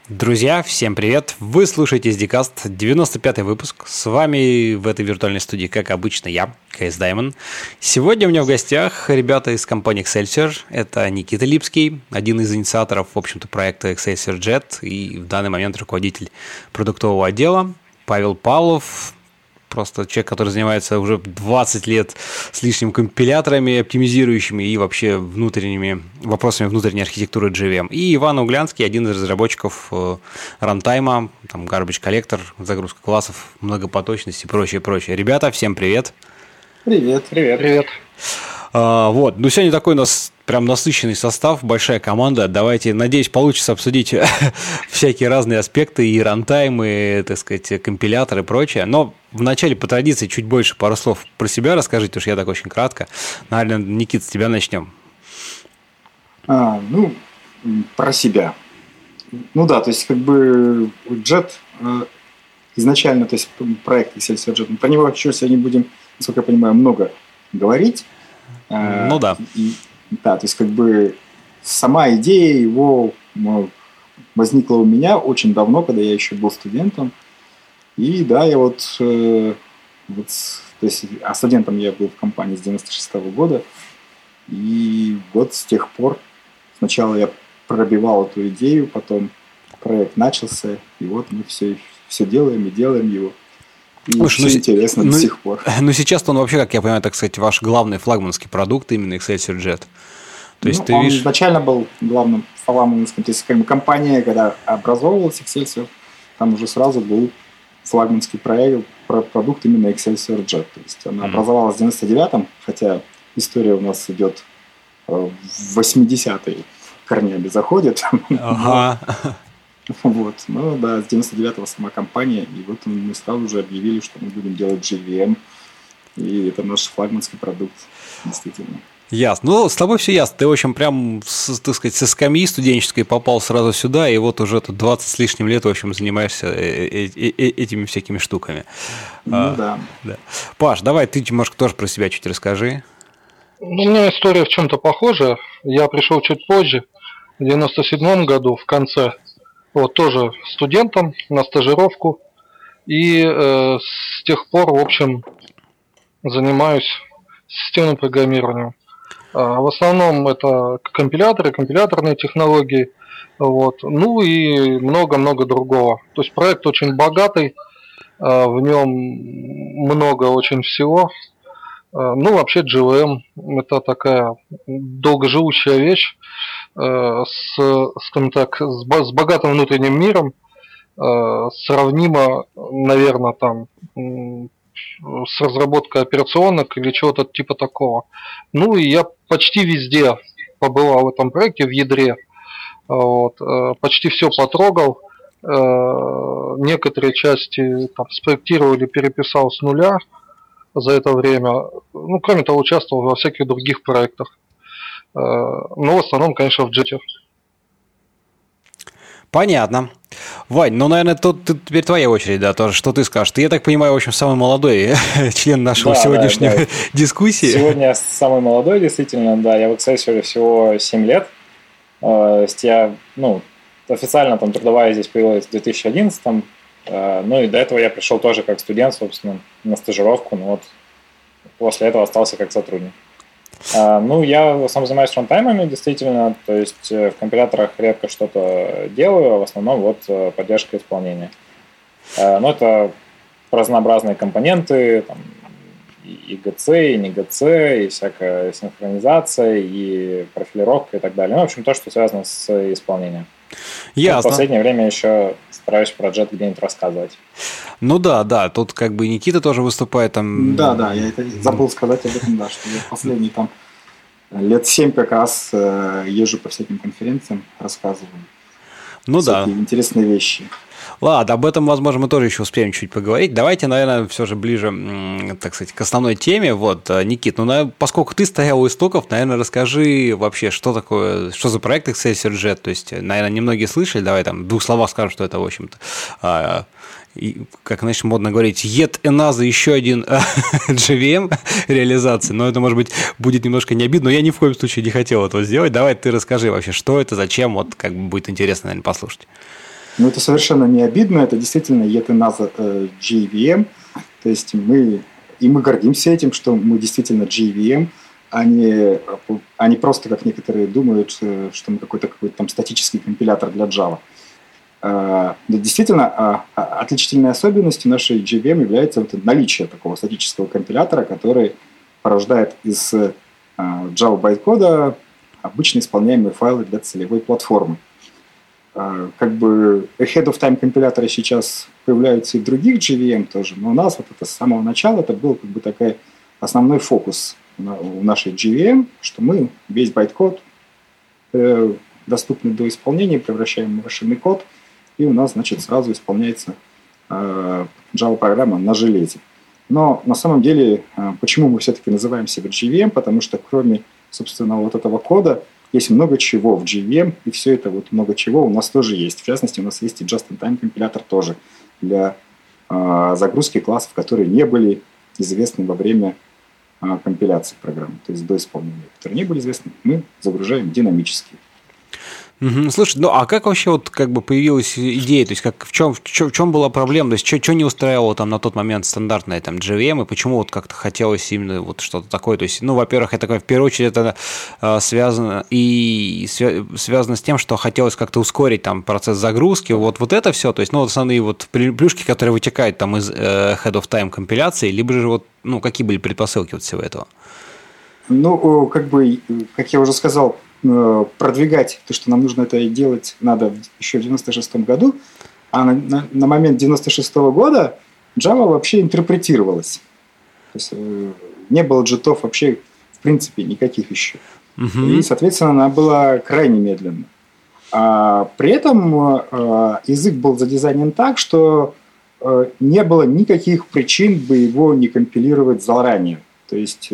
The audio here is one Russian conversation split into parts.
Друзья, всем привет! Вы слушаете SDCast, 95-й выпуск. С вами в этой виртуальной студии, как обычно, я, CS Diamond. Сегодня у меня в гостях ребята из компании Excelsior. Это Никита Липский, один из инициаторов, в общем-то, проекта Excelsior Jet и в данный момент руководитель продуктового отдела. Павел Павлов, просто человек, который занимается уже 20 лет с лишним компиляторами, оптимизирующими и вообще вопросами внутренней архитектуры JVM. И Иван Углянский, один из разработчиков рантайма, там garbage collector, загрузка классов, многопоточность и прочее, прочее. Ребята, всем привет! Привет, привет, привет. Ну сегодня такой у нас прям насыщенный состав, большая команда. Давайте, надеюсь, получится обсудить всякие разные аспекты и рантайм, и, так сказать, компиляторы и прочее. Но вначале, по традиции, чуть больше пару слов про себя расскажите, уж я так очень кратко. Наверное, Никит, с тебя начнем. Про себя. То есть, Jet изначально, то есть, проект Excelsior Jet, про него вообще сегодня будем, насколько я понимаю, много говорить. Да. То есть, сама идея его возникла у меня очень давно, когда я еще был студентом. И да, студентом я был в компании с 96-го года. И вот с тех пор сначала я пробивал эту идею, потом проект начался, и вот мы все делаем и делаем его. И все интересно до сих пор. Сейчас-то он вообще, как я понимаю, так сказать, ваш главный флагманский продукт, именно Excelsior Jet. То есть он изначально был главным флагманским. То есть компания, когда образовывалась Excelsior, там уже сразу был флагманский продукт именно Excelsior Jet. То есть она образовалась в 99-м, хотя история у нас идет в 80-е корнями заходит. Ага. С 99-го сама компания, и вот мы сразу же объявили, что мы будем делать JVM, и это наш флагманский продукт, действительно. Ясно. С тобой все ясно. Ты, в общем, прям, так сказать, со скамьи студенческой попал сразу сюда, и вот уже тут 20 с лишним лет, в общем, занимаешься этими всякими штуками. Да. Паш, давай ты немножко тоже про себя чуть расскажи. У меня история в чем-то похожа. Я пришел чуть позже, в 97-м году, в конце. Тоже студентом на стажировку. И с тех пор, в общем, занимаюсь системным программированием. В основном это компиляторные технологии. И много-много другого. То есть проект очень богатый, в нем много очень всего. Вообще JVM это такая долгоживущая вещь с богатым внутренним миром, сравнимо, наверное, с разработкой операционок или чего-то типа такого. И я почти везде побывал в этом проекте, в ядре. Почти все потрогал. Некоторые части спроектировал или переписал с нуля за это время. Кроме того, участвовал во всяких других проектах. В основном, конечно, в Jet. Понятно. Вань, наверное, тут теперь твоя очередь, да, тоже, что ты скажешь. Ты, я так понимаю, в общем, самый молодой член нашего сегодняшней дискуссии. Сегодня я самый молодой, действительно, да. Я в Excelsior всего 7 лет. То есть я, официально трудовая здесь появилась в 2011-м. И до этого я пришел тоже как студент, собственно, на стажировку. После этого остался как сотрудник. Я в основном занимаюсь рантаймами, действительно, то есть в компиляторах редко что-то делаю, а в основном поддержка исполнения. Это разнообразные компоненты, и GC, и не GC, и всякая синхронизация, и профилировка и так далее. В общем, то, что связано с исполнением. Ясно. В последнее время еще стараюсь про Jet где-нибудь рассказывать. Да, тут Никита тоже выступает там. Да, я это забыл сказать об этом, да, что я последние лет 7 как раз езжу по всяким конференциям, рассказываю всякие интересные вещи. Ладно, об этом, возможно, мы тоже еще успеем чуть поговорить. Давайте, наверное, все же ближе, так сказать, к основной теме. Никит, поскольку ты стоял у истоков, наверное, расскажи вообще, что за проект Excelsior Jet. То есть, наверное, немногие слышали. Давай в 2 словах скажем, что это, в общем-то, как, модно говорить, yet another, еще один JVM реализации. Но это, может быть, будет немножко не обидно, но я ни в коем случае не хотел этого сделать. Давай ты расскажи вообще, что это, зачем, будет интересно, наверное, послушать. Ну, это совершенно не обидно, это действительно ETNAS JVM, то есть мы гордимся этим, что мы действительно JVM, а не просто, как некоторые думают, что мы какой-то там статический компилятор для Java. Да, действительно, отличительной особенностью нашей JVM является вот наличие такого статического компилятора, который порождает из Java байткода обычно исполняемые файлы для целевой платформы. Как бы ahead of time компиляторы сейчас появляются и в других JVM тоже, но у нас вот это с самого начала это был как бы такой основной фокус у нашей JVM, что мы весь байткод, доступный до исполнения, превращаем в машинный код, и у нас, значит, сразу исполняется Java-программа на железе. Но на самом деле, почему мы все-таки называем себя JVM? Потому что кроме, собственно, вот этого кода есть много чего в JVM, и все это вот много чего у нас тоже есть. В частности, у нас есть и just-in-time компилятор тоже для загрузки классов, которые не были известны во время компиляции программы, то есть до исполнения, которые не были известны, мы загружаем динамически. Слушай, ну а как вообще вот как бы появилась идея, то есть как, в чем была проблема, то есть что не устраивало там на тот момент стандартное там JVM, и почему вот как-то хотелось именно вот что-то такое, то есть, ну, во-первых, это в первую очередь это связано с тем, что хотелось как-то ускорить там процесс загрузки, вот это все, то есть, ну, вот основные вот плюшки, которые вытекают там из head of time компиляции, либо же вот, ну, какие были предпосылки вот всего этого? Ну, как бы, как я уже сказал, продвигать то, что нам нужно это делать, надо еще в 96-м году, а на момент 96-го года Java вообще интерпретировалась. То есть не было джитов вообще в принципе никаких еще. И, соответственно, она была крайне медленна. А при этом язык был задизайнен так, что не было никаких причин бы его не компилировать заранее. То есть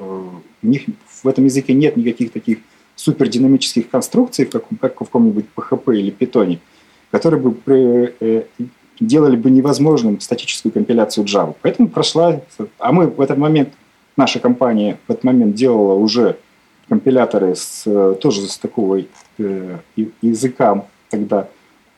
в этом языке нет никаких таких супердинамических конструкций, как в каком-нибудь PHP или Python, которые бы делали бы невозможным статическую компиляцию Java. Поэтому а мы в этот момент, наша компания в этот момент делала уже компиляторы тоже с такого языка тогда,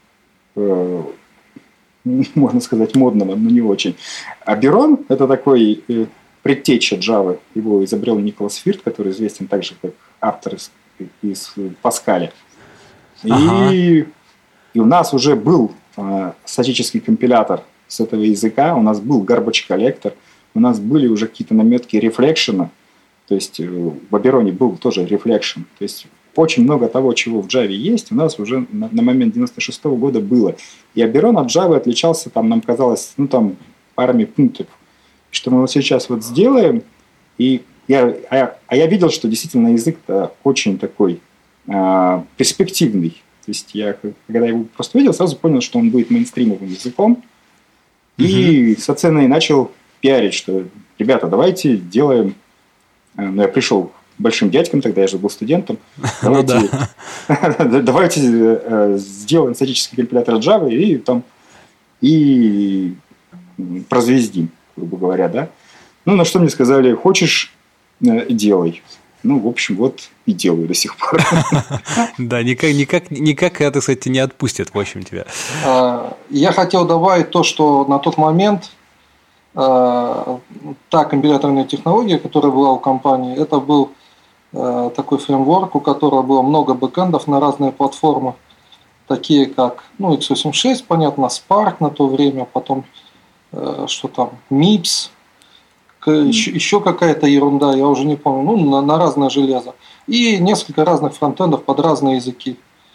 можно сказать, модного, но не очень. А Aberon — это такой предтеча Java. Его изобрел Николас Фирт, который известен также как автор из Паскаля. И у нас уже был статический компилятор с этого языка, у нас был garbage collector, у нас были уже какие-то наметки рефлекшена, то есть в Aberon был тоже reflection. То есть очень много того, чего в Java есть, у нас уже на момент 96-го года было. И Aberon от Java отличался, там, нам казалось, парами пунктов. Что мы вот сейчас вот сделаем, и я видел, что действительно язык-то очень такой перспективный. То есть я, когда его просто видел, сразу понял, что он будет мейнстримовым языком. И, соответственно, начал пиарить, что, ребята, давайте делаем... я пришел большим дядькам, тогда я же был студентом. Давайте сделаем статический компилятор Java и прозвездим, грубо говоря, да. Ну, на что мне сказали, хочешь, делай. Ну, в общем, вот и делаю до сих пор. Да, никак это, кстати, не отпустит, в общем, тебя. Я хотел добавить то, что на тот момент та компиляторная технология, которая была у компании, это был такой фреймворк, у которого было много бэкэндов на разные платформы, такие как x86, понятно, Spark на то время, потом что там, MIPS, еще какая-то ерунда, я уже не помню, на разное железо. И несколько разных фронтендов под разные языки.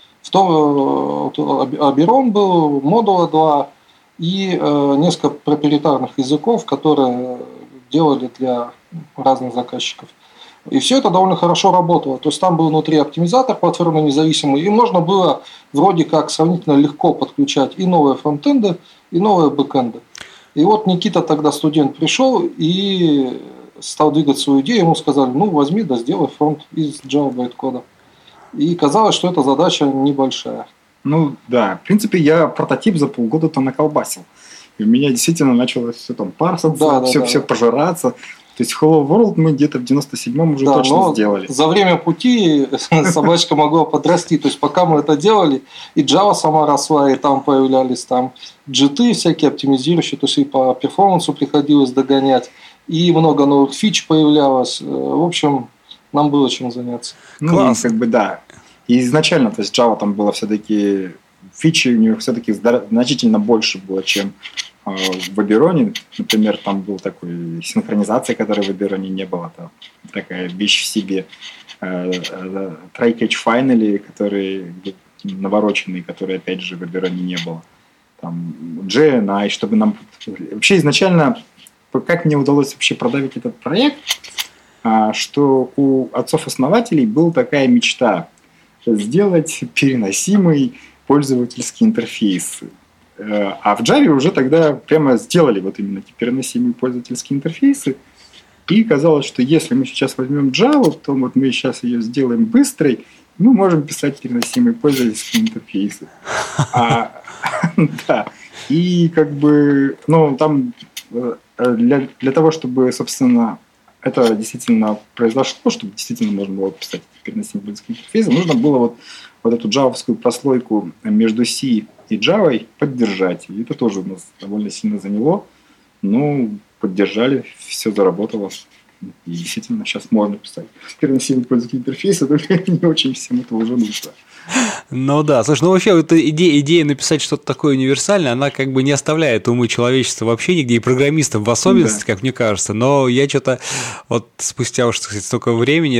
Aberon был, Modulo 2 и несколько проприетарных языков, которые делали для разных заказчиков. И все это довольно хорошо работало. То есть там был внутри оптимизатор платформы независимый, и можно было вроде как сравнительно легко подключать и новые фронтенды, и новые бэкенды. И вот Никита тогда, студент, пришел и стал двигать свою идею. Ему сказали, возьми, да сделай фронт из Java байткода. И казалось, что эта задача небольшая. Ну да, в принципе, я прототип за полгода-то наколбасил. И у меня действительно началось все там парситься, все пожираться. То есть Hello World мы где-то в 97-м уже точно сделали. За время пути собачка могла подрасти. То есть пока мы это делали, и Java сама росла, и там появлялись там JIT всякие оптимизирующие, то есть и по перформансу приходилось догонять, и много новых фич появлялось. В общем, нам было чем заняться. Ну, как бы да. И изначально, то есть Java там было все-таки, фичи у нее все-таки значительно больше было, чем в Eberon. Например, там был такой синхронизация, которой в Eberon не было. Там такая вещь в себе. Try-catch finally, которые навороченные, которые опять же в Eberon не было. Там JNI, чтобы нам... Вообще изначально, как мне удалось вообще продавить этот проект, что у отцов-основателей была такая мечта сделать переносимый пользовательский интерфейс. А в Java уже тогда прямо сделали вот именно эти переносимые пользовательские интерфейсы. И казалось, что если мы сейчас возьмем Java, то вот мы сейчас ее сделаем быстрой, мы можем писать переносимые пользовательские интерфейсы. Да. И как бы, ну, там для того, чтобы, собственно, это действительно произошло, чтобы действительно можно было писать переносимые пользовательские интерфейсы, нужно было вот эту джавовскую прослойку между C и Java поддержать. И это тоже у нас довольно сильно заняло. Ну, поддержали, все заработало. И действительно сейчас можно писать переносимые пользовательские интерфейсы, только не очень всем это уже нужно. Ну да, слушай, ну вообще эта идея написать что-то такое универсальное, она как бы не оставляет умы человечества вообще нигде, и программистов в особенности, да, как мне кажется, но я что-то вот спустя уж, так сказать, столько времени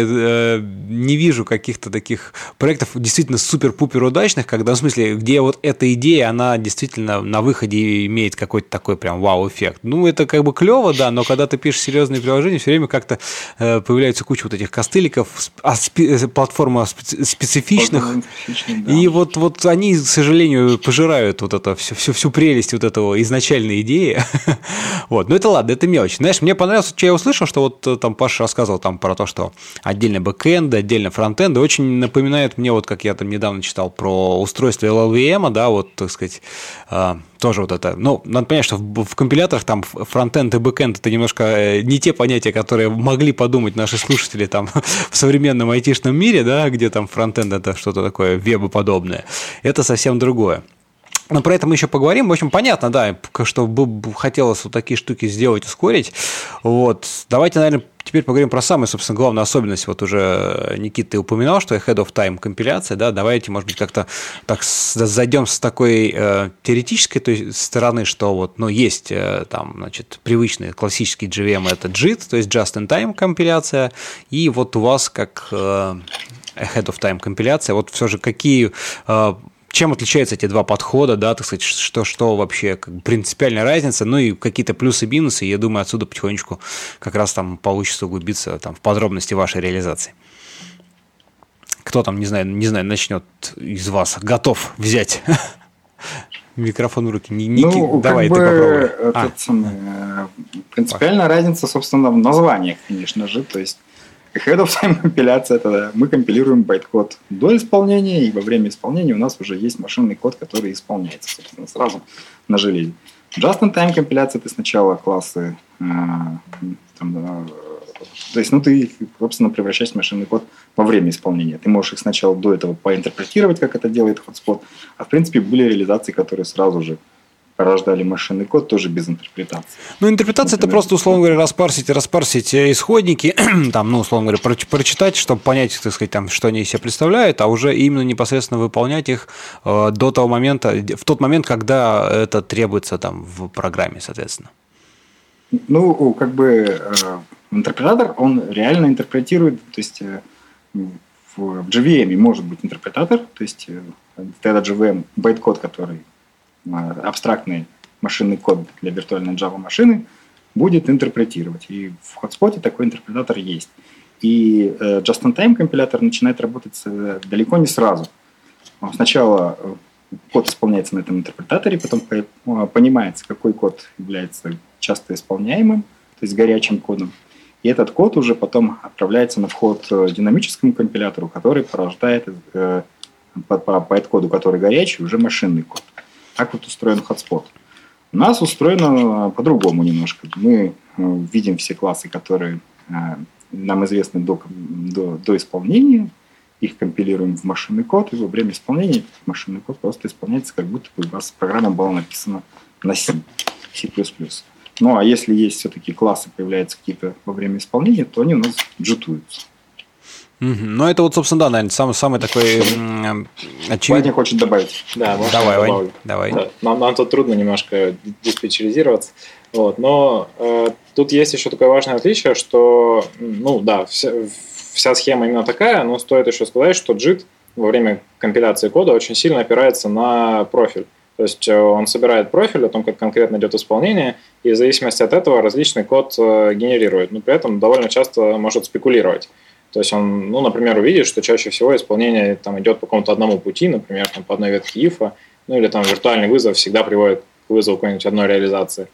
не вижу каких-то таких проектов действительно супер-пупер удачных, когда, в смысле, где вот эта идея, она действительно на выходе имеет какой-то такой прям вау-эффект. Ну, это как бы клево, да, но когда ты пишешь серьезные приложения, все время как-то появляется куча вот этих костыликов, платформа специфичных. Да. И вот они, к сожалению, пожирают вот это всю прелесть вот этого изначальной идеи. Вот. Но это ладно, это мелочь. Знаешь, мне понравилось, что я услышал, что вот там Паша рассказывал там про то, что отдельно бэкэнды, отдельно фронтенды. Очень напоминает мне, вот как я там недавно читал про устройство LLVM, да, вот, так сказать, тоже вот это. Ну, надо понять, что в компиляторах там фронтенд и бэкэнд — это немножко не те понятия, которые могли подумать наши слушатели там в современном айтишном мире, да, где там фронтенд — это что-то такое вебоподобное. Это совсем другое. Но про это мы еще поговорим. В общем, понятно, да, что хотелось вот такие штуки сделать, ускорить. Вот. Давайте, наверное, теперь поговорим про самую, собственно, главную особенность. Вот уже, Никита, ты упоминал, что ahead of time компиляция, да, давайте, может быть, как-то так зайдем с такой теоретической той стороны, что вот, ну, есть там, значит, привычный классический JVM — это JIT, то есть just-in-time компиляция, и вот у вас как ahead of time компиляция, вот все же какие... Чем отличаются эти два подхода, да, так сказать, что вообще как бы принципиальная разница, ну и какие-то плюсы-минусы, я думаю, отсюда потихонечку как раз там получится углубиться там в подробности вашей реализации. Кто там, не знаю, начнет из вас, готов взять микрофон в руки? Ну, давай, ты попробуй. Принципиальная разница, собственно, в названиях, конечно же, то есть ahead of time компиляция — это мы компилируем байт-код до исполнения, и во время исполнения у нас уже есть машинный код, который исполняется, собственно, сразу на железе. Just-in-time компиляция — ты сначала классы, то есть, ну, ты, собственно, превращаешь в машинный код во время исполнения. Ты можешь их сначала до этого поинтерпретировать, как это делает Hotspot, а в принципе были реализации, которые сразу же порождали машинный код, тоже без интерпретации. Ну, интерпретация — это просто, условно говоря, распарсить исходники, там, ну, условно говоря, прочитать, чтобы понять, так сказать, там, что они из себя представляют, а уже именно непосредственно выполнять их до того момента, в тот момент, когда это требуется там в программе, соответственно. Ну, как бы интерпретатор, он реально интерпретирует, то есть в JVM может быть интерпретатор, то есть тогда JVM байт-код, который абстрактный машинный код для виртуальной Java машины, будет интерпретировать. И в Hotspot такой интерпретатор есть. И just-in-time компилятор начинает работать далеко не сразу. Сначала код исполняется на этом интерпретаторе, потом понимается, какой код является часто исполняемым, то есть горячим кодом. И этот код уже потом отправляется на вход динамическому компилятору, который порождает по байт-коду, который горячий, уже машинный код. Так вот устроен Hotspot. У нас устроено по-другому немножко. Мы видим все классы, которые нам известны до исполнения, их компилируем в машинный код, и во время исполнения машинный код просто исполняется, как будто бы у вас программа была написана на C++. Ну, а если есть все-таки классы, появляются какие-то во время исполнения, то они у нас джитуются. Ну, это вот, собственно, да, наверное, самый такой очевидный. Ваня хочет добавить. Да, давай, Вань, давай. Да, нам тут трудно немножко диспетчеризироваться. Вот, но тут есть еще такое важное отличие, что, ну, да, вся схема именно такая, но стоит еще сказать, что JIT во время компиляции кода очень сильно опирается на профиль. То есть он собирает профиль о том, как конкретно идет исполнение, и в зависимости от этого различный код генерирует, но при этом довольно часто может спекулировать. То есть он, ну, например, увидит, что чаще всего исполнение там, идет по какому-то одному пути, например, там, по одной ветке if, ну или там виртуальный вызов всегда приводит к вызову какой-нибудь одной реализации.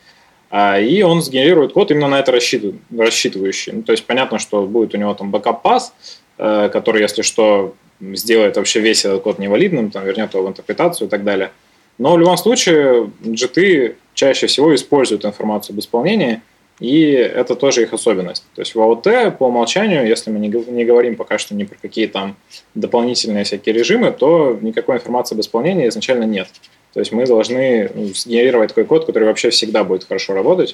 И он сгенерирует код именно на это рассчитывающий. Ну, то есть понятно, что будет у него там бэкап-пас, который, если что, сделает вообще весь этот код невалидным, там, вернет его в интерпретацию и так далее. Но в любом случае JIT чаще всего используют информацию об исполнении, и это тоже их особенность. То есть в AOT по умолчанию, если мы не говорим пока что ни про какие там дополнительные всякие режимы, то никакой информации об исполнении изначально нет. То есть мы должны сгенерировать такой код, который вообще всегда будет хорошо работать,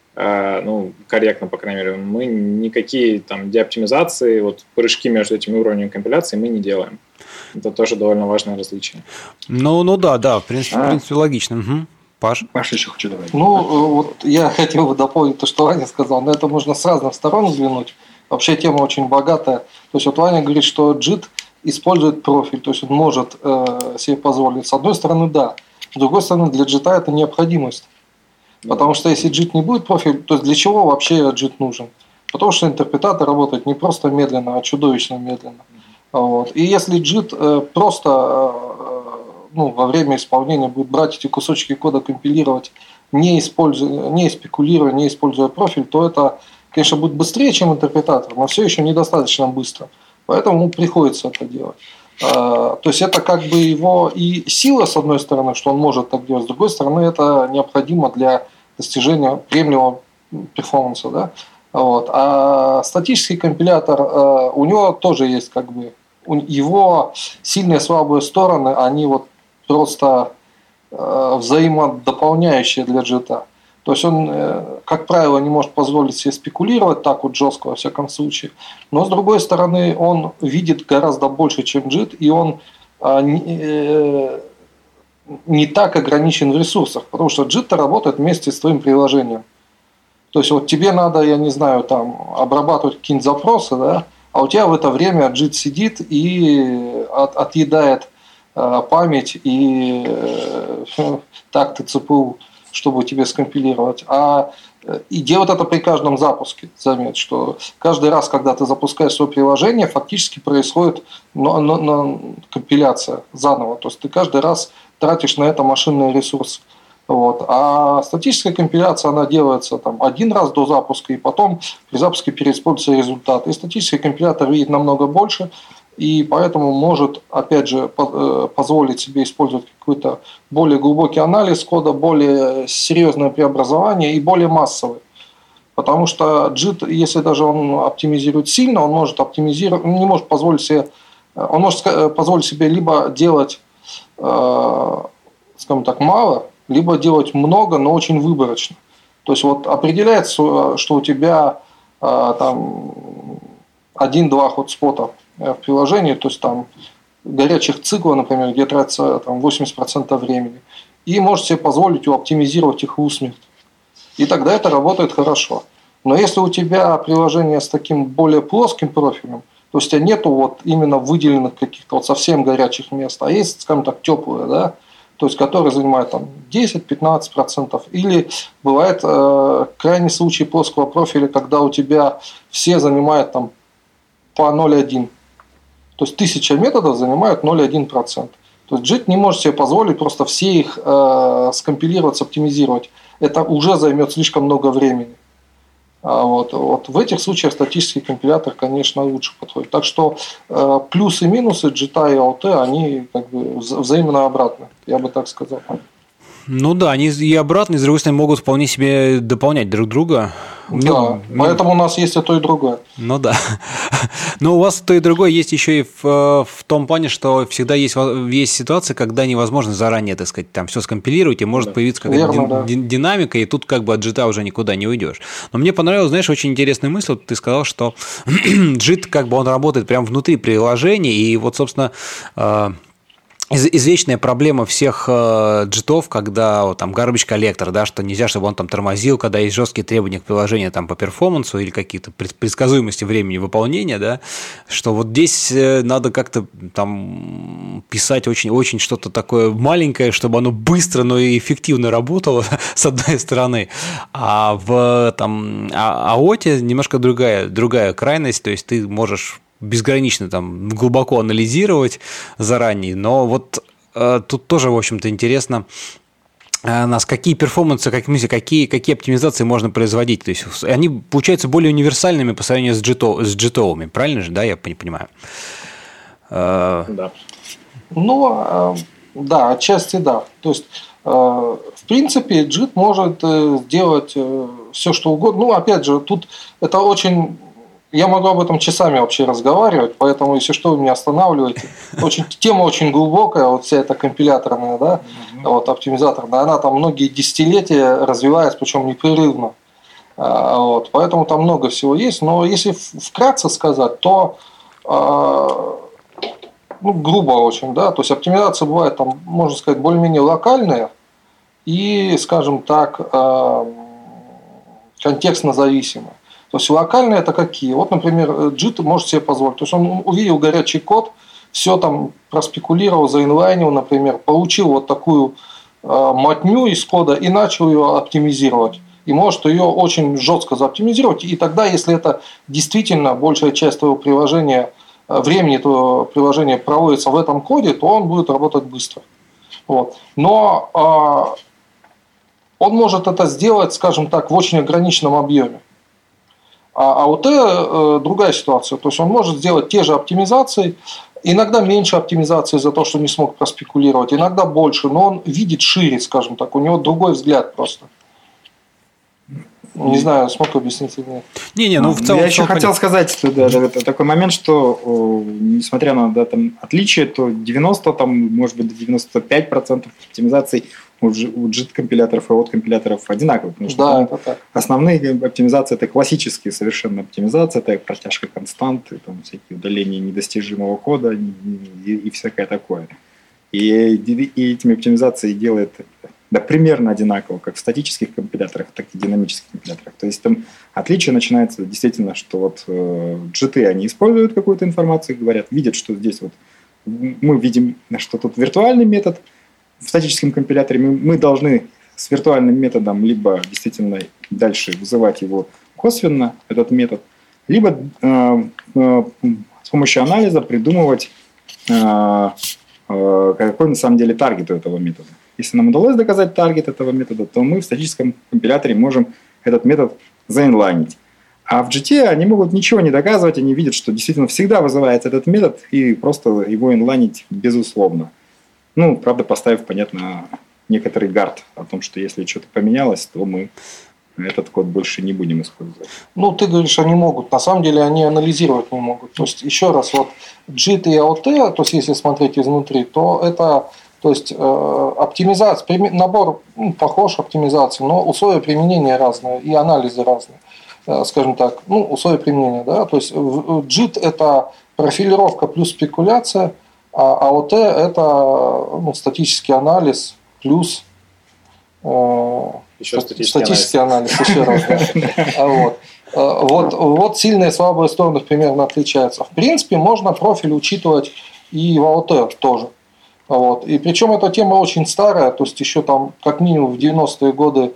ну, корректно, по крайней мере. Мы никакие там деоптимизации, вот прыжки между этими уровнями компиляции мы не делаем. Это тоже довольно важное различие. Ну да, в принципе логично. Угу. Паша еще хочу добавить. Ну, вот я хотел бы дополнить то, что Ваня сказал. На это можно с разных сторон взглянуть. Вообще тема очень богатая. То есть вот Ваня говорит, что JIT использует профиль, то есть он может себе позволить. С одной стороны, да. С другой стороны, для JIT это необходимость. Потому что если JIT не будет профиль, то для чего вообще JIT нужен? Потому что интерпретатор работает не просто медленно, а чудовищно медленно. Вот. И если JIT просто во время исполнения будет брать эти кусочки кода, компилировать, не спекулируя, не используя профиль, то это, конечно, будет быстрее, чем интерпретатор, но все еще недостаточно быстро. Поэтому приходится это делать. То есть это как бы его и сила, с одной стороны, что он может так делать, с другой стороны, это необходимо для достижения приемлемого перформанса. Да? Вот. А статический компилятор, у него тоже есть как бы его сильные и слабые стороны, они вот просто взаимодополняющие для JIT. То есть он, как правило, не может позволить себе спекулировать так вот жестко, во всяком случае. Но, с другой стороны, он видит гораздо больше, чем JIT, и он не так ограничен в ресурсах, потому что JIT работает вместе с твоим приложением. То есть вот тебе надо, я не знаю, там обрабатывать какие-нибудь запросы, да, а у тебя в это время JIT сидит и отъедает память и такты ЦПУ, чтобы тебе скомпилировать. И делать это при каждом запуске. Заметь, что каждый раз, когда ты запускаешь свое приложение, фактически происходит компиляция заново. То есть ты каждый раз тратишь на это машинные ресурсы. Вот. А статическая компиляция, она делается там, один раз до запуска, и потом при запуске переиспользуется результат. И статический компилятор видит намного больше, и поэтому может, опять же, позволить себе использовать какой-то более глубокий анализ кода, более серьезное преобразование и более массовый. Потому что JIT, если даже он оптимизирует сильно, он может оптимизировать, не может позволить себе, он может позволить себе либо делать, скажем так, мало, либо делать много, но очень выборочно. То есть вот определяется, что у тебя там 1-2 хотспота в приложении, то есть там горячих циклов, например, где тратится там 80% времени, и можешь себе позволить оптимизировать их в усмерть. И тогда это работает хорошо. Но если у тебя приложение с таким более плоским профилем, то есть у тебя нету вот именно выделенных каких-то вот совсем горячих мест, а есть, скажем так, теплые, да, то есть которые занимают там 10-15%. Или бывает крайний случай плоского профиля, когда у тебя все занимают там по 0,1. То есть 1000 методов занимают 0,1%. То есть JIT не может себе позволить просто все их скомпилировать, оптимизировать. Это уже займет слишком много времени. Вот в этих случаях статический компилятор, конечно, лучше подходит. Так что плюсы и минусы JIT и AOT, они как бы взаимно обратны, я бы так сказал. Ну да, они и обратно, и с другой стороны могут вполне себе дополнять друг друга. Да, поэтому у нас есть и то, и другое. Ну да. Но у вас то и другое есть еще и в том плане, что всегда есть ситуации, когда невозможно заранее, так сказать, там все скомпилировать, и может появиться какая-то динамика, и тут как бы от JIT уже никуда не уйдешь. Но мне понравилась, знаешь, очень интересная мысль. Вот ты сказал, что JIT как бы он работает прямо внутри приложения, и вот, собственно, извечная проблема всех джитов, когда там garbage collector, да, что нельзя, чтобы он там тормозил, когда есть жесткие требования к приложению там, по перформансу или какие-то предсказуемости времени выполнения, да, что вот здесь надо как-то там писать очень что-то такое маленькое, чтобы оно быстро, но и эффективно работало, с одной стороны. А в там, AOT немножко другая крайность, то есть ты можешь безгранично там глубоко анализировать заранее, но вот тут тоже, в общем-то, интересно, нас какие перформансы, какие оптимизации можно производить. То есть они получаются более универсальными по сравнению с джитовыми, правильно же, да, я понимаю? Да. Ну, да, отчасти да. То есть, в принципе, JIT может сделать все, что угодно. Ну, опять же, тут это очень... Я могу об этом часами вообще разговаривать, поэтому, если что, вы меня останавливаете. Тема очень глубокая, вот вся эта компиляторная, да, вот, оптимизаторная, она там многие десятилетия развивается, причем непрерывно. Вот, поэтому там много всего есть. Но если вкратце сказать, то ну, грубо очень, да, то есть оптимизация бывает там, можно сказать, более-менее локальная и, скажем так, контекстно зависимая. То есть локальные это какие? Вот, например, JIT может себе позволить. То есть он увидел горячий код, все там проспекулировал, заинлайнил, например, получил вот такую мотню из кода и начал ее оптимизировать. И может ее очень жестко заоптимизировать. И тогда, если это действительно большая часть твоего приложения, времени твоего приложения проводится в этом коде, то он будет работать быстро. Вот. Но он может это сделать, скажем так, в очень ограниченном объеме. А AOT другая ситуация. То есть он может сделать те же оптимизации, иногда меньше оптимизации за то, что не смог проспекулировать, иногда больше, но он видит шире, скажем так, у него другой взгляд просто. Не знаю, смог объяснить или нет. Ну в целом. Я еще хотел сказать, что это такой момент, что несмотря на там, отличия, то 90, там, может быть, 95% оптимизаций у JIT-компиляторов и AOT-компиляторов одинаковые. Потому что это так. Основные оптимизации – это классические совершенно оптимизации, это протяжка констант, там, всякие удаления недостижимого кода и всякое такое. И этими оптимизации делает примерно одинаково, как в статических компиляторах, так и динамических компиляторах. То есть там отличие начинается действительно, что вот JIT, они используют какую-то информацию, говорят, видят, что здесь вот мы видим, что тут виртуальный метод. В статическом компиляторе мы должны с виртуальным методом либо действительно дальше вызывать его косвенно, этот метод, либо с помощью анализа придумывать, какой на самом деле таргет у этого метода. Если нам удалось доказать таргет этого метода, то мы в статическом компиляторе можем этот метод заинлайнить. А в JIT они могут ничего не доказывать, они видят, что действительно всегда вызывается этот метод, и просто его инлайнить безусловно. Ну, правда, поставив, понятно, некоторый гард о том, что если что-то поменялось, то мы этот код больше не будем использовать. Ну, ты говоришь, они могут. На самом деле они анализировать не могут. То есть, еще раз, вот JIT и AOT, то есть, если смотреть изнутри, то это, то есть, оптимизация, набор похож оптимизации, но условия применения разные и анализы разные. Скажем так, условия применения, да, то есть JIT это профилировка плюс спекуляция, а AOT это статический анализ плюс еще статический анализ еще раз. Вот сильные и слабые стороны примерно отличаются. В принципе, можно профиль учитывать и в AOT тоже. Вот. И причем эта тема очень старая, то есть еще там как минимум в 90-е годы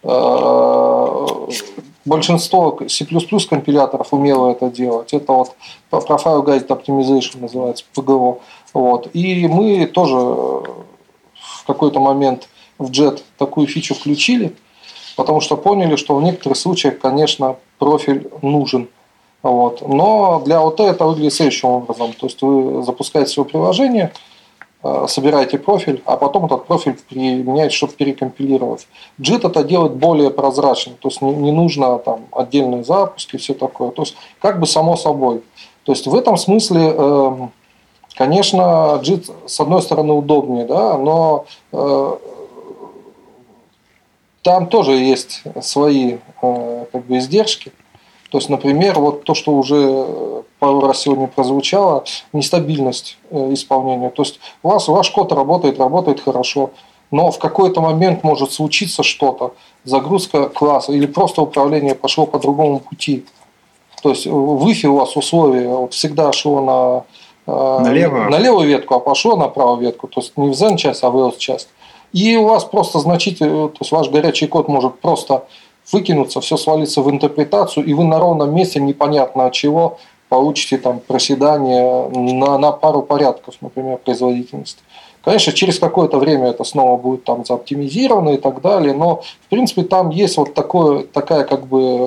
большинство C++ компиляторов умело это делать. Это вот Profile Guided Optimization называется, PGO. Вот. И мы тоже в какой-то момент в JET такую фичу включили, потому что поняли, что в некоторых случаях, конечно, профиль нужен. Вот. Но для OT это выглядит следующим образом. То есть вы запускаете свое приложение, собираете профиль, а потом этот профиль применяете, чтобы перекомпилировать. JIT это делает более прозрачно, то есть не нужно там отдельные запуски и все такое. То есть как бы само собой. То есть в этом смысле, конечно, JIT с одной стороны удобнее, да, но там тоже есть свои как бы издержки. То есть, например, вот то, что уже пару раз сегодня прозвучало, нестабильность исполнения. То есть ваш код работает хорошо, но в какой-то момент может случиться что-то, загрузка класса или просто управление пошло по другому пути. То есть в ифе у вас условие вот всегда шло на левую ветку, а пошло на правую ветку. То есть не в Zen часть, а в else часть. И у вас просто значительно, то есть ваш горячий код может просто выкинуться, все свалится в интерпретацию, и вы на ровном месте непонятно от чего получите там проседание на пару порядков, например, производительности. Конечно, через какое-то время это снова будет там заоптимизировано и так далее, но в принципе там есть вот такая как бы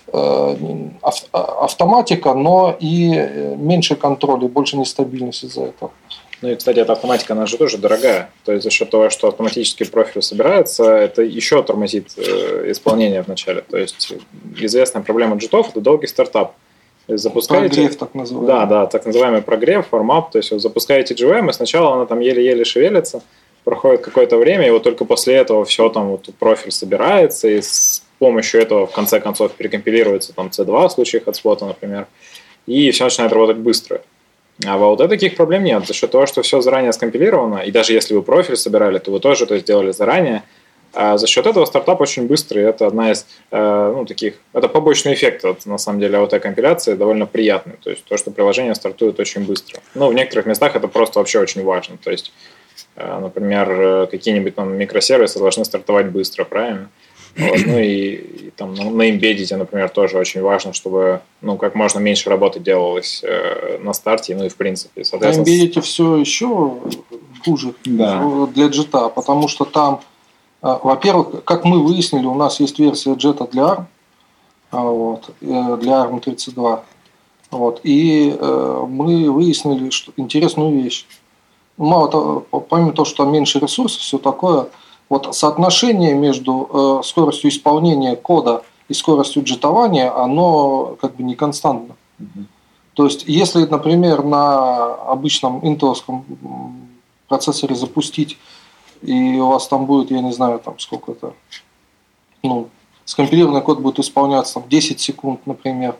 автоматика, но и меньше контроля, больше нестабильности из-за этого. Ну и, кстати, эта автоматика, она же тоже дорогая. То есть за счет того, что автоматически профиль собирается, это еще тормозит исполнение вначале. То есть известная проблема джитов – это долгий стартап. Запускаете... Прогрев, так называемый. Да, так называемый прогрев, формап. То есть вот запускаете JVM, и сначала она там еле-еле шевелится, проходит какое-то время, и вот только после этого все там вот профиль собирается, и с помощью этого в конце концов перекомпилируется там C2 в случае хотспота, например, и все начинает работать быстро. А в AOT таких проблем нет. За счет того, что все заранее скомпилировано, и даже если вы профиль собирали, то вы тоже это сделали заранее. А за счет этого стартап очень быстрый. Это одна из таких... Это побочный эффект, вот, на самом деле, AOT-компиляции довольно приятный. То есть то, что приложение стартует очень быстро. В некоторых местах это просто вообще очень важно. То есть, например, какие-нибудь там микросервисы должны стартовать быстро, правильно? Вот, и там на эмбеддите, например, тоже очень важно, чтобы как можно меньше работы делалось на старте, и в принципе, соответственно... На эмбеддите все еще хуже для JIT, потому что там, во-первых, как мы выяснили, у нас есть версия JIT для ARM, для ARM32, и мы выяснили интересную вещь. Мало того, помимо того, что там меньше ресурсов, все такое, соотношение между скоростью исполнения кода и скоростью джитования, оно как бы не константно. То есть, если, например, на обычном интеловском процессоре запустить, и у вас там будет, я не знаю, там сколько-то, скомпилированный код будет исполняться там 10 секунд, например,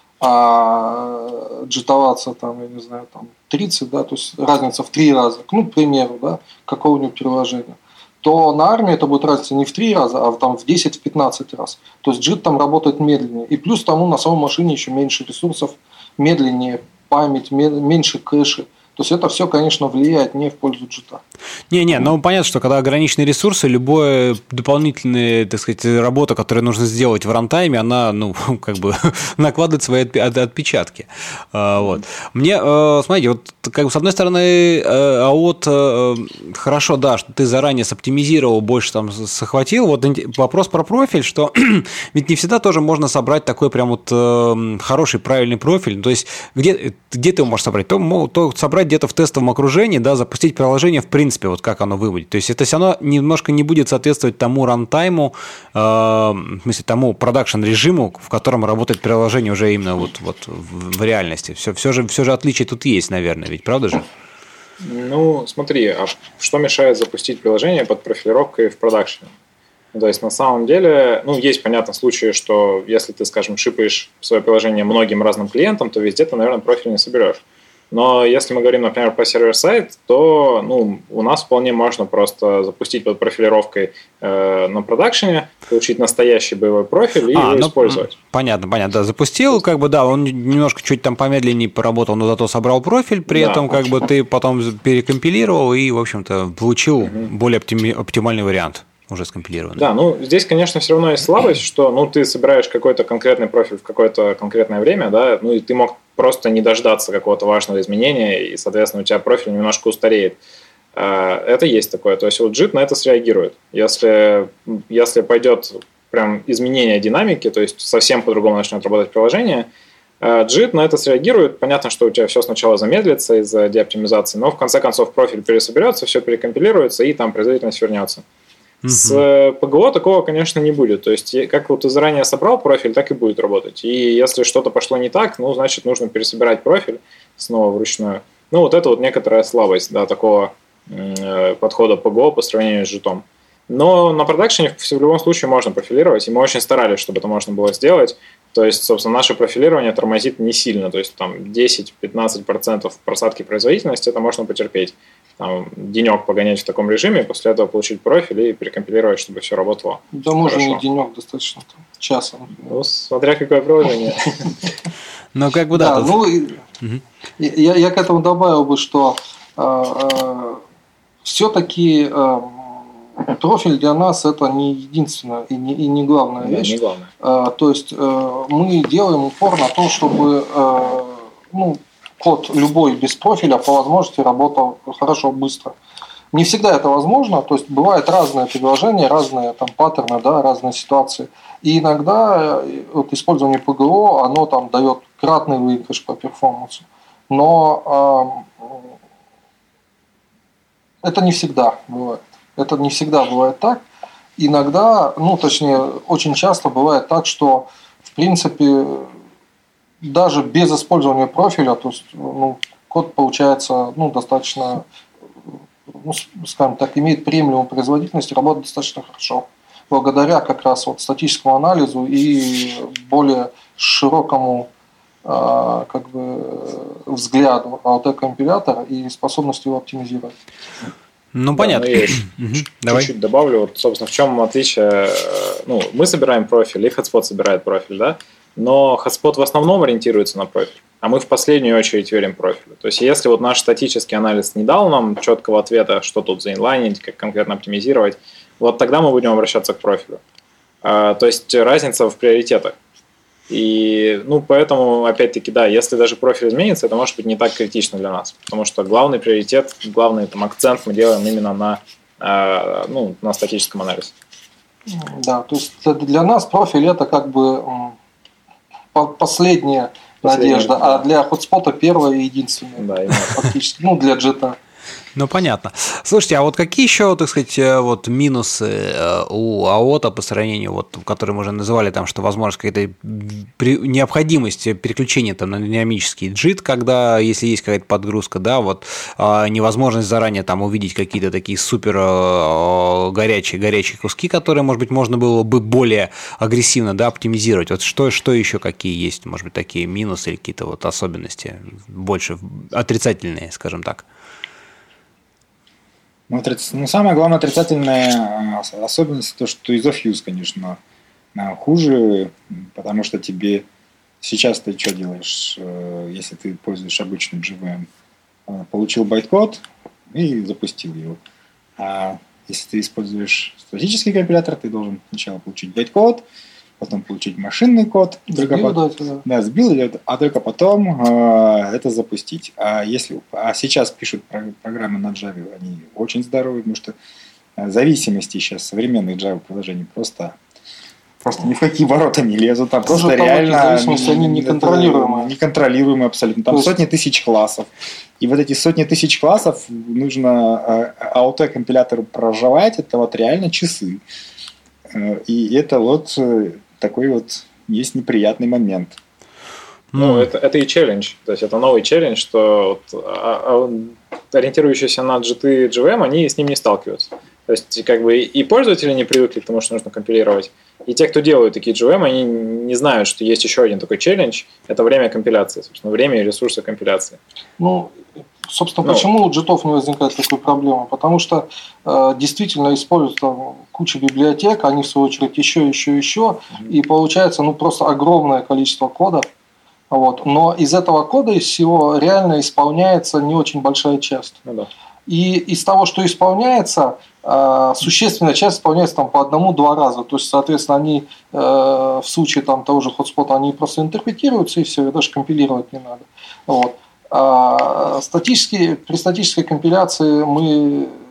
а джитоваться там, я не знаю, там 30, да, то есть разница в 3 раза, к примеру, да, какого-нибудь приложения, то на армии это будет разница не в 3 раза, а там в 10-15 раз. То есть JIT там работает медленнее. И плюс тому на самой машине еще меньше ресурсов, медленнее память, меньше кэши. То есть это все, конечно, влияет не в пользу JIT. Понятно, что когда ограниченные ресурсы, любая дополнительная, так сказать, работа, которую нужно сделать в рантайме, она, накладывает свои отпечатки. Мне, смотрите, с одной стороны, хорошо, да, что ты заранее соптимизировал, больше там захватил. Вопрос про профиль, что ведь не всегда тоже можно собрать такой прям хороший, правильный профиль. То есть где ты его можешь собрать? То собрать где-то в тестовом окружении, да, запустить приложение, в принципе, как оно выглядит. То есть это все равно немножко не будет соответствовать тому рантайму, в смысле, тому продакшн-режиму, в котором работает приложение уже именно в реальности. Все же отличие тут есть, наверное, ведь правда же? Смотри, а что мешает запустить приложение под профилировкой в продакшене? То есть, на самом деле, есть, понятно, случаи, что если ты, скажем, шипаешь свое приложение многим разным клиентам, то везде ты, наверное, профиль не соберешь. Но если мы говорим, например, про сервер-сайт, то у нас вполне можно просто запустить под профилировкой на продакшене, получить настоящий боевой профиль и его использовать. Понятно. Да, запустил, он немножко чуть там помедленнее поработал, но зато собрал профиль, при этом ты потом перекомпилировал и, в общем-то, получил более оптимальный вариант. Уже скомпилировано. Да, здесь, конечно, все равно есть слабость, что ты собираешь какой-то конкретный профиль в какое-то конкретное время, да, и ты мог просто не дождаться какого-то важного изменения, и, соответственно, у тебя профиль немножко устареет. Это есть такое. То есть JIT на это среагирует. Если пойдет прям изменение динамики, то есть совсем по-другому начнет работать приложение, JIT на это среагирует. Понятно, что у тебя все сначала замедлится из-за деоптимизации, но в конце концов профиль пересоберется, все перекомпилируется и там производительность вернется. С PGO такого, конечно, не будет. То есть, как вот ты заранее собрал профиль, так и будет работать. И если что-то пошло не так, ну, значит, нужно пересобирать профиль снова вручную. Ну, вот это вот некоторая слабость, да, такого подхода PGO по сравнению с JIT. Но на продакшене в любом случае можно профилировать, и мы очень старались, чтобы это можно было сделать. То есть, собственно, наше профилирование тормозит не сильно, то есть там 10-15% просадки производительности это можно потерпеть. Там, денек погонять в таком режиме, после этого получить профиль и перекомпилировать, чтобы все работало. Да можно не денек, достаточно часа. Ну, смотря какое приложение. Ну, как бы да. Ну, я к этому добавил бы, что все-таки профиль для нас это не единственная и не главная вещь. Не главное. То есть мы делаем упор на то, чтобы код любой без профиля по возможности работал хорошо, быстро. Не всегда это возможно, то есть бывают разные приложения, разные там паттерны, да, разные ситуации. И иногда вот, использование PGO, оно там дает кратный выигрыш по перформансу. Но это не всегда бывает. Это не всегда бывает так. Иногда, очень часто бывает так, что в принципе даже без использования профиля, то есть код получается достаточно, скажем так, имеет премиум производительность, работает достаточно хорошо. Благодаря как раз вот статическому анализу и более широкому взгляду AUT-компилятора и способности его оптимизировать. Ну, понятно. Да, чуть-чуть добавлю. Вот, собственно, в чем отличие? Мы собираем профиль, и Hotspot собирает профиль, да? Но Hotspot в основном ориентируется на профиль, а мы в последнюю очередь верим профилю. То есть, если вот наш статический анализ не дал нам четкого ответа, что тут заинлайнить, как конкретно оптимизировать, вот тогда мы будем обращаться к профилю. То есть, разница в приоритетах. И, поэтому, опять-таки, да, если даже профиль изменится, это может быть не так критично для нас, потому что главный приоритет, главный там акцент мы делаем именно на статическом анализе. Да, то есть для нас профиль это как бы последняя надежда, да. А для хотспота первая и единственная. Да, именно. Фактически, для джета. Ну, понятно. Слушайте, а вот какие еще, так сказать, вот минусы у АОТа по сравнению, вот, которые мы уже называли, там, что возможно какая-то необходимость переключения там, на динамический JIT, когда, если есть какая-то подгрузка, да, вот, невозможность заранее там увидеть какие-то такие супер горячие куски, которые, может быть, можно было бы более агрессивно, да, оптимизировать. Вот что еще какие есть, может быть, такие минусы или какие-то вот особенности больше отрицательные, скажем так? Самая главная отрицательная особенность то, что ease of use, конечно, хуже, потому что тебе сейчас ты что делаешь, если ты пользуешь обычным JVM, получил байткод и запустил его. А если ты используешь статический компилятор, ты должен сначала получить байткод, потом получить машинный код, сбил, а только потом это запустить. А сейчас пишут программы на Java, они очень здоровые, потому что зависимости сейчас современных Java приложений просто ни в какие ворота не лезут, там просто реально они неконтролируемые. Неконтролируемые абсолютно. Там сотни тысяч классов. И вот эти сотни тысяч классов нужно AUT-компилятору проживать, это вот реально часы. И это вот такой вот есть неприятный момент. Это и челлендж. То есть это новый челлендж, что ориентирующиеся на JIT и JVM, они с ним не сталкиваются. То есть и пользователи не привыкли к тому, что нужно компилировать, и те, кто делают такие JVM, они не знают, что есть еще один такой челлендж. Это время компиляции, собственно, время и ресурсы компиляции. Собственно, почему у джитов не возникает такой проблемы? Потому что действительно используют кучу библиотек, они в свою очередь еще, и получается просто огромное количество кода. Вот. Но из этого кода, из всего, реально исполняется не очень большая часть. Да. И из того, что исполняется, существенная часть исполняется там по 1-2 раза. То есть, соответственно, они в случае того же хотспота, они просто интерпретируются, и все, и даже компилировать не надо. Вот. При статической компиляции мы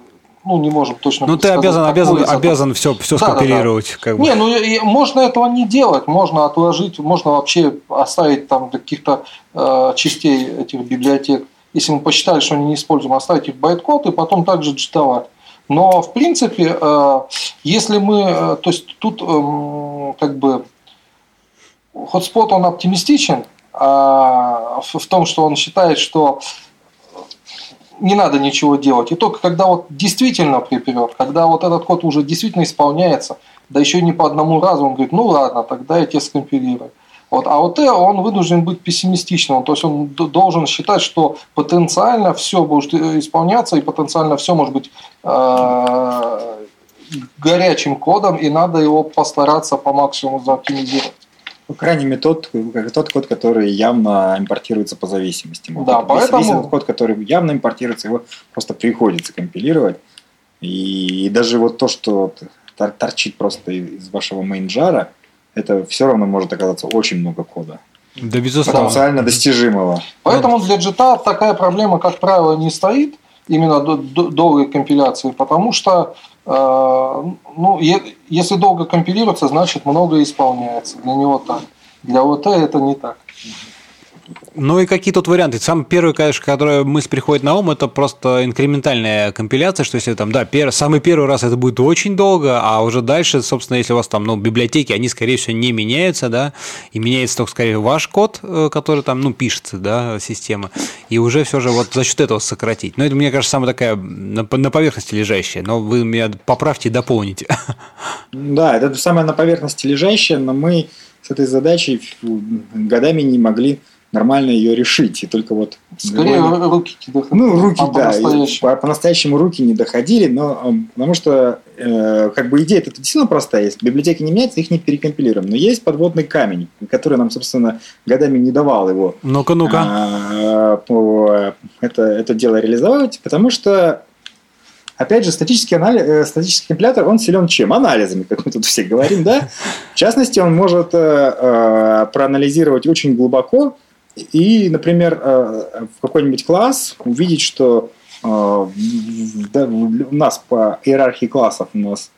не можем точно. Ну, ты обязан все скомпилировать. Да. Не, можно этого не делать, можно отложить, можно вообще оставить там каких-то частей этих библиотек. Если мы посчитали, что они не используем, оставить их байткод и потом также джитовать. Но, в принципе, если мы... То есть, тут как бы Hotspot, он оптимистичен в том, что он считает, что не надо ничего делать. И только когда вот действительно приперет, когда вот этот код уже действительно исполняется, да еще не по одному разу, он говорит, ну ладно, тогда я тебе скомпилирую. Вот. А ОТ, он вынужден быть пессимистичным, то есть он должен считать, что потенциально все будет исполняться и потенциально все может быть горячим кодом, и надо его постараться по максимуму заоптимизировать. По крайней мере, тот код, который явно импортируется по зависимости. Да, поэтому... Весь этот код, который явно импортируется, его просто приходится компилировать. И даже вот то, что торчит просто из вашего мейнджара, это все равно может оказаться очень много кода. Да, безусловно. Потенциально достижимого. Поэтому для джита такая проблема, как правило, не стоит, именно долгой компиляции, потому что если долго компилируется, значит много исполняется. Для него так. Для ОТ это не так. Ну и какие тут варианты? Самый первый, конечно, который мысль приходит на ум, это просто инкрементальная компиляция, что если там, самый первый раз это будет очень долго, а уже дальше, собственно, если у вас там, библиотеки, они, скорее всего, не меняются, да, и меняется только, скорее, ваш код, который там, пишется, да, система, и уже все же вот за счет этого сократить. Но это, мне кажется, самая такая на поверхности лежащая, но вы меня поправьте и дополните. Да, это самое на поверхности лежащее, но мы с этой задачей годами не могли нормально ее решить. И только вот... Скорее руки не доходили. Руки, да. По-настоящему руки не доходили, но потому что идея это действительно простая. Если библиотеки не меняются, их не перекомпилируем. Но есть подводный камень, который нам, собственно, годами не давал его. Ну-ка. Это дело реализовать, потому что опять же, статический компилятор, он силен чем? Анализами, как мы тут все говорим, да? В частности, он может проанализировать очень глубоко и, например, в какой-нибудь класс увидеть, что у нас по иерархии классов у нас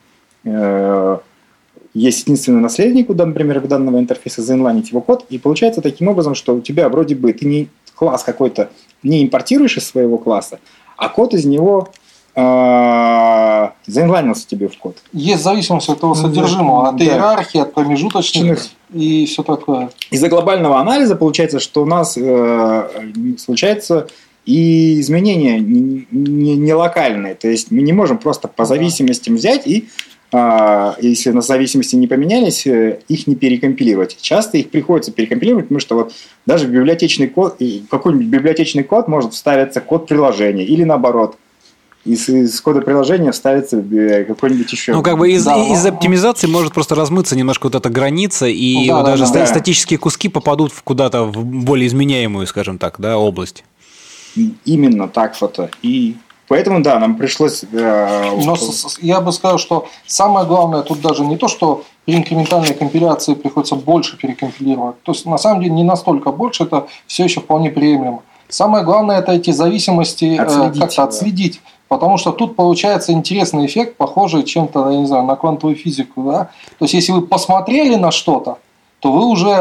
есть единственный наследник, например, у данного интерфейса, заинлайнить его код, и получается таким образом, что у тебя вроде бы ты не класс какой-то не импортируешь из своего класса, а код из него заинлайнился тебе в код. Есть зависимость от того содержимого, от иерархии, от промежуточных и все такое. Из-за глобального анализа получается, что у нас случается и изменения не локальные. То есть мы не можем просто по зависимостям взять и если на зависимости не поменялись, их не перекомпилировать. Часто их приходится перекомпилировать, потому что вот даже библиотечный код, какой-нибудь библиотечный код может вставиться код приложения или наоборот. Из кода приложения вставится какой-нибудь еще... из оптимизации может просто размыться немножко вот эта граница, и статические куски попадут куда-то в более изменяемую, скажем так, да, область. Именно так вот. И поэтому, нам пришлось... Но я бы сказал, что самое главное тут даже не то, что при инкрементальной компиляции приходится больше перекомпилировать. То есть, на самом деле, не настолько больше, это все еще вполне приемлемо. Самое главное, это эти зависимости как-то отследить. Потому что тут получается интересный эффект, похожий чем-то, я не знаю, на квантовую физику. Да? То есть, если вы посмотрели на что-то, то вы уже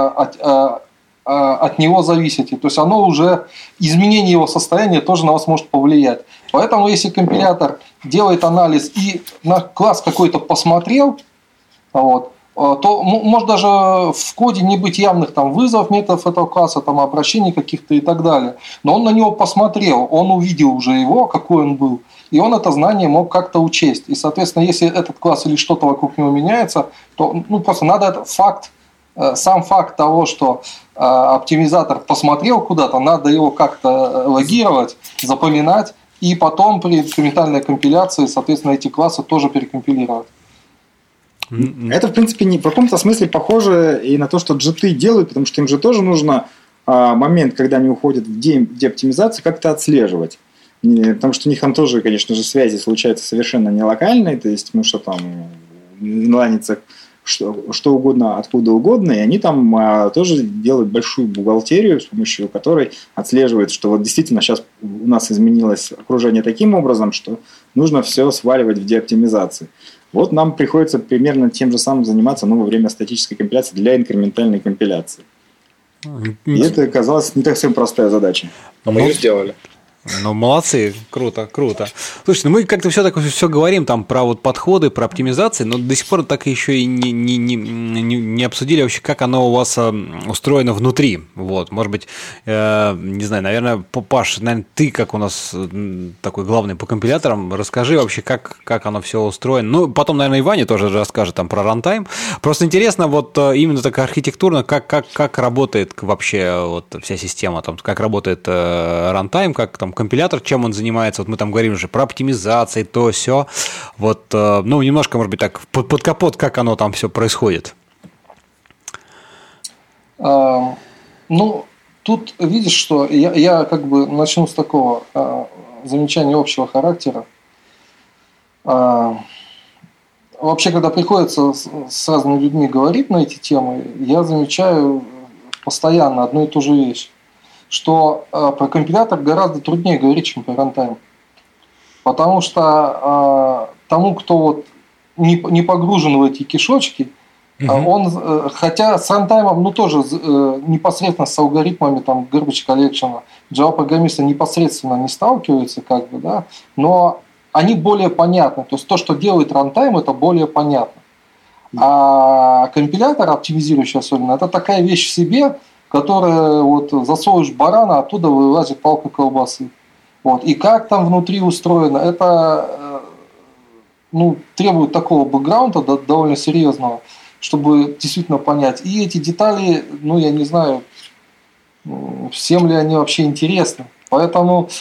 от него зависите. То есть, изменение его состояния тоже на вас может повлиять. Поэтому, если компилятор делает анализ и на класс какой-то посмотрел, то может даже в коде не быть явных вызовов методов этого класса, обращений каких-то и так далее. Но он на него посмотрел, он увидел уже его, какой он был, и он это знание мог как-то учесть. И, соответственно, если этот класс или что-то вокруг него меняется, то просто надо этот факт, сам факт того, что оптимизатор посмотрел куда-то, надо его как-то логировать, запоминать, и потом при инкрементальной компиляции, соответственно, эти классы тоже перекомпилировать. Это, в принципе, в каком-то смысле похоже и на то, что джиты делают, потому что им же тоже нужно момент, когда они уходят в деоптимизацию, как-то отслеживать. Потому что у них там тоже, конечно же, связи случаются совершенно не локальные, то есть, потому что там инлайнится что угодно, откуда угодно, и они там тоже делают большую бухгалтерию, с помощью которой отслеживают, что вот действительно сейчас у нас изменилось окружение таким образом, что нужно все сваливать в деоптимизации. Вот нам приходится примерно тем же самым заниматься, но во время статической компиляции для инкрементальной компиляции. И это оказалось не так совсем простая задача. Но мы ее сделали. Ну, молодцы, круто, круто. Слушайте, ну мы как-то все говорим там про вот подходы, про оптимизации, но до сих пор так еще и не обсудили вообще, как оно у вас устроено внутри. Вот, может быть, не знаю, наверное, Паш, наверное, ты как у нас такой главный по компиляторам, расскажи вообще, как оно все устроено. Ну, потом, наверное, и Ваня тоже расскажет там про рантайм. Просто интересно вот именно так архитектурно, как работает вообще вот вся система, там, как работает рантайм, как там компилятор, чем он занимается. Вот мы там говорим уже про оптимизации, то все. Вот, ну, немножко, может быть, так, под капот, как оно там все происходит. Ну, тут видишь, что я как бы начну с такого замечания общего характера. Вообще, когда приходится с разными людьми говорить на эти темы, я замечаю постоянно одну и ту же вещь, что про компилятор гораздо труднее говорить, чем про рантайм. Потому что тому, кто вот не погружен в эти кишочки, он, хотя с рантаймом, ну тоже непосредственно с алгоритмами там garbage collection, Java-программисты непосредственно не сталкиваются, как бы, да, но они более понятны. То есть то, что делает рантайм, это более понятно. А компилятор, оптимизирующий особенно, это такая вещь в себе, которая вот засовываешь барана, оттуда вылазит палка колбасы. Вот. И как там внутри устроено, это требует такого бэкграунда довольно серьезного, чтобы действительно понять. И эти детали, я не знаю, всем ли они вообще интересны. Поэтому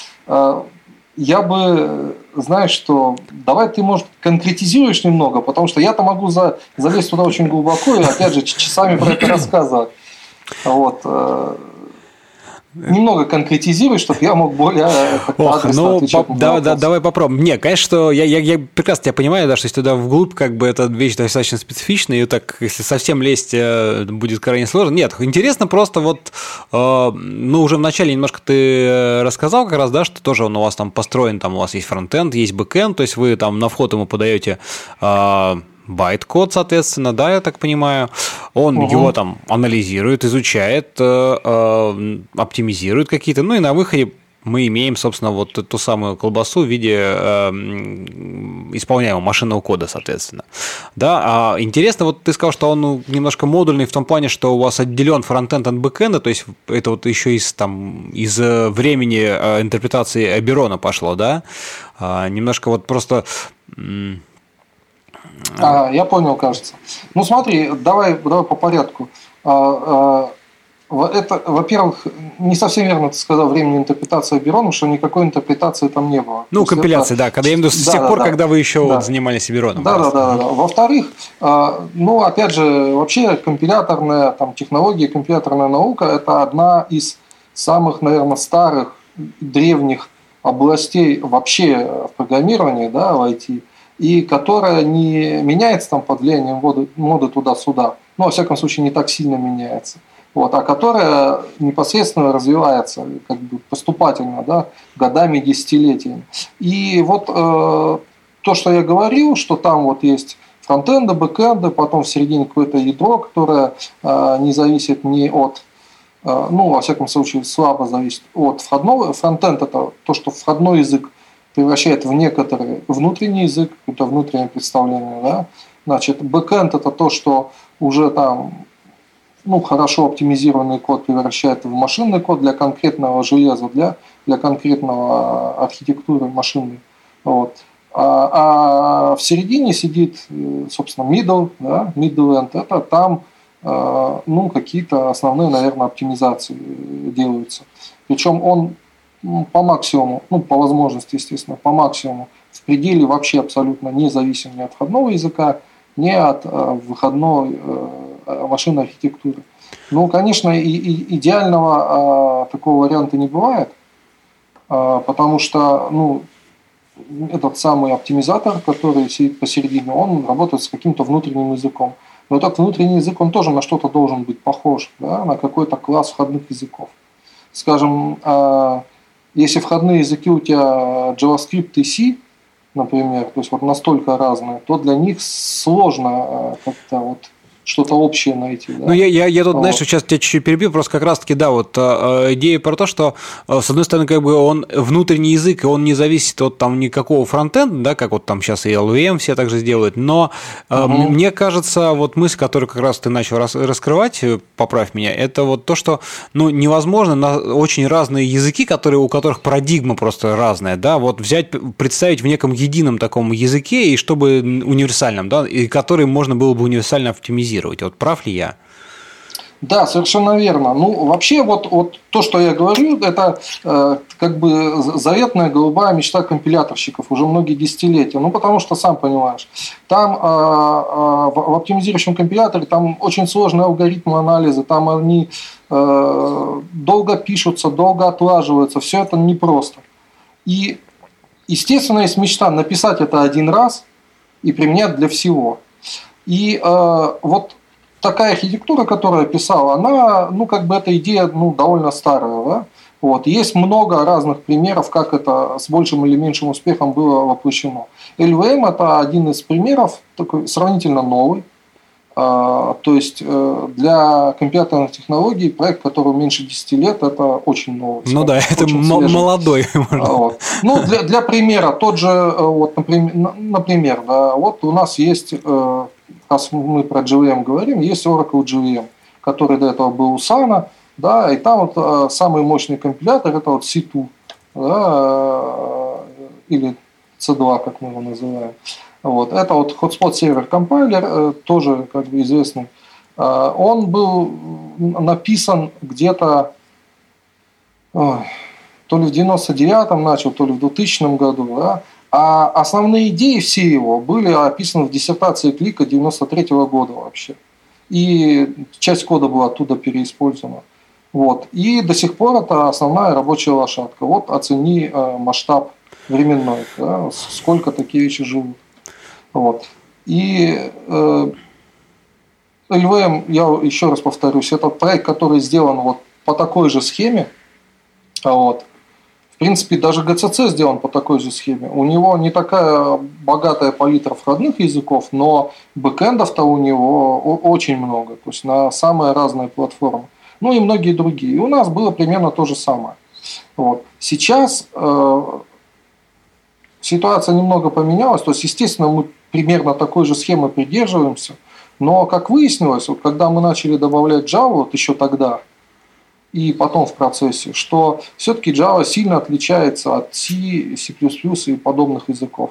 я бы, знаешь, что давай ты, может, конкретизируешь немного, потому что я-то могу залезть туда очень глубоко и, опять же, часами про это рассказывать. Вот. Немного конкретизируй, чтобы я мог более адресно отвечать на вопрос. Давай попробуем. Не, конечно, я прекрасно тебя понимаю, да, что если туда вглубь, как бы эта вещь достаточно специфичная, и так, если совсем лезть, будет крайне сложно. Нет, интересно просто вот, уже вначале немножко ты рассказал как раз, да, что тоже он у вас там построен, там у вас есть фронтенд, есть бэкенд, то есть вы там на вход ему подаете байт-код, соответственно, да, я так понимаю. Он его там анализирует, изучает, оптимизирует какие-то. Ну и на выходе мы имеем, собственно, вот ту самую колбасу в виде исполняемого машинного кода, соответственно. Да, интересно, вот ты сказал, что он немножко модульный в том плане, что у вас отделен фронтенд от бэкенда, то есть это вот еще из времени интерпретации Аберона пошло, да? Немножко вот просто... Я понял, кажется. Ну смотри, давай по порядку. Это, во-первых, не совсем верно ты сказал времени интерпретации Аберона, потому что никакой интерпретации там не было. Ну, компиляции, да, когда я имею в виду с тех пор, когда вы еще занимались Абероном. Да. Во-вторых, опять же, вообще компиляторная технология, компиляторная наука – это одна из самых, наверное, старых, древних областей вообще в программировании, да, в IT, и которая не меняется там под влиянием моды туда-сюда, во всяком случае не так сильно меняется, а которая непосредственно развивается как бы поступательно, да, годами, десятилетиями. И вот то, что я говорил, что там вот есть фронтенды, бэкенды, потом в середине какое-то ядро, которое не зависит ни от, во всяком случае слабо зависит от входного. Фронтенд – это то, что входной язык превращает в некоторый внутренний язык, какое-то внутреннее представление. Да? Значит, бэкэнд – это то, что уже там хорошо оптимизированный код превращает в машинный код для конкретного железа, для конкретного архитектуры машинной. Вот. А в середине сидит, собственно, middle, да? Middle end – это там какие-то основные, наверное, оптимизации делаются. Причем он по максимуму, по возможности, естественно, по максимуму, в пределе вообще абсолютно не зависим ни от входного языка, ни от выходной машинной архитектуры. Конечно, идеального такого варианта не бывает, потому что этот самый оптимизатор, который сидит посередине, он работает с каким-то внутренним языком. но этот внутренний язык, он тоже на что-то должен быть похож, да, на какой-то класс входных языков. Скажем, если входные языки у тебя JavaScript и C, например, то есть вот настолько разные, то для них сложно как-то вот что-то общее найти. Да? Ну, я тут, знаешь, сейчас тебя чуть-чуть перебью, просто как раз-таки, да, вот идея про то, что, с одной стороны, как бы он внутренний язык, и он не зависит от там никакого фронтенда, да, как вот там сейчас и LVM все так же сделают, но мне кажется, вот мысль, которую как раз ты начал раскрывать, поправь меня, это вот то, что, ну, невозможно на очень разные языки, у которых парадигма просто разная, да, вот взять, представить в неком едином таком языке, и чтобы универсальном, да, и который можно было бы универсально оптимизировать. Вот прав ли я? Да, совершенно верно. Ну, вообще, вот то, что я говорю, это как бы заветная голубая мечта компиляторщиков уже многие десятилетия. Ну, потому что, сам понимаешь, там в оптимизирующем компиляторе там очень сложные алгоритмы анализа, там они долго пишутся, долго отлаживаются, все это непросто. И, естественно, есть мечта написать это один раз и применять для всего. И вот такая архитектура, которую я писал, она, ну, как бы эта идея, ну, довольно старая, да? Вот. Есть много разных примеров, как это с большим или меньшим успехом было воплощено. LVM – это один из примеров, такой сравнительно новый. То есть для компьютерных технологий проект, который меньше 10 лет, это очень новый. Ну да, это молодой. Вот. Ну, для примера, тот же, вот, например, да, вот у нас есть, раз мы про JVM говорим, есть Oracle JVM, который до этого был у Sun, да, и там вот самый мощный компилятор, это вот C2, да, или C2, как мы его называем. Вот. Это вот Hotspot Server Compiler, тоже как бы известный. Он был написан где-то то ли в 99-м начал, то ли в 2000 году. Да? А основные идеи все его были описаны в диссертации Клика 93-го года вообще. И часть кода была оттуда переиспользована. Вот. И до сих пор это основная рабочая лошадка. Вот оцени масштаб временной, да? Сколько такие вещи живут. Вот. И LVM, я еще раз повторюсь, это проект, который сделан вот по такой же схеме. Вот. В принципе, даже GCC сделан по такой же схеме. У него не такая богатая палитра входных языков, но бэкэндов-то у него очень много. То есть на самые разные платформы. Ну и многие другие. И у нас было примерно то же самое. Вот. Сейчас ситуация немного поменялась. То есть, естественно, мы примерно такой же схемы придерживаемся. Но, как выяснилось, вот когда мы начали добавлять Java, вот еще тогда, и потом в процессе, что все-таки Java сильно отличается от C, C++ и подобных языков.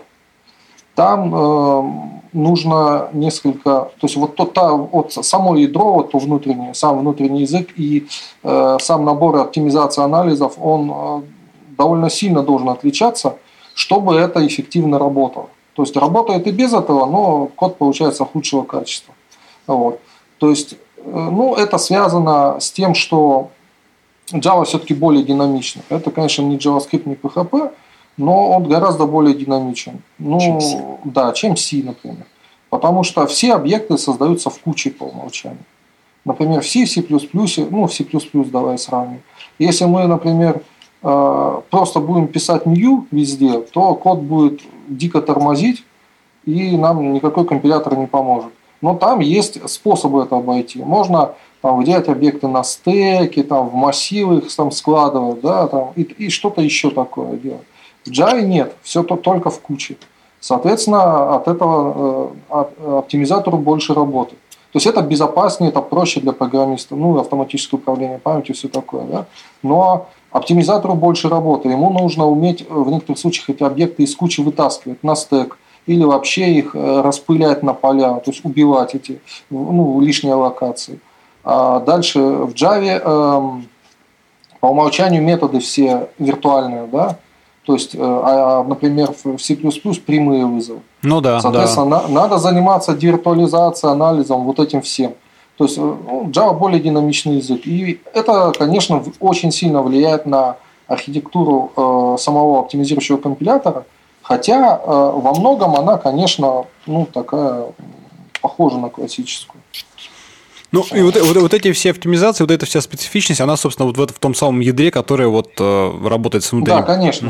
Там нужно несколько, то есть вот само ядро, вот то внутреннее, сам внутренний язык и сам набор оптимизации анализов, он довольно сильно должен отличаться, чтобы это эффективно работало. То есть работает и без этого, но код получается худшего качества. Вот. То есть, ну, это связано с тем, что Java все-таки более динамична. Это, конечно, не JavaScript, не PHP, но он гораздо более динамичен. Ну, чем C. Да, чем C, например. Потому что все объекты создаются в куче по умолчанию. Например, в C, в C++, ну, в C++ давай сравним. Если мы, например, просто будем писать new везде, то код будет дико тормозить, и нам никакой компилятор не поможет. Но там есть способы это обойти. Можно там выделять объекты на стеки, там, в массивы их там складывать, да, там, и что-то еще такое делать. В Java нет, все только в куче. Соответственно, от этого оптимизатору больше работы. То есть это безопаснее, это проще для программиста, ну, автоматическое управление памятью, все такое, да. Но оптимизатору больше работы. Ему нужно уметь в некоторых случаях эти объекты из кучи вытаскивать на стек или вообще их распылять на поля, то есть убивать эти лишние локации. А дальше в Java по умолчанию методы все виртуальные, да? То есть, например, в C++ прямые вызовы. Ну да. Соответственно, надо заниматься девиртуализацией, анализом, вот этим всем. То есть Java более динамичный язык. И это, конечно, очень сильно влияет на архитектуру самого оптимизирующего компилятора. Хотя во многом она, конечно, такая похожа на классическую. Ну, и вот эти все оптимизации, вот эта вся специфичность, она, собственно, вот в том самом ядре, которое вот работает с внутренним. Да, конечно.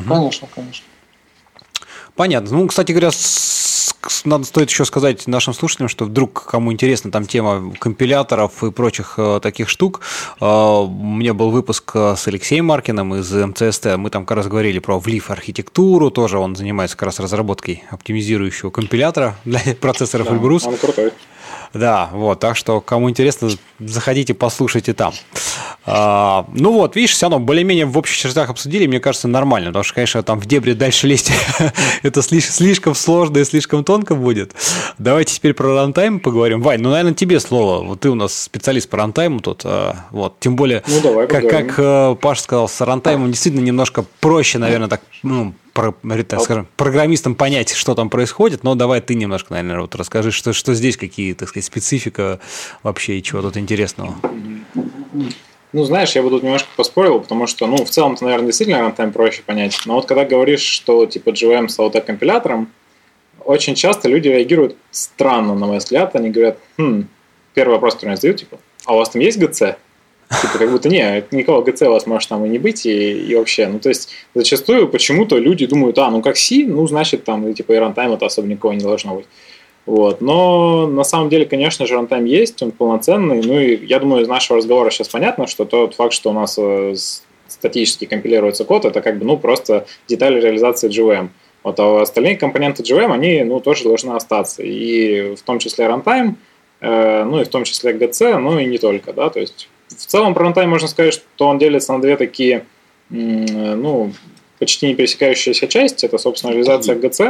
Понятно. Ну, кстати говоря, стоит еще сказать нашим слушателям, что вдруг кому интересна там тема компиляторов и прочих таких штук, у меня был выпуск с Алексеем Маркиным из МЦСТ, мы там как раз говорили про Влив архитектуру, тоже он занимается как раз разработкой оптимизирующего компилятора для процессоров Эльбрус. Он крутой. Да, вот, так что, кому интересно, заходите, послушайте там. Ну вот, видишь, все равно более-менее в общих чертах обсудили, мне кажется, нормально, потому что, конечно, там в дебри дальше лезть это слишком сложно и слишком тонко будет. Давайте теперь про рантайм поговорим. Вань, ну, наверное, тебе слово, вот ты у нас специалист по рантайму тут, вот, тем более, как Паша сказал, с рантаймом действительно немножко проще, наверное, так, ну, так скажем, программистам понять, что там происходит, но давай ты немножко, наверное, вот расскажи, что здесь, какие, так сказать, специфика вообще и чего тут интересного. Ну, знаешь, я бы тут немножко поспорил, потому что, ну, в целом-то, наверное, действительно рантайм проще понять, но вот когда говоришь, что, типа, JVM стал компилятором, очень часто люди реагируют странно, на мой взгляд, они говорят, первый вопрос, который мне задают, типа, а у вас там есть GC? Типа, как будто никакого ГЦ у вас может там и не быть, и вообще. Ну, то есть, зачастую почему-то люди думают, ну, как C, ну, значит, там, типа, и рантайм это особо никого не должно быть. Вот. Но на самом деле, конечно же, рантайм есть, он полноценный. Ну, и я думаю, из нашего разговора сейчас понятно, что тот факт, что у нас статически компилируется код, это как бы, ну, просто деталь реализации JVM. Вот, а остальные компоненты JVM, они, ну, тоже должны остаться. И в том числе рантайм, ну, и в том числе GC, ну, и не только, да, то есть в целом про рантайм можно сказать, что он делится на две такие, ну, почти не пересекающиеся части. Это, собственно, реализация GC.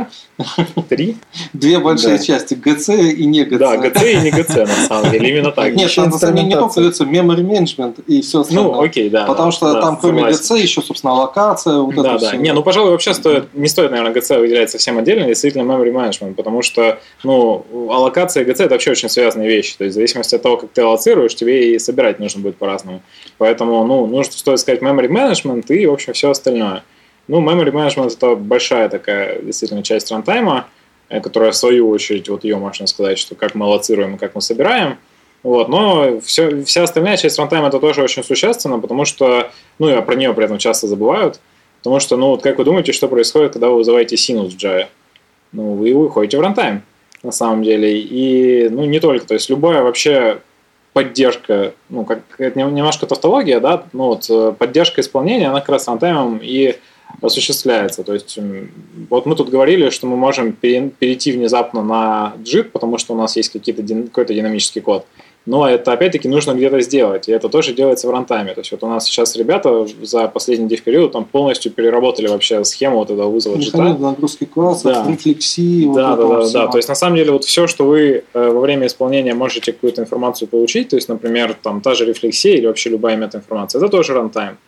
3. Две большие части. GC и не GC. Да, GC и не GC, на самом деле. Именно так. Нет, там не только GC, memory management и все остальное. Ну, окей, да. Потому что там, кроме GC, еще, собственно, аллокация. Вот да, да. Не, ну, пожалуй, вообще не стоит, наверное, GC выделять совсем отдельно, действительно, memory management, потому что, ну, аллокация и GC это вообще очень связанные вещи. То есть, в зависимости от того, как ты аллоцируешь, тебе и собирать нужно будет по-разному. Поэтому, ну, стоит сказать memory management и, в общем, все остальное. Ну, memory management – это большая такая действительно часть рантайма, которая, в свою очередь, вот ее можно сказать, что как мы аллоцируем и как мы собираем. Вот. Но вся остальная часть рантайма – это тоже очень существенно, потому что, ну, и про нее при этом часто забывают, потому что, ну, вот как вы думаете, что происходит, когда вы вызываете синус в Java? Ну, вы уходите в рантайм, на самом деле. И, ну, не только, то есть любая вообще поддержка, ну, как это немножко тавтология, да, ну, вот поддержка исполнения, она как раз рантаймом и осуществляется. То есть вот мы тут говорили, что мы можем перейти внезапно на JIT, потому что у нас есть какой-то динамический код. Но это опять-таки нужно где-то сделать, и это тоже делается в рантайме. То есть вот у нас сейчас ребята за последний дев-период там полностью переработали вообще схему вот этого вызова JIT. Нагрузки классов, да. Рефлексии. Да. То есть на самом деле вот все, что вы во время исполнения можете какую-то информацию получить, то есть, например, там та же рефлексия или вообще любая метаинформация, это тоже рантайм.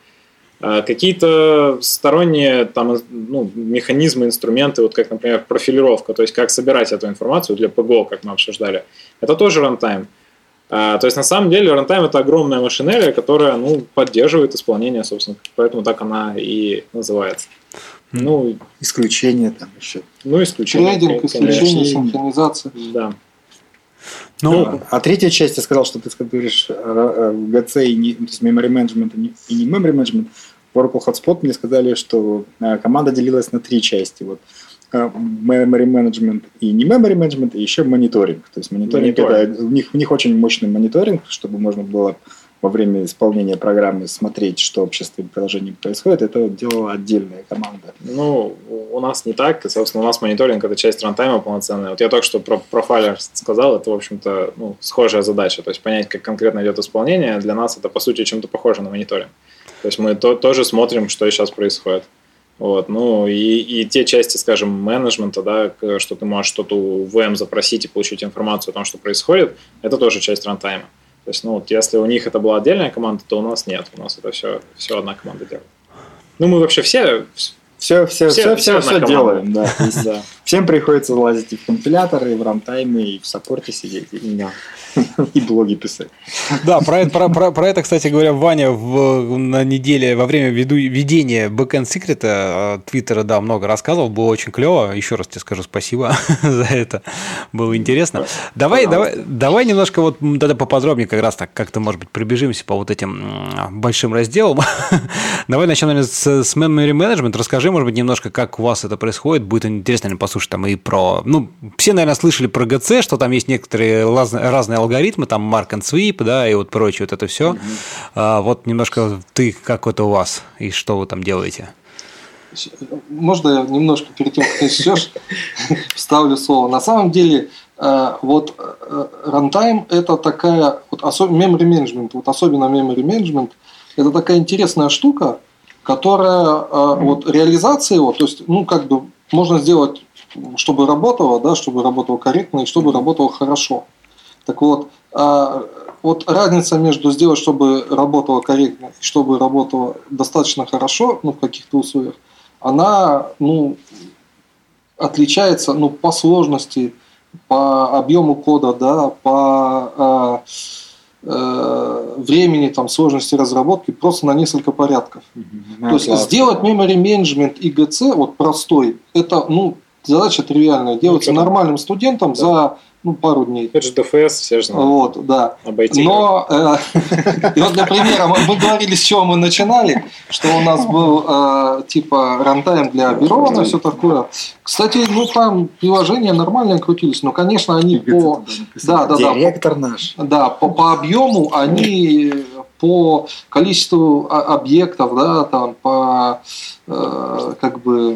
Какие-то сторонние там, ну, механизмы, инструменты, вот как, например, профилировка, то есть как собирать эту информацию для ПГО, как мы обсуждали, это тоже рантайм. То есть на самом деле рантайм – это огромная машинерия, которая, ну, поддерживает исполнение, собственно, поэтому так она и называется. Ну, исключение там еще. Ну, исключение. Трейдинг, исключение, синхронизация. Да. Ну, а третья часть, я сказал, что ты говоришь GC и не, то есть memory management и не memory management. В Oracle Hotspot мне сказали, что команда делилась на 3 части. Вот memory management и не memory management, и еще мониторинг. То есть мониторинг. Это, у них очень мощный мониторинг, чтобы можно было во время исполнения программы смотреть, что вообще с твоим приложением происходит. Это делала отдельная команда. Ну, у нас не так. Собственно, у нас мониторинг – это часть рантайма полноценная. Вот я только что про профайлер сказал, это, в общем-то, ну, схожая задача. То есть понять, как конкретно идет исполнение, для нас это, по сути, чем-то похоже на мониторинг. То есть мы тоже смотрим, что сейчас происходит. Вот. Ну, и те части, скажем, менеджмента, да, что ты можешь что-то у VM запросить и получить информацию о том, что происходит, это тоже часть рантайма. То есть, ну, вот если у них это была отдельная команда, то у нас нет. У нас это все одна команда делает. Ну, мы вообще все Все делаем, да. Всем приходится лазить и в компиляторы, и в рантайме, и в саппорте сидеть, и блоги писать. Да, про это, кстати говоря, Ваня на неделе во время ведения Backend Secret Твиттера, да, много рассказывал, было очень клево. Еще раз тебе скажу спасибо за это, было интересно. Давай немножко вот тогда поподробнее как раз так как-то, может быть, пробежимся по вот этим большим разделам. Давай начнем, наверное, с Memory Management. Расскажи, может быть, немножко, как у вас это происходит. Будет интересно, наверное, послушать там и про... Ну, все, наверное, слышали про GC, что там есть некоторые разные алгоритмы, там Mark and Sweep, да, и вот прочее, вот это все. Вот немножко ты, как это у вас, и что вы там делаете? Можно я немножко перед тем, как ты начнешь, вставлю слово? На самом деле, вот runtime – это такая, вот memory management, вот особенно memory management, это такая интересная штука, которая вот реализация его, то есть, ну, как бы можно сделать, чтобы работало, да, чтобы работало корректно и чтобы работало хорошо. Так вот, вот разница между сделать, чтобы работало корректно и чтобы работало достаточно хорошо, ну, в каких-то условиях, она, ну, отличается, ну, по сложности, по объему кода, да, по времени, там, сложности разработки просто на несколько порядков. То есть сделать memory management и GC вот простой, это, ну, задача тривиальная, делается нормальным студентом за пару дней. Это же DFS, все же знают. Вот, да. Обойти. Но, и вот для примера, мы говорили, с чего мы начинали, что у нас был типа рантайм для Верона, все такое. Кстати, ну там приложения нормально крутились, но, конечно, они по... Директор наш. Да, по объему они по количеству объектов, да, там, по как бы...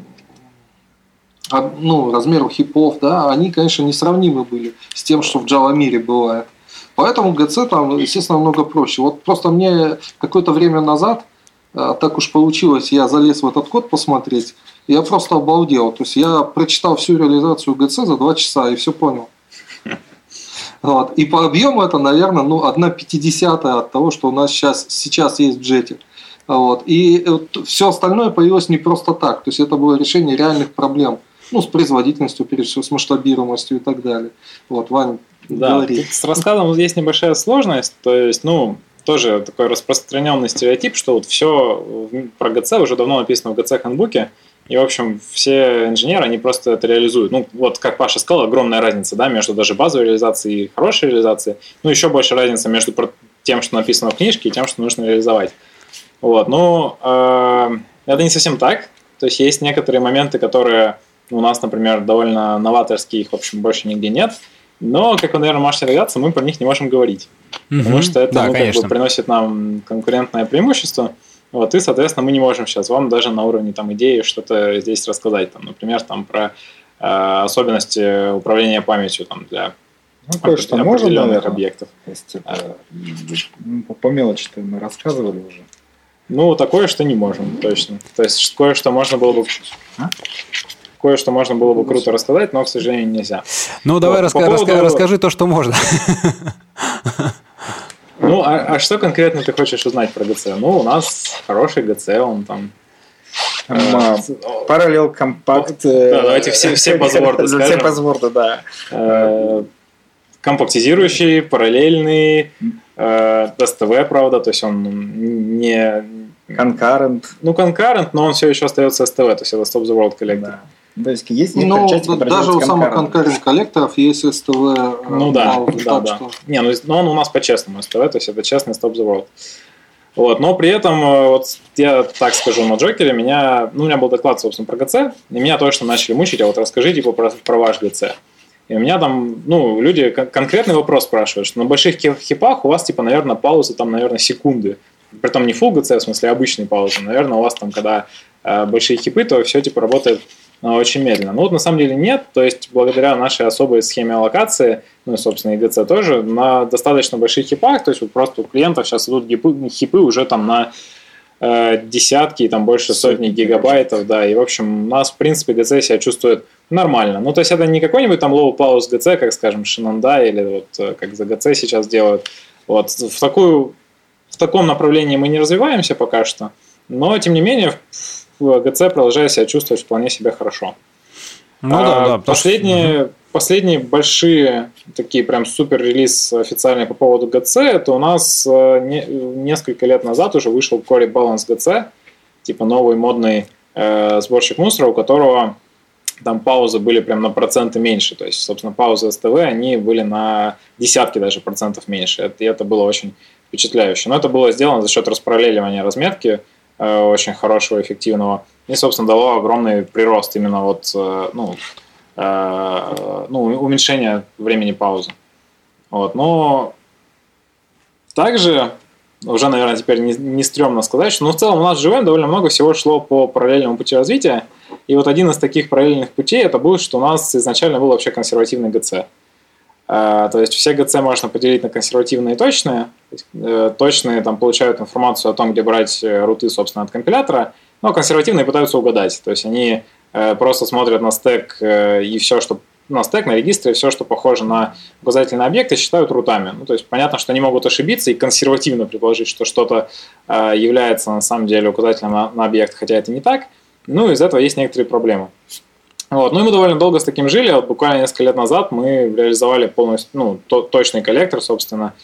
ну, размеру хипов, да, они, конечно, несравнимы были с тем, что в Java мире бывает. Поэтому GC там, естественно, намного проще. Вот просто мне какое-то время назад, так уж получилось, я залез в этот код посмотреть, и я просто обалдел. То есть я прочитал всю реализацию GC за 2 часа и все понял. Вот. И по объему это, наверное, ну, 1/50 от того, что у нас сейчас есть в Jet. Вот. И все остальное появилось не просто так. То есть это было решение реальных проблем. Ну, с производительностью, прежде всего, с масштабируемостью и так далее. Вот, Вань, говори. Тут с раскладом есть небольшая сложность. То есть, ну, тоже такой распространенный стереотип, что вот все про GC уже давно написано в GC-хендбуке. И, в общем, все инженеры, они просто это реализуют. Ну, вот, как Паша сказал, огромная разница, да, между даже базовой реализацией и хорошей реализацией. Ну, еще больше разница между тем, что написано в книжке, и тем, что нужно реализовать. Вот, ну, это не совсем так. То есть, есть некоторые моменты, которые у нас, например, довольно новаторские, их, в общем, больше нигде нет. Но, как вы, наверное, можете догадаться, мы про них не можем говорить. Потому что это, да, как бы приносит нам конкурентное преимущество. Вот, и, соответственно, мы не можем сейчас вам даже на уровне там, идеи что-то здесь рассказать. Там, например, там, про особенности управления памятью там, для кое-что можно, объектов. То есть, по мелочи-то мы рассказывали уже. Ну, такое, что не можем, точно. То есть, кое-что можно было бы... Кое-что можно было бы круто рассказать, но, к сожалению, нельзя. Ну, давай расскажи то, что можно. Ну, а что конкретно ты хочешь узнать про GC? Ну, у нас хороший GC, он там... Параллел компакт. Да, давайте все базворды скажем. Все базворды, да. Компактизирующий, параллельный, STV, правда, то есть он не... Concurrent. Ну, concurrent, но он все еще остается STV, то есть это Stop the World коллектор. Да. То есть есть даже у самых concurrent коллекторов есть STV. Ну да. Не, но он у нас по-честному STV, то есть это честный Stop the World. Вот, но при этом, вот я так скажу, на Джокере у меня был доклад, собственно, про GC, и меня точно начали мучить, а вот расскажи типа про ваш GC. И у меня там, люди конкретный вопрос спрашивают, что на больших хипах у вас, типа, наверное, паузы там, наверное, секунды. Притом не full GC, в смысле обычные паузы. Наверное, у вас там, когда большие хипы, то все, типа, работает очень медленно. Но вот на самом деле нет, то есть благодаря нашей особой схеме аллокации, ну и, собственно, и GC тоже, на достаточно больших хипах, то есть вот просто у клиентов сейчас идут хипы уже там на десятки, там больше сотни гигабайтов, да, и, в общем, у нас, в принципе, GC себя чувствует нормально. Ну, то есть это не какой-нибудь там low pause GC, как, скажем, Shenandoah, или вот как за GC сейчас делают. Вот в таком направлении мы не развиваемся пока что, но, тем не менее, в GC продолжает себя чувствовать вполне себе хорошо. Последние большие такие прям супер релиз официальные по поводу GC, это у нас несколько лет назад уже вышел Core Balance GC, типа новый модный сборщик мусора, у которого там паузы были прям на проценты меньше. То есть, собственно, паузы СТВ, они были на десятки даже процентов меньше. И это было очень впечатляюще. Но это было сделано за счет распараллеливания разметки очень хорошего, эффективного. И, собственно, дало огромный прирост именно уменьшение времени паузы. Вот. Но также уже, наверное, теперь не стрёмно сказать, что в целом у нас в JVM довольно много всего шло по параллельному пути развития. И вот один из таких параллельных путей это был, что у нас изначально был вообще консервативный GC. То есть все GC можно поделить на консервативные и точные. Точные там получают информацию о том, где брать руты, собственно, от компилятора, но консервативные пытаются угадать. То есть они просто смотрят на стэк и все, что на стэк, на регистры, все, что похоже на указательные объекты, считают рутами. То есть понятно, что они могут ошибиться и консервативно предположить, что что-то является на самом деле указателем на объект, хотя это не так. Из этого есть некоторые проблемы. Вот. И мы довольно долго с таким жили. Буквально несколько лет назад мы реализовали полностью точный коллектор, собственно.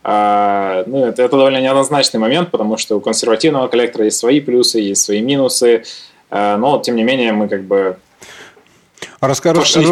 Это довольно неоднозначный момент, потому что у консервативного коллектора есть свои плюсы, есть свои минусы. Но, тем не менее, мы как бы... Расскажи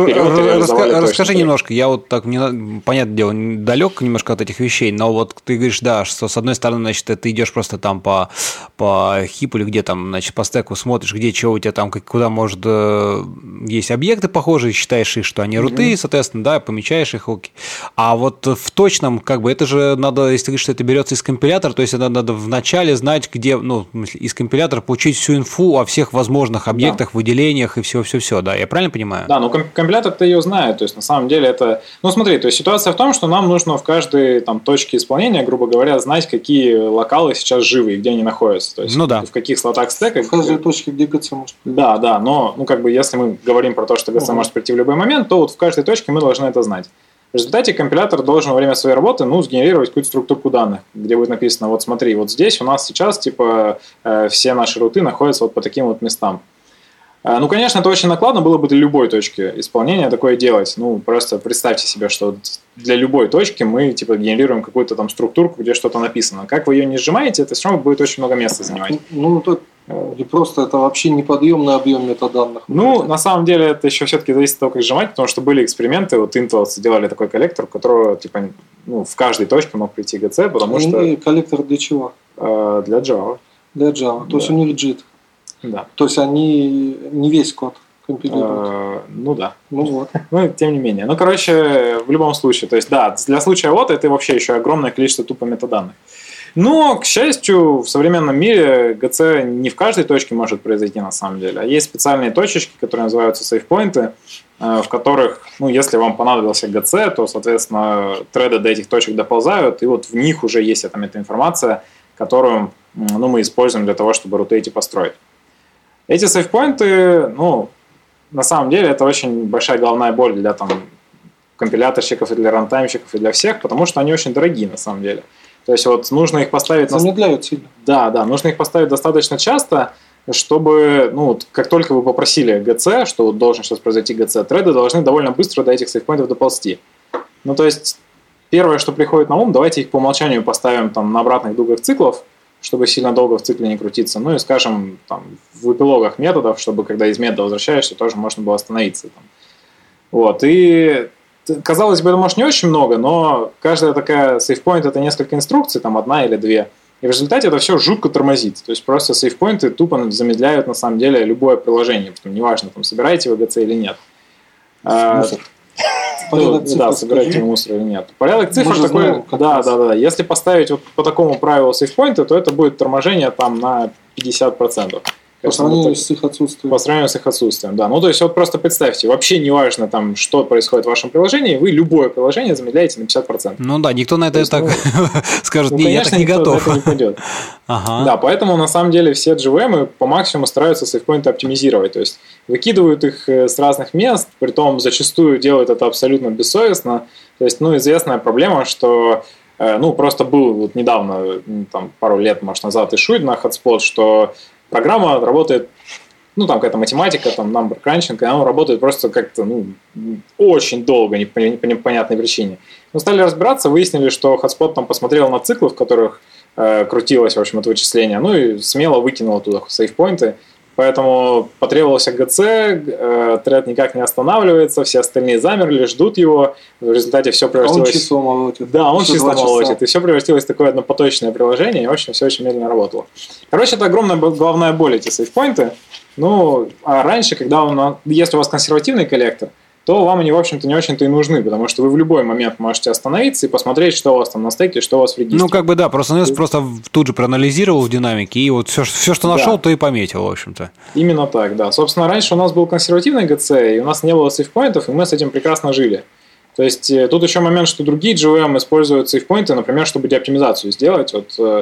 немножко, я вот так, понятное дело, далек немножко от этих вещей, но вот ты говоришь, да, что с одной стороны, значит, ты идешь просто там по хипу или где там, значит, по стеку смотришь, где что у тебя там, куда может есть объекты похожие, считаешь их, что они руты, соответственно, да, помечаешь их, окей. А вот в точном, как бы, это же надо, если ты говоришь, что это берется из компилятора, то есть это надо вначале знать, где, из компилятора получить всю инфу о всех возможных объектах, выделениях и все-все-все, да, я правильно понимаю? Да, компилятор-то ее знает, то есть на самом деле это... смотри, то есть ситуация в том, что нам нужно в каждой там точке исполнения, грубо говоря, знать, какие локалы сейчас живы и где они находятся, то есть в каких слотах стека. В каждой точке, где GC может прийти. Да, но если мы говорим про то, что GC может прийти в любой момент, то вот в каждой точке мы должны это знать. В результате компилятор должен во время своей работы сгенерировать какую-то структуру данных, где будет написано, вот смотри, вот здесь у нас сейчас типа все наши руты находятся вот по таким вот местам. Конечно, это очень накладно было бы для любой точки исполнения такое делать. Просто представьте себе, что для любой точки мы типа генерируем какую-то там структурку, где что-то написано. Как вы ее не сжимаете, это все равно будет очень много места занимать. Просто это вообще неподъемный объем метаданных. На самом деле это еще все-таки зависит от того, как сжимать, потому что были эксперименты, вот Intel делали такой коллектор, у которого типа в каждой точке мог прийти GC, потому что... Коллектор для чего? Для Java. Для Java, то есть у них JIT. Да. То есть они не весь код компилируют. Да. Вот. Тем не менее. В любом случае, то есть, да, для случая это вообще еще огромное количество тупо метаданных. Но, к счастью, в современном мире GC не в каждой точке может произойти на самом деле. А есть специальные точечки, которые называются сейфпоинты, в которых, если вам понадобился GC, то, соответственно, треды до этих точек доползают, и вот в них уже есть эта метаинформация, которую мы используем для того, чтобы руты эти построить. Эти сейфпоинты, на самом деле, это очень большая головная боль для компиляторщиков и для рантаймщиков и для всех, потому что они очень дорогие на самом деле. То есть нужно их поставить... Замедляют сильно. Да, нужно их поставить достаточно часто, чтобы, как только вы попросили GC, что должен сейчас произойти GC, треды должны довольно быстро до этих сейфпоинтов доползти. То есть первое, что приходит на ум, давайте их по умолчанию поставим на обратных дугах циклов, чтобы сильно долго в цикле не крутиться. И, скажем, в эпилогах методов, чтобы когда из метода возвращаешься, тоже можно было остановиться. И, казалось бы, это может не очень много, но каждая такая сейфпоинт – это несколько инструкций, одна или две. И в результате это все жутко тормозит. То есть просто сейфпоинты тупо замедляют, на самом деле, любое приложение. Потом неважно, собираете вы GC или нет. Собираете мусор или нет. Порядок цифр такой, да. Если поставить по такому правилу сейфпоинта, то это будет торможение на 50%. По сравнению с их отсутствием. По сравнению с их отсутствием, да. То есть просто представьте, вообще не важно, что происходит в вашем приложении, вы любое приложение замедляете на 50%. Никто на это так скажет, я так не готов. Конечно, никто на это не пойдет. Да, поэтому на самом деле все JVM по максимуму стараются сейфпоинты оптимизировать, то есть выкидывают их с разных мест, притом зачастую делают это абсолютно бессовестно. То есть, известная проблема, что просто был недавно, пару лет, может, назад ишует на Hotspot, что программа работает, ну, там какая-то математика, там, number crunching, и она работает просто как-то, ну, очень долго, по непонятной причине. Мы стали разбираться, выяснили, что Hotspot там посмотрел на циклы, в которых крутилось, в общем, это вычисление, ну, и смело выкинул оттуда сейфпоинты. Поэтому потребовался ГЦ, тред никак не останавливается, все остальные замерли, ждут его. В результате все превратилось... Он число молотит. Да, он число молотит. И все превратилось в такое однопоточное приложение, и, в общем, все очень медленно работало. Короче, это огромная головная боль, эти сейфпоинты. Ну, а раньше, если у вас консервативный коллектор, то вам они, в общем-то, не очень-то и нужны, потому что вы в любой момент можете остановиться и посмотреть, что у вас там на стеке, что у вас в регистре. Ну, как бы, да, просто тут же проанализировал в динамике, и вот все что нашел, то и пометил, в общем-то. Именно так, да. Собственно, раньше у нас был консервативный ГЦ, и у нас не было сейфпоинтов, и мы с этим прекрасно жили. То есть, тут еще момент, что другие GVM используют сейфпоинты, например, чтобы деоптимизацию сделать. Вот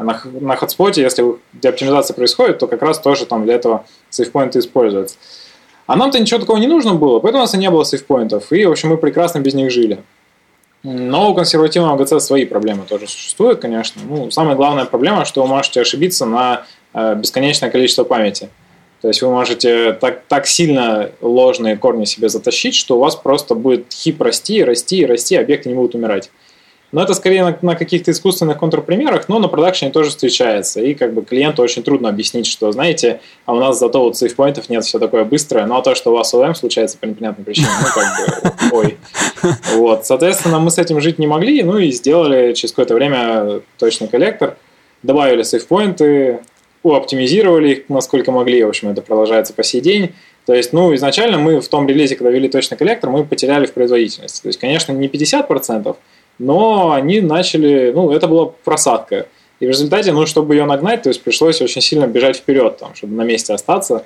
на Hotspot, если деоптимизация происходит, то как раз тоже там для этого сейфпоинты используются. А нам-то ничего такого не нужно было, поэтому у нас и не было сейфпоинтов. И, в общем, мы прекрасно без них жили. Но у консервативного ГЦ свои проблемы тоже существуют, конечно. Ну, самая главная проблема, что вы можете ошибиться на бесконечное количество памяти. То есть вы можете так сильно ложные корни себе затащить, что у вас просто будет хип расти, объекты не будут умирать. Но это скорее на каких-то искусственных контрпримерах, но на продакшене тоже встречается. И как бы клиенту очень трудно объяснить, что, знаете, а у нас зато вот сейфпоинтов нет, все такое быстрое, ну а то, что у вас ОМ случается по непонятной причине, ну как бы, ой. Вот, соответственно, мы с этим жить не могли, ну и сделали через какое-то время точный коллектор, добавили сейфпоинты, оптимизировали их насколько могли, в общем, это продолжается по сей день. То есть, ну, изначально мы в том релизе, когда ввели точный коллектор, мы потеряли в производительности. То есть, конечно, не 50%, но они начали, ну, это была просадка. И в результате, ну, чтобы ее нагнать, то есть пришлось очень сильно бежать вперед, там, чтобы на месте остаться.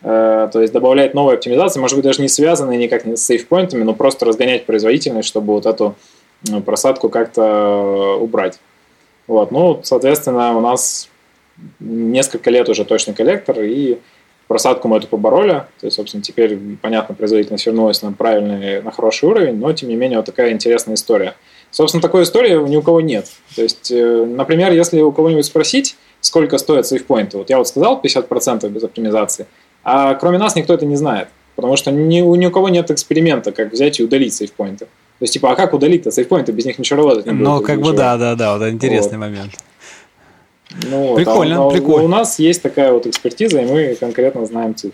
То есть добавлять новые оптимизации, может быть, даже не связанные никак не с сейфпоинтами, но просто разгонять производительность, чтобы вот эту просадку как-то убрать. Вот, ну, соответственно, у нас несколько лет уже точный коллектор, и просадку мы эту побороли. То есть, собственно, теперь, понятно, производительность вернулась на правильный, на хороший уровень, но, тем не менее, вот такая интересная история. Собственно, такой истории ни у кого нет. То есть, например, если у кого-нибудь спросить, сколько стоят сейфпоинты, вот я вот сказал 50% без оптимизации, а кроме нас никто это не знает, потому что ни у кого нет эксперимента, как взять и удалить сейфпоинты. То есть, типа, а как удалить-то сейфпоинты, без них ничего работать не будет. Ну, как бы да, вот интересный момент. Ну, прикольно. У нас есть такая вот экспертиза, и мы конкретно знаем цифры.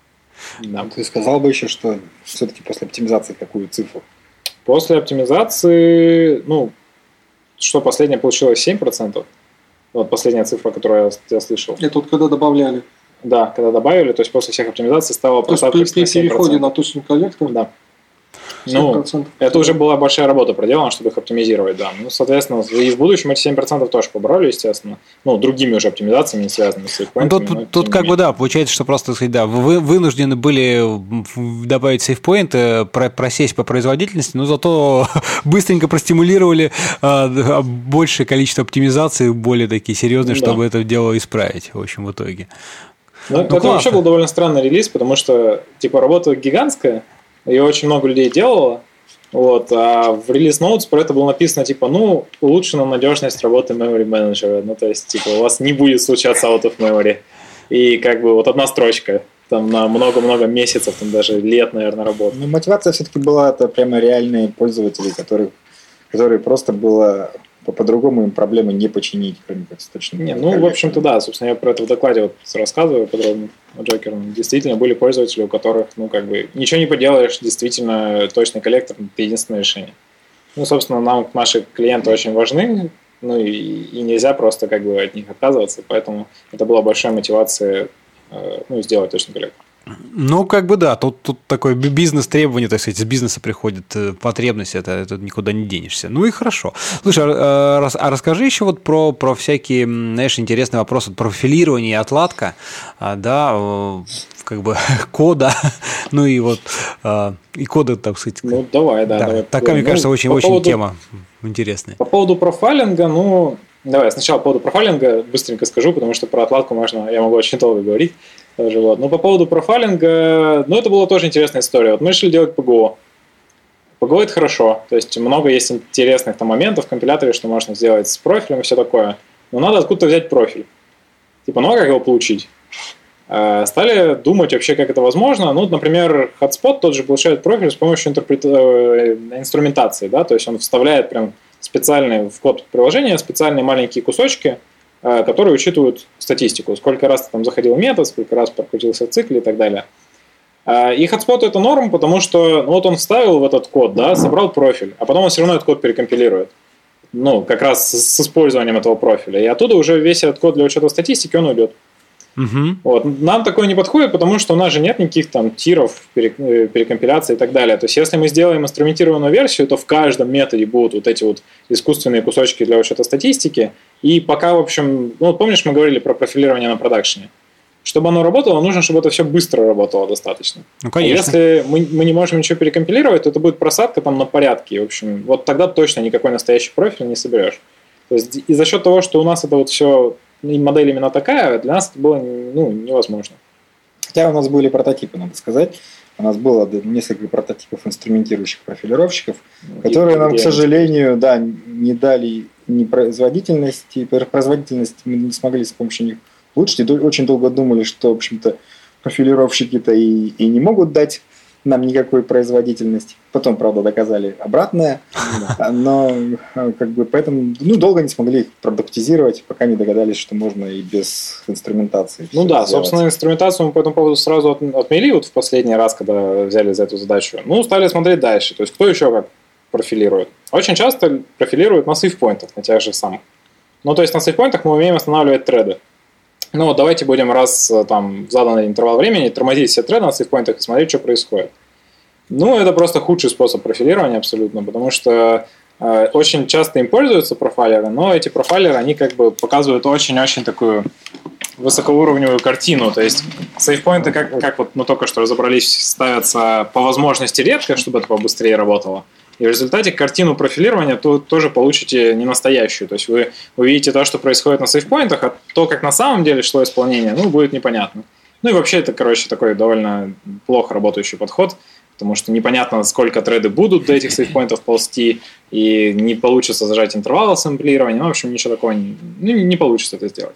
Да. Ты сказал бы еще, что все-таки после оптимизации какую цифру? После оптимизации, ну, что последнее получилось 7%. Вот последняя цифра, которую я слышал. И тут когда добавляли? Да, когда добавили, то есть после всех оптимизаций стало просадка 7%. При переходе на точный коллектор? Да. Ну, это уже была большая работа проделана, чтобы их оптимизировать, да. Ну, соответственно, и в будущем эти 7% тоже побороли, естественно. Ну, другими уже оптимизациями, не связанными с сейфпоинтами. Тут как бы, да, получается, что просто, сказать, да, вы вынуждены были добавить сейфпоинты, просесть по производительности, но зато быстренько простимулировали большее количество оптимизаций, более такие серьезные, чтобы это дело исправить, в общем, в итоге. Ну, это вообще был довольно странный релиз, потому что, типа, работа гигантская, ее очень много людей делало, вот, а в релиз notes про это было написано, типа, ну, улучшена надежность работы memory manager, ну, то есть, типа, у вас не будет случаться out of memory, и как бы вот одна строчка, там, на много-много месяцев, там, даже лет, наверное, работы. Ну, мотивация все-таки была, это прямо реальные пользователи, которые просто было по-другому им проблемы не починить, кроме как с точным коллектором. Ну, в общем-то, да, собственно, я про это в докладе вот рассказываю подробно о Джокере. Действительно, были пользователи, у которых, ну, как бы, ничего не поделаешь, действительно, точный коллектор – это единственное решение. Ну, собственно, нам наши клиенты очень важны, ну, и нельзя просто, как бы, от них отказываться, поэтому это была большая мотивация, ну, сделать точный коллектор. Ну, как бы да, тут такое бизнес-требование, так сказать, из бизнеса приходит потребность, это никуда не денешься. Ну и хорошо. Слушай, а расскажи еще вот про всякие, знаешь, интересные вопросы, профилирование и отладка, да, как бы кода, ну и вот и кода, так сказать. Ну, давай. Такая, мне кажется, очень тема интересная. По поводу профайлинга, ну, давай сначала по поводу профайлинга быстренько скажу, потому что про отладку я могу очень долго говорить. Тоже, вот. Но по поводу профайлинга, ну, это была тоже интересная история. Вот мы решили делать PGO. PGO – это хорошо. То есть, много есть интересных там моментов в компиляторе, что можно сделать с профилем и все такое. Но надо откуда-то взять профиль. Типа, ну, а как его получить? Стали думать вообще, как это возможно. Ну, например, Hotspot тот же получает профиль с помощью инструментации, да, то есть он вставляет прям специальные в код приложения специальные маленькие кусочки, которые учитывают статистику, сколько раз ты там заходил в метод, сколько раз прокрутился в цикле и так далее. И Hotspot это норм, потому что ну, вот он вставил в этот код, да, собрал профиль, а потом он все равно этот код перекомпилирует. Ну, как раз с использованием этого профиля. И оттуда уже весь этот код для учета статистики, он уйдет. Вот. Нам такое не подходит, потому что у нас же нет никаких там тиров, перекомпиляции и так далее. То есть, если мы сделаем инструментированную версию, то в каждом методе будут вот эти вот искусственные кусочки для учета статистики. И пока, в общем, ну, помнишь, мы говорили про профилирование на продакшене? Чтобы оно работало, нужно, чтобы это все быстро работало достаточно. Ну, конечно. Если мы не можем ничего перекомпилировать, то это будет просадка там на порядке. И, в общем, вот тогда точно никакой настоящий профиль не соберешь. То есть, и за счет того, что у нас это вот все... модель именно такая, для нас это было невозможно. Хотя у нас были прототипы, надо сказать. У нас было несколько прототипов инструментирующих профилировщиков, которые нам, к сожалению, да, не дали ни производительности. Производительность мы не смогли с помощью них улучшить. И очень долго думали, что, в общем-то, профилировщики-то и не могут дать нам никакой производительности. Потом, правда, доказали обратное, но как бы поэтому долго не смогли их продуктизировать, пока не догадались, что можно и без инструментации. Ну да, собственно, инструментацию мы по этому поводу сразу отмели вот в последний раз, когда взяли за эту задачу. Ну, стали смотреть дальше. То есть, кто еще как профилирует? Очень часто профилируют на сейфпоинтах, на тех же самых. Ну, то есть, на сейфпоинтах мы умеем останавливать треды. Ну, вот давайте будем раз там в заданный интервал времени тормозить все треды на сейфпоинтах и смотреть, что происходит. Ну, это просто худший способ профилирования абсолютно, потому что очень часто им пользуются профайлеры, но эти профайлеры, они как бы показывают очень-очень такую высокоуровневую картину. То есть сейфпоинты, как вот мы только что разобрались, ставятся по возможности редко, чтобы это побыстрее работало. И в результате картину профилирования тоже получите не настоящую. То есть вы увидите то, что происходит на сейфпоинтах, а то, как на самом деле шло исполнение, будет непонятно. Ну и вообще это, такой довольно плохо работающий подход, потому что непонятно, сколько треды будут до этих сейфпоинтов ползти, и не получится зажать интервалы сэмплирования. Ну, в общем, ничего такого не получится это сделать.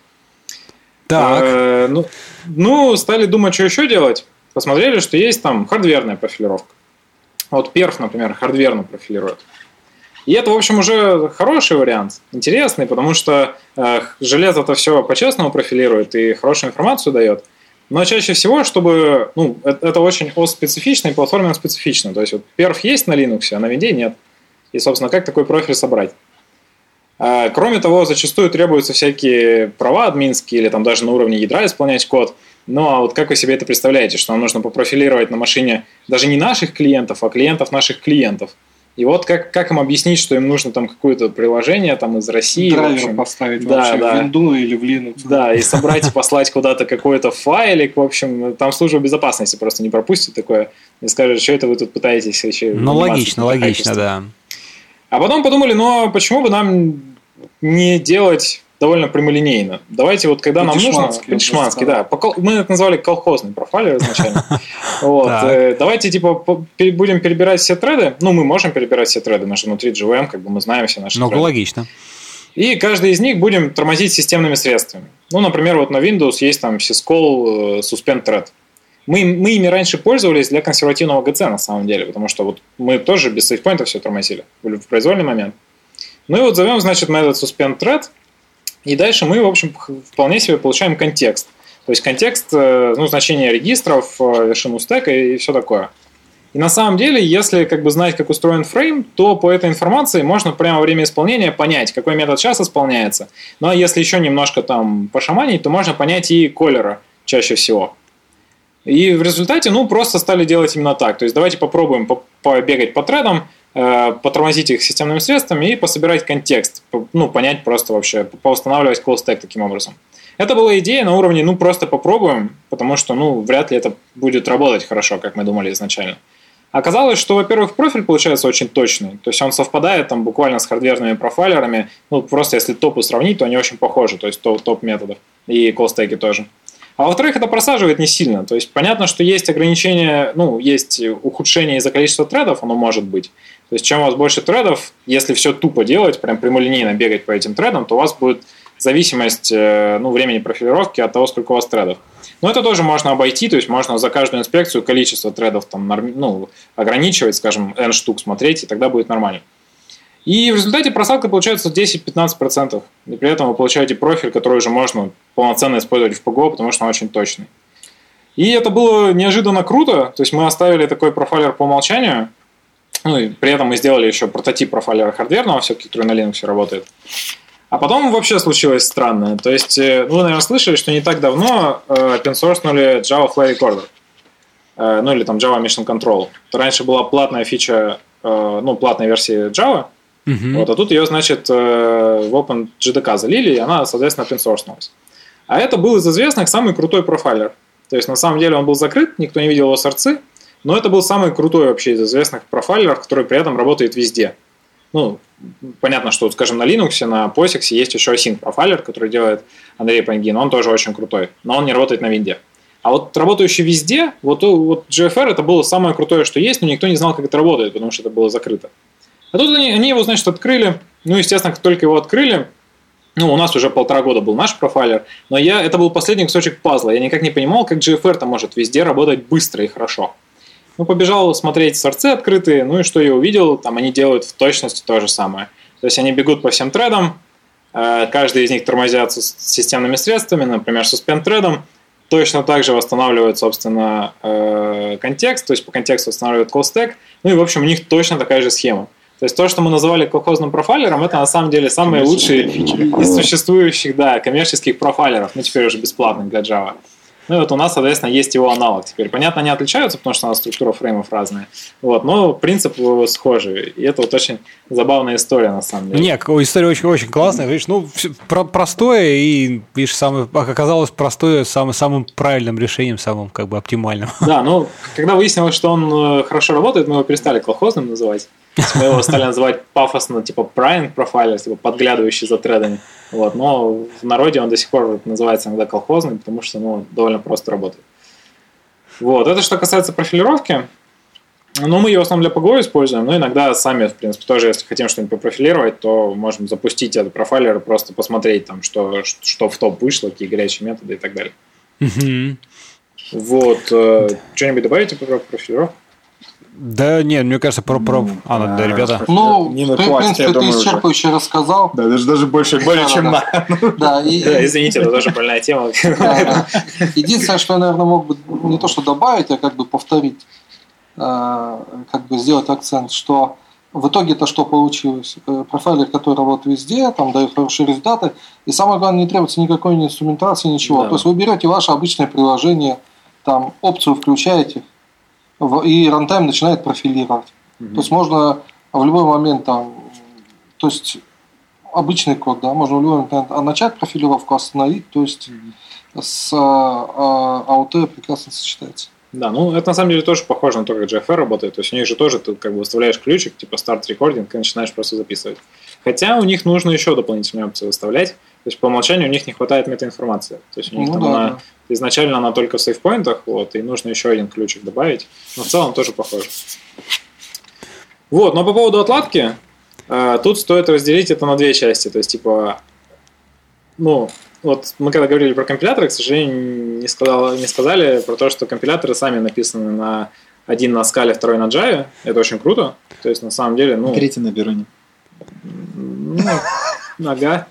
Так. Стали думать, что еще делать. Посмотрели, что есть там хардверная профилировка. Вот перф, например, хардверно профилирует. И это, в общем, уже хороший вариант, интересный, потому что железо-то все по-честному профилирует и хорошую информацию дает. Но чаще всего, чтобы... это очень ОС-специфично и платформенно-специфично. То есть, вот перф есть на Linux, а на Винде нет. И, собственно, как такой профиль собрать? Кроме того, зачастую требуются всякие права админские или там даже на уровне ядра исполнять код. Ну, а вот как вы себе это представляете, что нам нужно попрофилировать на машине даже не наших клиентов, а клиентов наших клиентов? И вот как им объяснить, что им нужно там какое-то приложение там из России. Драйвер поставить вообще в Windows или в Linux. Да, и собрать и послать куда-то какой-то файлик. В общем, там служба безопасности просто не пропустит такое и скажет, что это вы тут пытаетесь еще... Ну, логично, да. А потом подумали, почему бы нам не делать довольно прямолинейно. Давайте вот когда нам нужно... Пятишманский, да. Мы это назвали колхозный профайлер изначально. Давайте будем перебирать все треды. Ну, мы можем перебирать все треды, мы же внутри GVM, как бы мы знаем все наши треды. Ну, логично. И каждый из них будем тормозить системными средствами. Ну, например, вот на Windows есть там syscall suspend thread. Мы ими раньше пользовались для консервативного GC на самом деле, потому что вот мы тоже без сейфпоинтов все тормозили в произвольный момент. Ну и вот зовем, значит, мы этот suspend thread, и дальше мы, в общем, вполне себе получаем контекст. То есть контекст, значение регистров, вершину стека и все такое. И на самом деле, если знать, как устроен фрейм, то по этой информации можно прямо во время исполнения понять, какой метод сейчас исполняется. Ну а если еще немножко там пошаманить, то можно понять и колера чаще всего. И в результате, просто стали делать именно так. То есть давайте попробуем побегать по тредам, потормозить их системными средствами и пособирать контекст, понять просто вообще, поустанавливать call stack таким образом. Это была идея на уровне, просто попробуем, потому что, вряд ли это будет работать хорошо, как мы думали изначально. Оказалось, что, во-первых, профиль получается очень точный, то есть он совпадает там буквально с хардверными профайлерами, просто если топы сравнить, то они очень похожи, то есть топ методов и call stack тоже. А во-вторых, это просаживает не сильно. То есть понятно, что есть ограничения, есть ухудшение из-за количества тредов, оно может быть. То есть чем у вас больше тредов, если все тупо делать, прям прямолинейно бегать по этим тредам, то у вас будет зависимость времени профилировки от того, сколько у вас тредов. Но это тоже можно обойти, то есть можно за каждую инспекцию количество тредов там, ограничивать, скажем, n штук смотреть, и тогда будет нормально. И в результате просадка получается 10-15%. И при этом вы получаете профиль, который уже можно полноценно использовать в ПГО, потому что он очень точный. И это было неожиданно круто. То есть мы оставили такой профайлер по умолчанию. Ну и при этом мы сделали еще прототип профайлера хардверного, все-таки, который на Linux работает. А потом вообще случилось странное. То есть вы, наверное, слышали, что не так давно open-sourceнули Java Flag Recorder. Ну или там Java Mission Control. Это раньше была платная фича, платная версия Java. Вот, а тут ее, значит, в OpenJDK залили, и она, соответственно, open-sourceнулась. А это был из известных самый крутой профайлер. То есть, на самом деле, он был закрыт, никто не видел его сорцы, но это был самый крутой вообще из известных профайлеров, который при этом работает везде. Ну, понятно, что, скажем, на Linux, на POSIX есть еще async профайлер, который делает Андрей Пангин, он тоже очень крутой, но он не работает на винде. А вот работающий везде, вот GFR это было самое крутое, что есть, но никто не знал, как это работает, потому что это было закрыто. А тут они его, значит, открыли. Ну, естественно, как только его открыли, у нас уже 1,5 года был наш профайлер, но это был последний кусочек пазла. Я никак не понимал, как GFR-то может везде работать быстро и хорошо. Побежал смотреть сорцы открытые, и что я увидел, там они делают в точности то же самое. То есть они бегут по всем тредам, каждый из них тормозят с системными средствами, например, suspend тредом, точно так же восстанавливают, собственно, контекст, то есть по контексту восстанавливают call stack, и, в общем, у них точно такая же схема. То есть то, что мы называли колхозным профайлером, это на самом деле самые лучшие из существующих, коммерческих профайлеров, теперь уже бесплатных для Java. Ну и вот у нас, соответственно, есть его аналог теперь. Понятно, они отличаются, потому что у нас структура фреймов разная. Но принцип схожий. И это очень забавная история, на самом деле. Нет, история очень классная. Видишь, простое и, видишь, оказалось простое самым правильным решением, самым оптимальным. Да, когда выяснилось, что он хорошо работает, мы его перестали колхозным называть. Мы его стали называть пафосно, типа prying profiler, типа подглядывающий за тредами. Но в народе он до сих пор называется иногда колхозный, потому что довольно просто работает. Это что касается профилировки. Мы ее в основном для ПГО используем, но иногда сами, в принципе, тоже, если хотим что-нибудь попрофилировать, то можем запустить этот профайлер и просто посмотреть, там, что в топ вышло, какие горячие методы и так далее. Что-нибудь добавите про профилировку? Да, нет, мне кажется, да, ребята. В принципе, ты исчерпывающе рассказал. Да, даже более чем на. Да, извините, это тоже больная тема. Единственное, что я, наверное, мог бы не то что добавить, а повторить, сделать акцент, что в итоге-то что получилось? Профайлер, который работает везде, там дает хорошие результаты, и самое главное, не требуется никакой инструментации, ничего. Да. То есть вы берете ваше обычное приложение, там опцию включаете, и рантайм начинает профилировать. То есть можно в любой момент то есть обычный код, да, можно в любой момент начать профилировку, остановить, то есть с AOT прекрасно сочетается. Да, это на самом деле тоже похоже на то, как GFR работает. То есть у них же тоже ты выставляешь ключик, типа start recording, и начинаешь просто записывать. Хотя у них нужно еще дополнительные опции выставлять. То есть по умолчанию у них не хватает метаинформации. То есть у них изначально она только в сейфпоинтах, и нужно еще один ключик добавить. Но в целом тоже похоже. Но по поводу отладки, тут стоит разделить это на две части. То есть, мы когда говорили про компиляторы, к сожалению, не сказали про то, что компиляторы сами написаны один на Scala, второй на Java. Это очень круто. То есть, на самом деле, Третий на Вероне. Ага.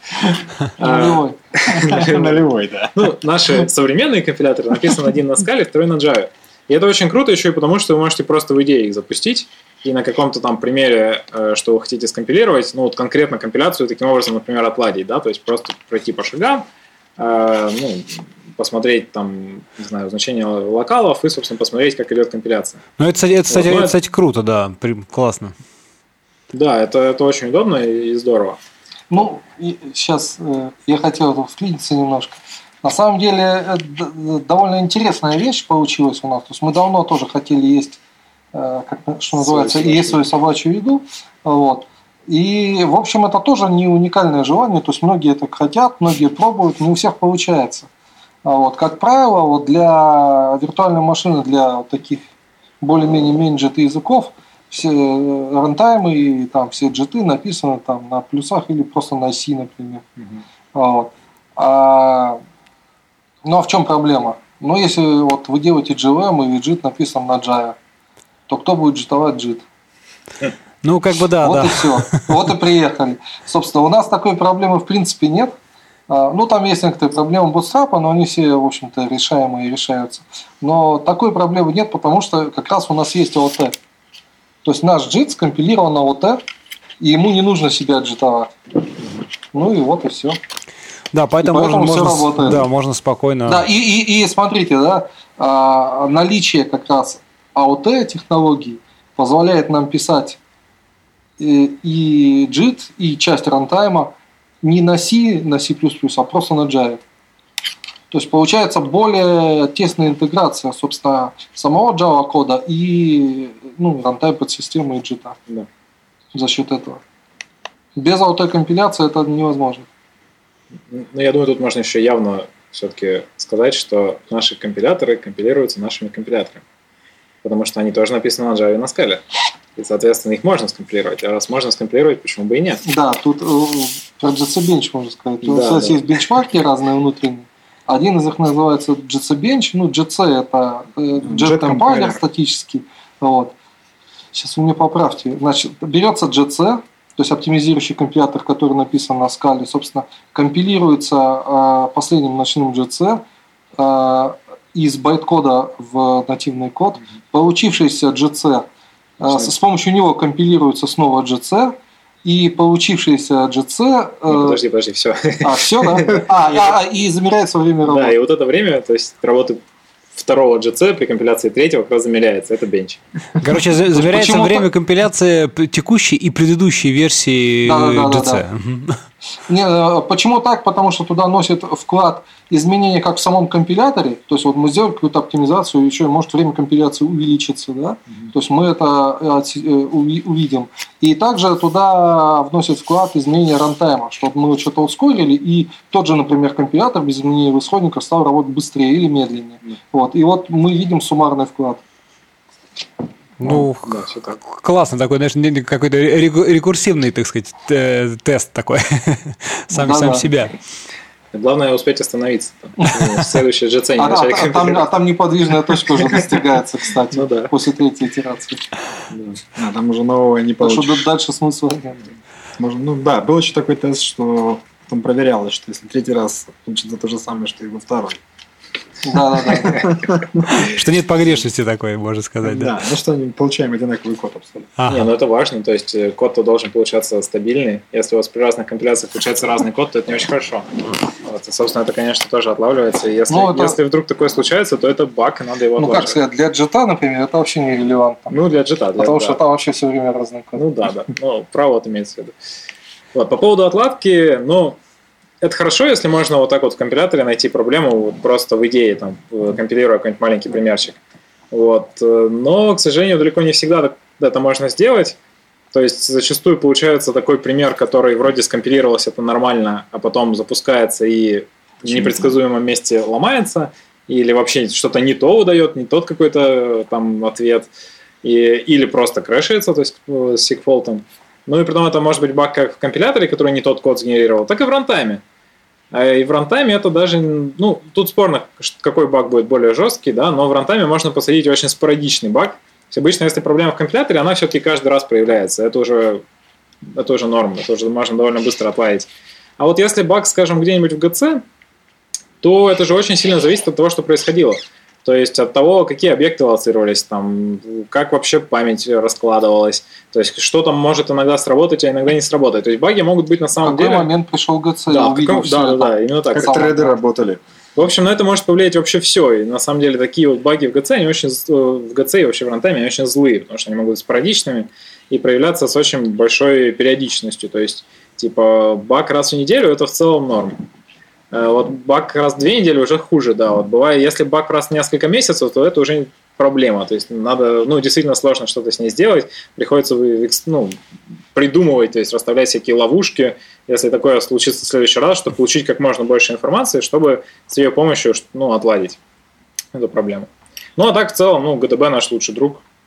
Нулевой, да. Наши современные компиляторы написаны один на Scala, второй на Java. И это очень круто еще и потому, что вы можете просто в идее их запустить и на каком-то там примере, что вы хотите скомпилировать, конкретно компиляцию таким образом, например, отладить, да, то есть просто пройти по шагам, посмотреть там, не знаю, значение локалов и, собственно, посмотреть, как идет компиляция. Это, кстати, круто, да, классно. Да, это очень удобно и здорово. Сейчас я хотел вклиниться немножко. На самом деле, довольно интересная вещь получилась у нас. То есть мы давно тоже хотели есть, что называется, есть свою собачью еду. И, в общем, это тоже не уникальное желание. То есть многие так хотят, многие пробуют, не у всех получается. Как правило, для виртуальной машины, для таких более-менее менеджеров языков, все рантаймы и все джиты написаны на плюсах или просто на C, например. Но в чем проблема? Но если вот вы делаете JVM и JIT написан на Java, то кто будет джитовать JIT? Ну, как бы да, вот да. И все. Вот и приехали. Собственно, у нас такой проблемы в принципе нет. Ну, там есть некоторые проблемы Bootstrap, но они все, в общем-то, решаемые и решаются. Но такой проблемы нет, потому что как раз у нас есть OT. То есть наш JIT скомпилирован на OT, и ему не нужно себя джитовать. Ну и вот и все. Да, поэтому можно спокойно... Да, и смотрите, да, наличие как раз AOT технологий позволяет нам писать и JIT, и часть рантайма не на C, а просто на Java. То есть получается более тесная интеграция, собственно, самого Java кода и рантайм подсистемы и JIT. Да. За счет этого. Без AOT-компиляции это невозможно. Ну, я думаю, тут можно еще явно все-таки сказать, что наши компиляторы компилируются нашими компиляторами. Потому что они тоже написаны на Java и на Scala. И, соответственно, их можно скомпилировать. А раз можно скомпилировать, почему бы и нет? Да, тут про GC-Bench можно сказать. У нас есть бенчмарки разные внутренние. Один из них называется GC-Bench. GC это Jet-компайлер статический. Вот. Сейчас вы меня поправьте. Значит, берется GC, то есть оптимизирующий компилятор, который написан на Scala, собственно, компилируется последним ночным GC из байткода в нативный код. Получившийся GC, с помощью него компилируется снова GC, и получившийся GC... Подожди, все. Все, да? И замеряется время работы. Да, и вот это время, то есть работы второго GC при компиляции третьего как раз замеряется. Это бенч. Короче, замеряется время компиляции текущей и предыдущей версии GC. Почему так? Потому что туда носит вклад изменения как в самом компиляторе. То есть вот мы сделали какую-то оптимизацию, еще может время компиляции увеличится. Да? То есть мы это увидим. И также туда вносит вклад изменения рантайма, чтобы мы что-то ускорили, и тот же, например, компилятор без изменения исходника стал работать быстрее или медленнее. Вот. И вот мы видим суммарный вклад. Ну, да, все так. Классно такой, знаешь, какой-то рекурсивный, так сказать, тест такой, сам себя. Главное успеть остановиться. Следующий GC не начали компилировать. Там неподвижная точка уже достигается, кстати, после третьей итерации. Там уже нового не получится. Потому что дальше смысла нет. Был еще такой тест, что там проверялось, что если третий раз получится то же самое, что и во второй. Да. Что нет погрешности такой, можно сказать. Да, что получаем одинаковый код абсолютно. Не, это важно, то есть код-то должен получаться стабильный. Если у вас при разных компиляциях получается разный код, то это не очень хорошо. Вот, и, собственно, это, конечно, тоже отлавливается. И если вдруг такое случается, то это баг, и надо его отлаживать. Как сказать, для джита, например, это вообще не релевантно. Для джита, потому что там вообще все время разный код. Да. Право вот имеется в виду. Вот, по поводу отладки, это хорошо, если можно вот так вот в компиляторе найти проблему просто в идее, там, компилируя какой-нибудь маленький примерчик. Вот. Но, к сожалению, далеко не всегда это можно сделать. То есть зачастую получается такой пример, который вроде скомпилировался, это нормально, а потом запускается и в непредсказуемом месте ломается, или вообще что-то не то выдает, не тот какой-то там ответ, или просто крэшится, то есть с сигфолтом. И при том это может быть баг как в компиляторе, который не тот код сгенерировал, так и в рантайме. И в рантайме это даже, тут спорно, какой баг будет более жесткий, да, но в рантайме можно посадить очень спорадичный баг. Обычно, если проблема в компиляторе, она все-таки каждый раз проявляется. Это уже норма, это уже можно довольно быстро отладить. А вот если баг, скажем, где-нибудь в GC, то это же очень сильно зависит от того, что происходило. То есть от того, какие объекты аллоцировались, там, как вообще память раскладывалась. То есть что там может иногда сработать, а иногда не сработать. То есть баги могут быть на самом деле... В какой момент пришел ГЦ? Да, именно так. Как треды работали. В общем, на это может повлиять вообще все. И на самом деле такие вот баги в GC, они очень в GC и вообще в рантайме они очень злые, потому что они могут быть спорадичными и проявляться с очень большой периодичностью. То есть, типа, баг раз в неделю – это в целом норм. Вот баг раз в 2 недели уже хуже, да. Вот бывает, если баг раз в несколько месяцев, то это уже проблема. То есть надо, действительно сложно что-то с ней сделать. Приходится придумывать, то есть расставлять всякие ловушки, если такое случится в следующий раз, чтобы получить как можно больше информации, чтобы с ее помощью отладить эту проблему. А так в целом, ГТБ наш лучший друг.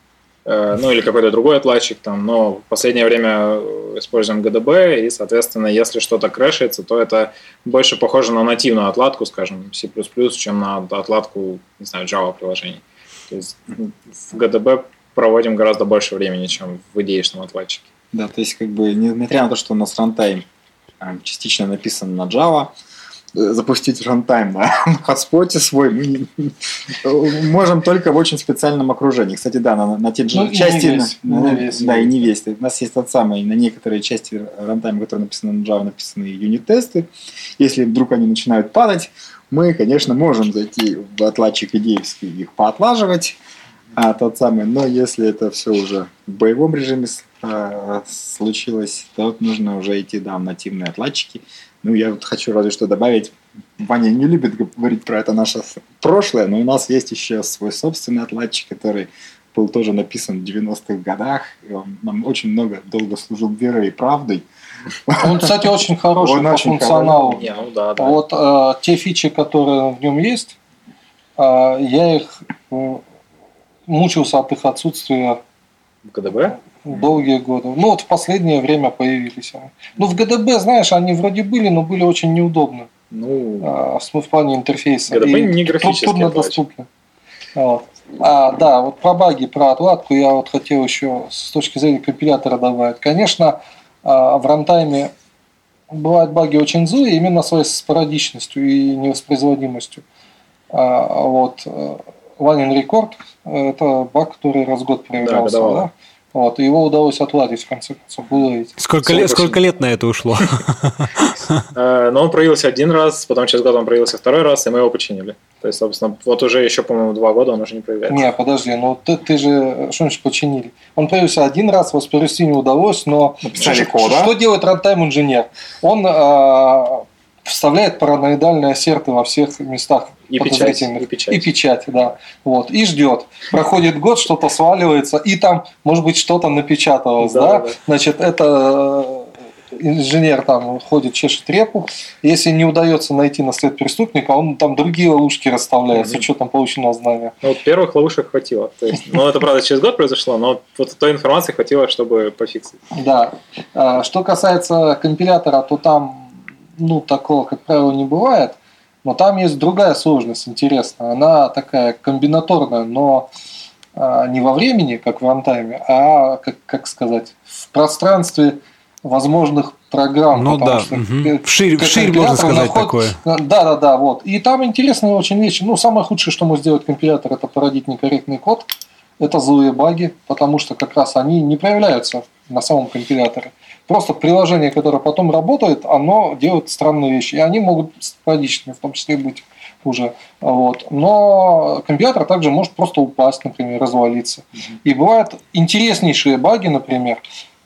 ну или какой-то другой отладчик, там, но в последнее время используем GDB, и, соответственно, если что-то крэшится, то это больше похоже на нативную отладку, скажем, C++, чем на отладку, не знаю, Java-приложений. То есть в GDB проводим гораздо больше времени, чем в IDE-шном отладчике. Да, то есть, как бы, несмотря на то, что у нас рантайм частично написан на Java, запустить рантайм на хотспоте свой мы можем только в очень специальном окружении. Кстати, да, на те же части... Да, и не весь. У нас есть тот самый, на некоторые части рантайма, которые написаны на Java, написаны юнит-тесты. Если вдруг они начинают падать, мы, конечно, можем зайти в отладчик идеевский и их поотлаживать, тот самый, но если это все уже в боевом режиме случилось, то вот нужно уже идти, да, в нативные отладчики. Ну, я вот хочу разве что добавить, Ваня не любит говорить про это наше прошлое, но у нас есть еще свой собственный отладчик, который был тоже написан в 90-х годах, и он нам очень долго служил верой и правдой. Он, кстати, очень хороший по функционалу. Вот те фичи, которые в нем есть, я их мучился от их отсутствия в ГДБ? Долгие годы. Ну, вот в последнее время появились они. Ну, в ГДБ, знаешь, они вроде были, но были очень неудобны. Ну, в плане интерфейса. ГДБ не графически труднодоступны. Вот. Да, вот про баги, про отладку я вот хотел еще с точки зрения компилятора добавить. Конечно, в рантайме бывают баги очень злые именно своей спорадичностью и невоспроизводимостью. Вот. Running Record – это баг, который раз в год проявлялся. Да? Вот, его удалось отладить, в конце концов, выловить. Сколько лет на это ушло? Но он проявился один раз, потом через год он проявился второй раз, и мы его починили. То есть, собственно, вот уже еще, по-моему, 2 года он уже не проявляется. Не, подожди, ну ты же что-нибудь починили. Он появился один раз, воспроизвести не удалось, но что делает рантайм-инженер? Он вставляет параноидальные ассерты во всех местах. И печать, да. Вот. И ждет. Проходит год, что-то сваливается, и там, может быть, что-то напечаталось. Да? Значит, это инженер там ходит, чешет репу. Если не удается найти на след преступника, он там другие ловушки расставляет с учетом полученного знания. Ну, вот первых ловушек хватило. То есть, ну, это, правда, через год произошло, но вот той информации хватило, чтобы пофиксить. Да. Что касается компилятора, то там, ну, такого, как правило, не бывает. Но там есть другая сложность интересная. Она такая комбинаторная, но не во времени, как в рантайме, а, как сказать, в пространстве возможных программ. Ну да, вширь, можно сказать, такое. Да, вот. И там интересные очень вещи. Ну, самое худшее, что может сделать компилятор, это породить некорректный код. Это злые баги, потому что как раз они не проявляются на самом компиляторе. Просто приложение, которое потом работает, оно делает странные вещи. И они могут спорадичными, в том числе, быть уже. Вот. Но компилятор также может просто упасть, например, развалиться. И бывают интереснейшие баги, например.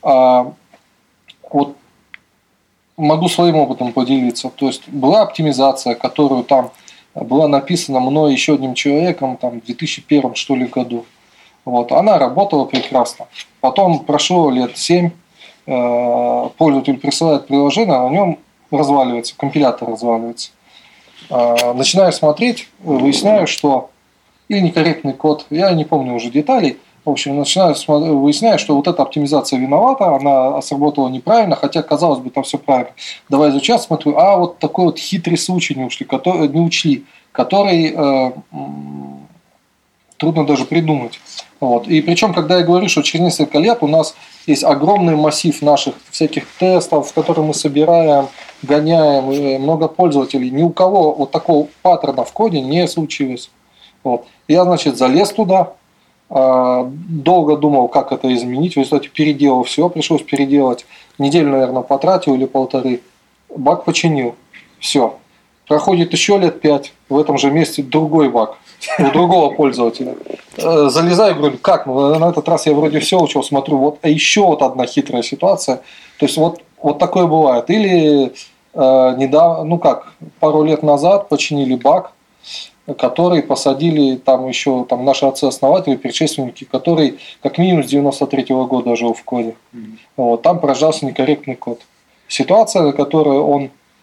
Вот могу своим опытом поделиться. То есть была оптимизация, которую там была написана мной еще одним человеком там, в 2001 что ли, году. Вот. Она работала прекрасно. Потом прошло лет 7. Пользователь присылает приложение, а на нем разваливается, компилятор разваливается. Начинаю смотреть, выясняю, что или некорректный код, я не помню уже деталей, в общем, выясняю, что вот эта оптимизация виновата, она сработала неправильно, хотя, казалось бы, там все правильно. Давай изучать, смотрю, вот такой вот хитрый случай не учли, который трудно даже придумать. Вот. И причем, когда я говорю, что через несколько лет у нас есть огромный массив наших всяких тестов, которые мы собираем, гоняем, много пользователей, ни у кого вот такого паттерна в коде не случилось. Вот. Я, значит, залез туда, долго думал, как это изменить, в результате переделал все, пришлось переделать. Неделю, наверное, потратил или 1,5. Баг починил. Все. Проходит еще лет 5, в этом же месте другой баг у другого пользователя. Залезаю, говорю, как? На этот раз я вроде все учил, смотрю, вот еще вот одна хитрая ситуация. То есть вот такое бывает. Или недавно, пару лет назад починили баг, который посадили там еще наши отцы-основатели, предшественники, который как минимум с 93-го года жил в коде. Вот, там поражался некорректный код. Ситуация, которую он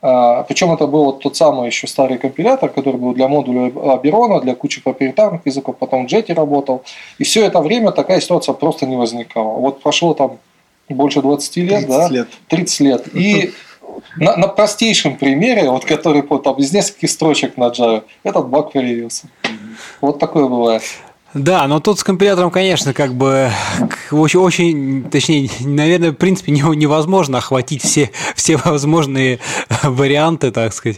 Причем это был тот самый еще старый компилятор, который был для модуля Oberon, для кучи проприетарных языков, потом в Jet работал. И все это время такая ситуация просто не возникала. Вот прошло там больше 20 лет, 30 лет. И на простейшем примере, вот который там, из нескольких строчек на Java, этот баг проявился. Вот такое бывает. Да, но тут с компилятором, конечно, как бы очень, точнее, наверное, в принципе, невозможно охватить все возможные варианты, так сказать.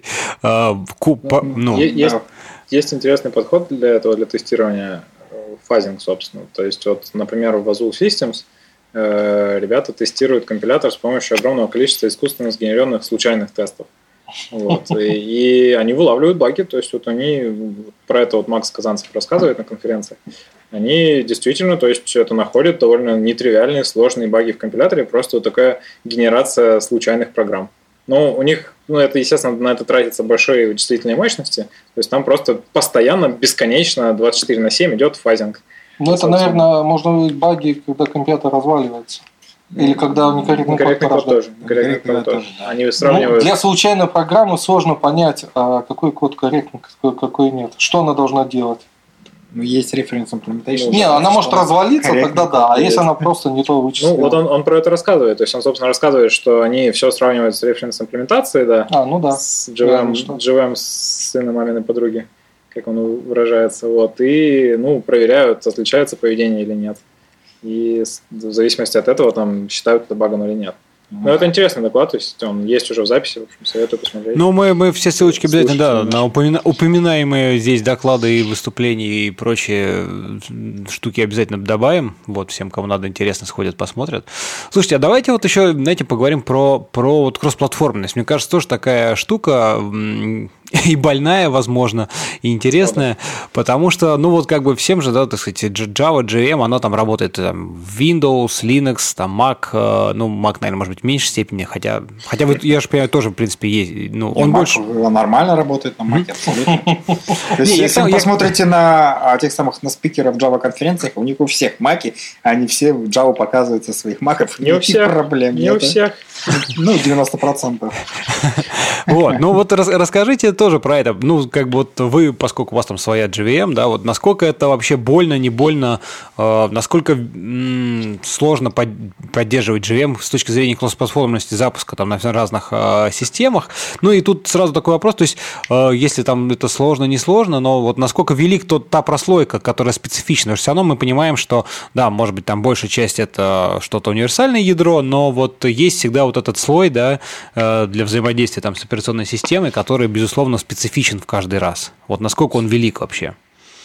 Есть интересный подход для этого, для тестирования, фазинг, собственно. То есть, вот, например, в Azul Systems ребята тестируют компилятор с помощью огромного количества искусственно сгенеренных случайных тестов. Вот. И они вылавливают баги, то есть вот они, про это вот Макс Казанцев рассказывает на конференции, они действительно, то есть это находят довольно нетривиальные, сложные баги в компиляторе, просто вот такая генерация случайных программ. Но у них, это, естественно, на это тратится большие вычислительные мощности, то есть там просто постоянно, бесконечно, 24/7 идет фазинг. Это, наверное, можно увидеть баги, когда компьютер разваливается. Или когда некорректный код тоже. Некорректный код тоже. Они сравнивают... Для случайной программы сложно понять, какой код корректный, какой нет. Что она должна делать? Есть reference implementation. Не, она может развалиться, тогда да. А если она просто не то вычислила? Вот он про это рассказывает. То есть он, собственно, рассказывает, что они все сравнивают с reference имплементацией, да. С JVM, с сыном маминой подруги, как он выражается. Вот. И проверяют, отличается поведение или нет. И в зависимости от этого там считают это багом или нет. Но это интересный доклад, то есть он есть уже в записи, в общем, советую посмотреть. Мы все ссылочки обязательно, на упоминаемые здесь доклады и выступления и прочие штуки обязательно добавим. Вот, всем, кому надо, интересно, сходят, посмотрят. Слушайте, а давайте вот еще, знаете, поговорим про вот кроссплатформенность. Мне кажется, тоже такая штука и больная, возможно, и интересная, потому что, всем же, да, так сказать, Java, JVM, она там работает там, в Windows, Linux, там Mac, Mac, наверное, может быть, в меньшей степени, хотя я же понимаю, тоже, в принципе, есть, он больше... Нормально работает на Mac, абсолютно. То есть, если вы посмотрите на тех самых на спикеров Java-конференциях, у них у всех Mac'и, они все в Java показывают со своих Mac'ов, никаких проблем нет. Не у всех. 90%. Вот, расскажите тоже про это. Вы, поскольку у вас там своя JVM, да, вот насколько это вообще больно, не больно, насколько сложно поддерживать JVM с точки зрения кроссплатформенности запуска там на разных системах. И тут сразу такой вопрос, то есть, если там это сложно, не сложно, но вот насколько велик та прослойка, которая специфична, потому что все равно мы понимаем, что, да, может быть, там большая часть это что-то универсальное ядро, но вот есть всегда вот этот слой, да, для взаимодействия там с операционной системой, который, безусловно, специфичен в каждый раз. Вот насколько он велик вообще?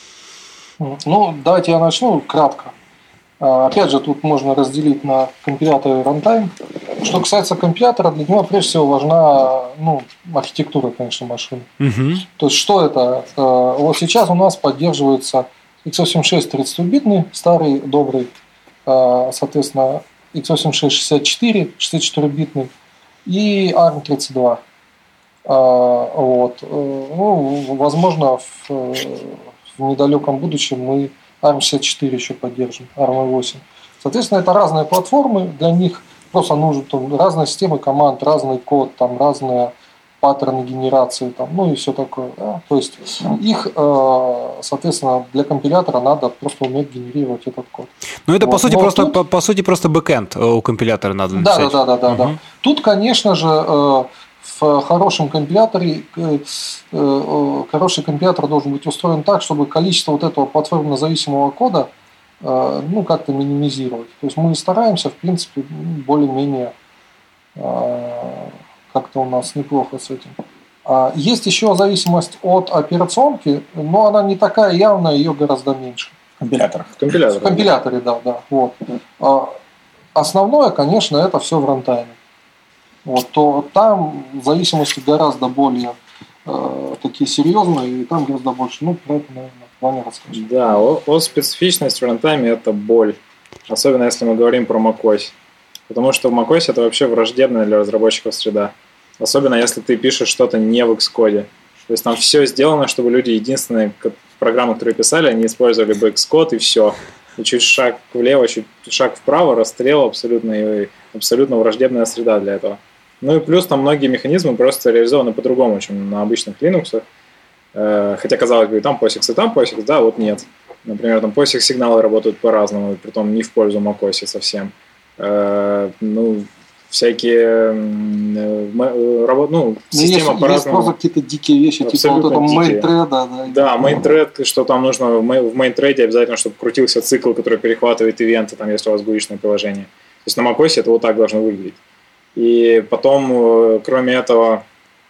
Давайте я начну кратко. Опять же, тут можно разделить на компилятор и рантайм. Что касается компилятора, для него прежде всего важна архитектура, конечно, машины. То есть, что это? Вот сейчас у нас поддерживается x86 32-битный, старый, добрый, соответственно, x86 64, 64-битный и ARM32. Возможно, в недалеком будущем мы ARM64 еще поддержим, ARM8. Соответственно, это разные платформы, для них просто нужны разные системы команд, разный код, там разные паттерны генерации, и все такое. Да? То есть их, соответственно, для компилятора надо просто уметь генерировать этот код. Это по сути просто бэкэнд у компилятора надо написать. Да. Тут, конечно же, в хорошем компиляторе хороший компилятор должен быть устроен так, чтобы количество вот этого платформенно-зависимого кода как-то минимизировать. То есть мы стараемся, в принципе, более-менее как-то у нас неплохо с этим. Есть еще зависимость от операционки, но она не такая явная, ее гораздо меньше. В компиляторах. В компиляторе, да. Вот. Основное, конечно, это все в рантайме. То там зависимости гораздо более такие серьезные, и там гораздо больше. Про это, наверное, Ваня расскажет. Да, о специфичности в рантайме это боль. Особенно если мы говорим про macOS. Потому что в macOS это вообще враждебная для разработчиков среда. Особенно если ты пишешь что-то не в Xcode. То есть там все сделано, чтобы люди единственные программы, которые писали, они использовали бы Xcode и все. И чуть шаг влево, чуть шаг вправо, расстрел абсолютно враждебная среда для этого. Ну и плюс там многие механизмы просто реализованы по-другому, чем на обычных Linux. Хотя, казалось бы, и там POSIX, да, вот нет. Например, там POSIX-сигналы работают по-разному, притом не в пользу macOS совсем. Ну, всякие система по-разному. Есть просто какие-то дикие вещи, типа вот это main thread. Да, main thread, что там нужно в main thread обязательно, чтобы крутился цикл, который перехватывает ивенты, там, если у вас GUI-шное приложение. То есть на macOS это вот так должно выглядеть. И потом, кроме этого,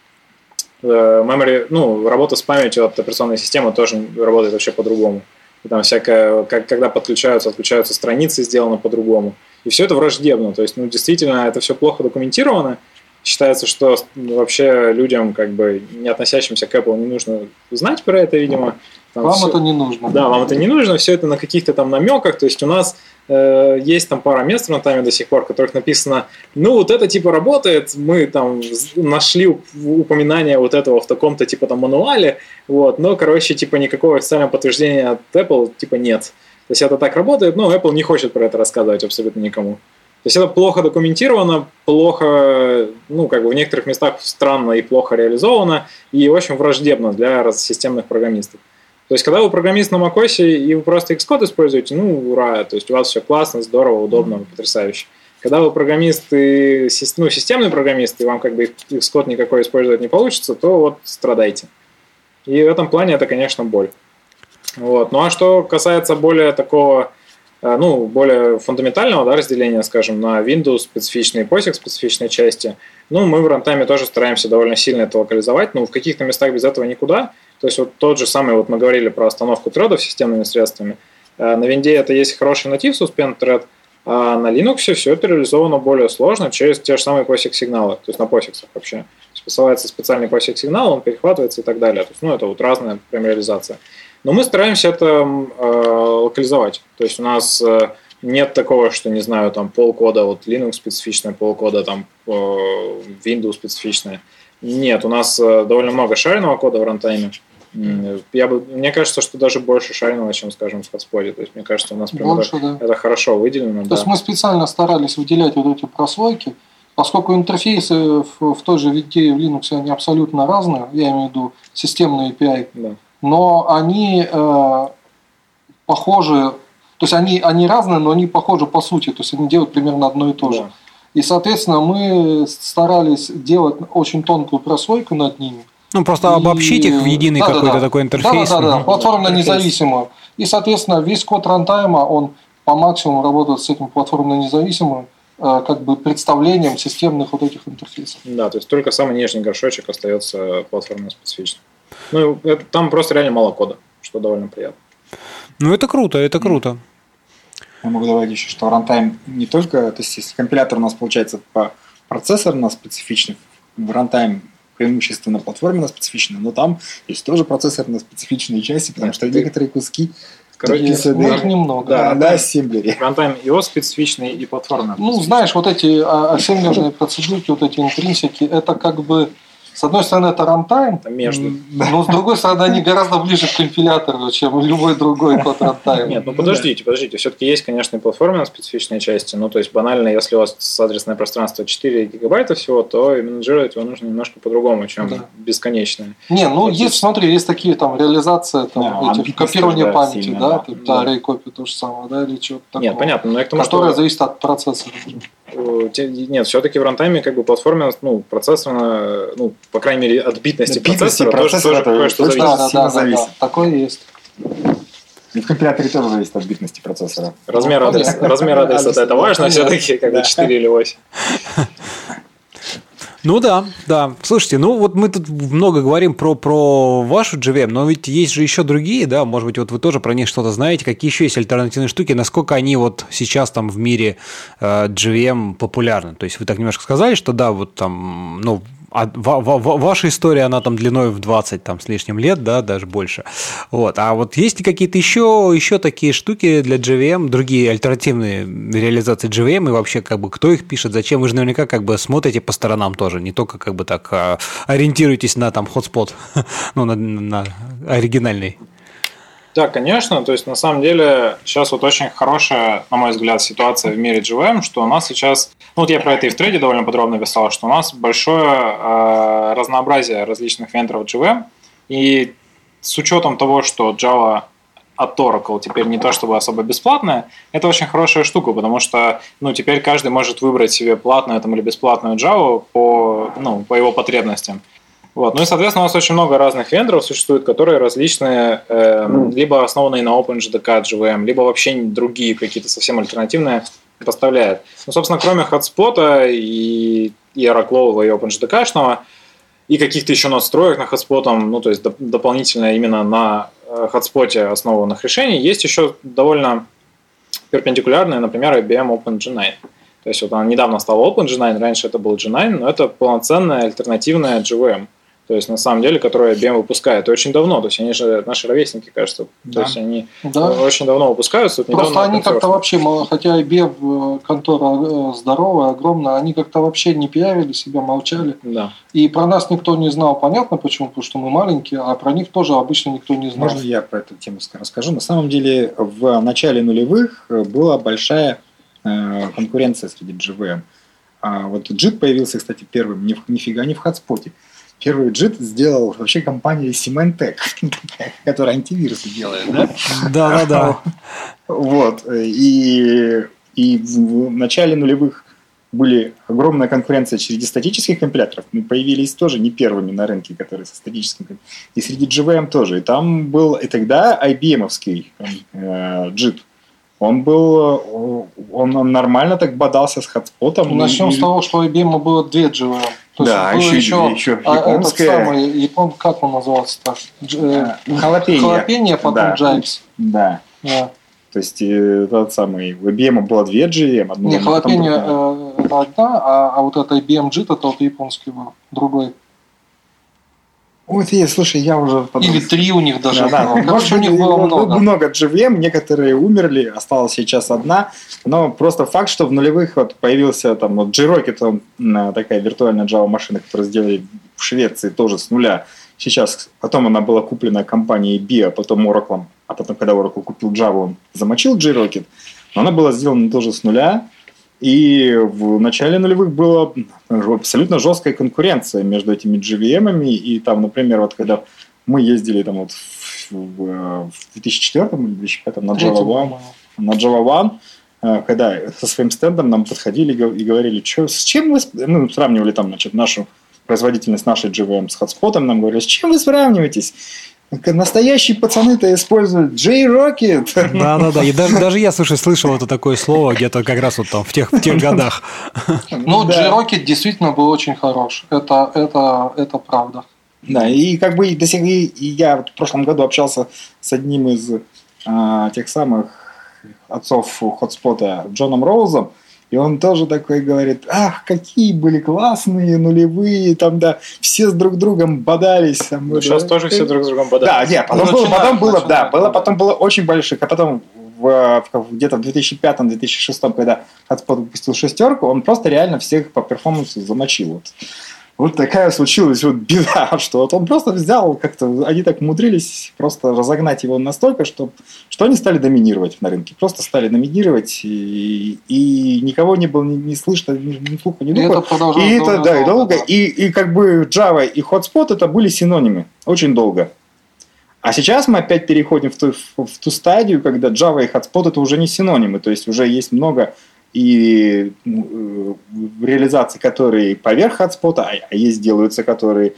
memory, работа с памятью от операционной системы тоже работает вообще по-другому. И там всякое, когда подключаются, отключаются страницы, сделано по-другому. И все это враждебно. То есть, действительно, это все плохо документировано. Считается, что вообще людям, как бы, не относящимся к Apple, не нужно знать про это, видимо. Вам это не нужно. Да, вам это не нужно. Все это на каких-то там намеках. То есть, у нас есть там пара мест в рантайме до сих пор, в которых написано, вот это типа работает, мы там нашли упоминание вот этого в таком-то типа там мануале, вот, но, типа никакого официального подтверждения от Apple типа нет. То есть это так работает, но Apple не хочет про это рассказывать абсолютно никому. То есть это плохо документировано, плохо, в некоторых местах странно и плохо реализовано, и очень враждебно для системных программистов. То есть, когда вы программист на macOS и вы просто Xcode используете, ура, то есть у вас все классно, здорово, удобно, потрясающе. Когда вы программист и системный программист, и вам Xcode никакой использовать не получится, то вот страдайте. И в этом плане это, конечно, боль. Вот. Ну а что касается более такого, более фундаментального разделения, скажем, на Windows специфичные и POSIX специфичные части, мы в рантайме тоже стараемся довольно сильно это локализовать, в каких-то местах без этого никуда. То есть вот тот же самый, мы говорили про остановку тредов системными средствами. На винде это есть хороший натив suspend thread, а на Linux все это реализовано более сложно через те же самые POSIX-сигналы, то есть на POSIX вообще. Посылается специальный POSIX-сигнал, он перехватывается и так далее. То есть, это вот разная прям реализация. Но мы стараемся это локализовать. То есть у нас нет такого, что, не знаю, там полкода вот Linux специфичное, полкода там Windows специфичное. Нет, у нас довольно много шаренного кода в рантайме. Мне кажется, что даже больше шаренного, чем, скажем, в Hotspot. То есть, мне кажется, у нас прям это хорошо выделено. То есть мы специально старались выделять вот эти прослойки, поскольку интерфейсы в той же винде и в Linux они абсолютно разные, я имею в виду системные API, да. Но они похожи, то есть они разные, но они похожи по сути, то есть они делают примерно одно и то же. Да. И, соответственно, мы старались делать очень тонкую прослойку над ними. Просто обобщить их в единый какой-то такой интерфейс. Да, платформенно независимую. И, соответственно, весь код рантайма, он по максимуму работает с этим платформенно независимым представлением системных вот этих интерфейсов. Да, то есть только самый нижний горшочек остается платформенно специфичным. Там просто реально мало кода, что довольно приятно. Это круто, это круто. Я могу добавить еще, что рантайм не только, то есть если компилятор у нас получается по процессорно специфичный, в рантайм преимущественно платформенно специфичный, но там есть тоже процессорно специфичные части, потому что некоторые куски их немного. Да, ассемблере. Рантайм iOS специфичный и платформенный. Знаешь, вот эти ассемблерные процедурки, вот эти интринсики, это с одной стороны, это рантайм, но с другой стороны, они гораздо ближе к компилятору, чем любой другой код рантайма. Нет, подождите. Все-таки есть, конечно, и платформенно специфичные части. То есть, банально, если у вас адресное пространство 4 гигабайта всего, то и менеджировать его нужно немножко по-другому, чем бесконечное. Есть такие там реализации, копирование памяти, сильно, рейкопи то же самое, или что-то такое. Нет, понятно, но я к тому, которое зависит от процессора. Нет, все-таки в рантайме платформенно, процессорно, по крайней мере, от битности процессора тоже кое-что зависит. Да, такое есть. И в компиляторе тоже зависит от битности процессора. Размер адреса это важно все-таки, 4 или 8. Да. Слушайте, мы тут много говорим про вашу JVM, но ведь есть же еще другие, да, может быть, вот вы тоже про них что-то знаете, какие еще есть альтернативные штуки, насколько они вот сейчас там в мире JVM популярны. То есть вы так немножко сказали, что да, вот там, ваша история, она там длиной в 20 там, с лишним лет, да, даже больше. А вот есть ли какие-то еще такие штуки для JVM, другие альтернативные реализации JVM, и вообще, кто их пишет, зачем? Вы же наверняка смотрите по сторонам тоже, не только так ориентируетесь на там Hotspot, на оригинальный. Да, конечно. То есть, на самом деле, сейчас вот очень хорошая, на мой взгляд, ситуация в мире JVM, что у нас сейчас... Ну, вот я про это и в трейде довольно подробно писал, что у нас большое разнообразие различных вендоров JVM, и с учетом того, что Java от Oracle теперь не то чтобы особо бесплатная, это очень хорошая штука, потому что теперь каждый может выбрать себе платную или бесплатную Java по его потребностям. Вот. Ну и, соответственно, у нас очень много разных вендоров существует, которые различные, либо основанные на OpenJDK JVM, либо вообще другие какие-то совсем альтернативные поставляют. Ну, собственно, кроме Hotspot и Oracle, и OpenJDK-шного, и каких-то еще настроек на Hotspot, то есть дополнительно именно на Hotspot основанных решений, есть еще довольно перпендикулярные, например, IBM OpenG9. То есть вот она недавно стала OpenG9, раньше это был G9, но это полноценная альтернативная JVM. То есть, на самом деле, которую IBM выпускает очень давно. То есть, они же наши ровесники, кажется. Да. То есть, они очень давно выпускаются. Просто они как-то вообще, хотя IBM контора здоровая, огромная, они как-то вообще не пиарили себя, молчали. Да. И про нас никто не знал. Понятно почему? Потому что мы маленькие, а про них тоже обычно никто не знал. Можно я про эту тему расскажу? На самом деле, в начале нулевых была большая конкуренция среди JVM. А вот JIT появился, кстати, первым, нифига не в Hotspot. Первый JIT сделал вообще компания Symantec, которая антивирусы делает, да? Да. Вот. И в начале нулевых были огромная конкуренция среди статических компиляторов. Мы появились тоже не первыми на рынке, которые со статическим компилятором. И среди JVM тоже. И там был и тогда IBM-овский JIT. Он нормально так бодался с Hotspot'ом. Начнем с того, что у IBM было две JVM. То да, еще японская. Как он назывался-то? Халапенья, потом Jibes. Да. То есть тот самый, у IBM было две JVM. Не, Халапенья это одна, а вот это IBM JIT, это вот японский был, другой. Вот, слушай, я уже... Или три у них даже. Короче, у них было много. Много JVM, некоторые умерли, осталась сейчас одна. Но просто факт, что в нулевых вот появился там вот JRocket, такая виртуальная Java-машина, которую сделали в Швеции тоже с нуля. Сейчас, потом она была куплена компанией BIA, потом Oracle. А потом, когда Oracle купил Java, он замочил JRocket. Но она была сделана тоже с нуля. И в начале нулевых была абсолютно жесткая конкуренция между этими JVM-ами. И там, например, вот когда мы ездили там вот в 2004 или 2005 на Java One, когда со своим стендом нам подходили и говорили, с чем вы... сравнивали там, нашу производительность нашей JVM с Hotspot, нам говорили, с чем вы сравниваетесь? Настоящие пацаны-то используют JRocket. Да. И даже я, слышал это такое слово где-то как раз вот там в тех годах. Ну, JRocket действительно был очень хорош. Это правда. Да, и как бы я в прошлом году общался с одним из тех самых отцов Hotspot, Джоном Роузом, и он тоже такой говорит, какие были классные нулевые, там, да, все с друг другом бодались. Там, сейчас тоже все друг с другом бодались. Да, нет, потом было очень больших, а потом где-то в 2005-2006, когда Hotspot выпустил шестерку, он просто реально всех по перформансу замочил. Вот такая случилась вот беда, что вот он просто взял, как-то они так умудрились просто разогнать его настолько, что они стали доминировать на рынке. Просто стали доминировать, и никого не было не слышно, ни слуха, ни духа. И это долго. И как бы Java и Hotspot это были синонимы очень долго. А сейчас мы опять переходим в ту стадию, когда Java и Hotspot это уже не синонимы, то есть уже есть много и реализации, которые поверх Hotspot, а есть делаются, которые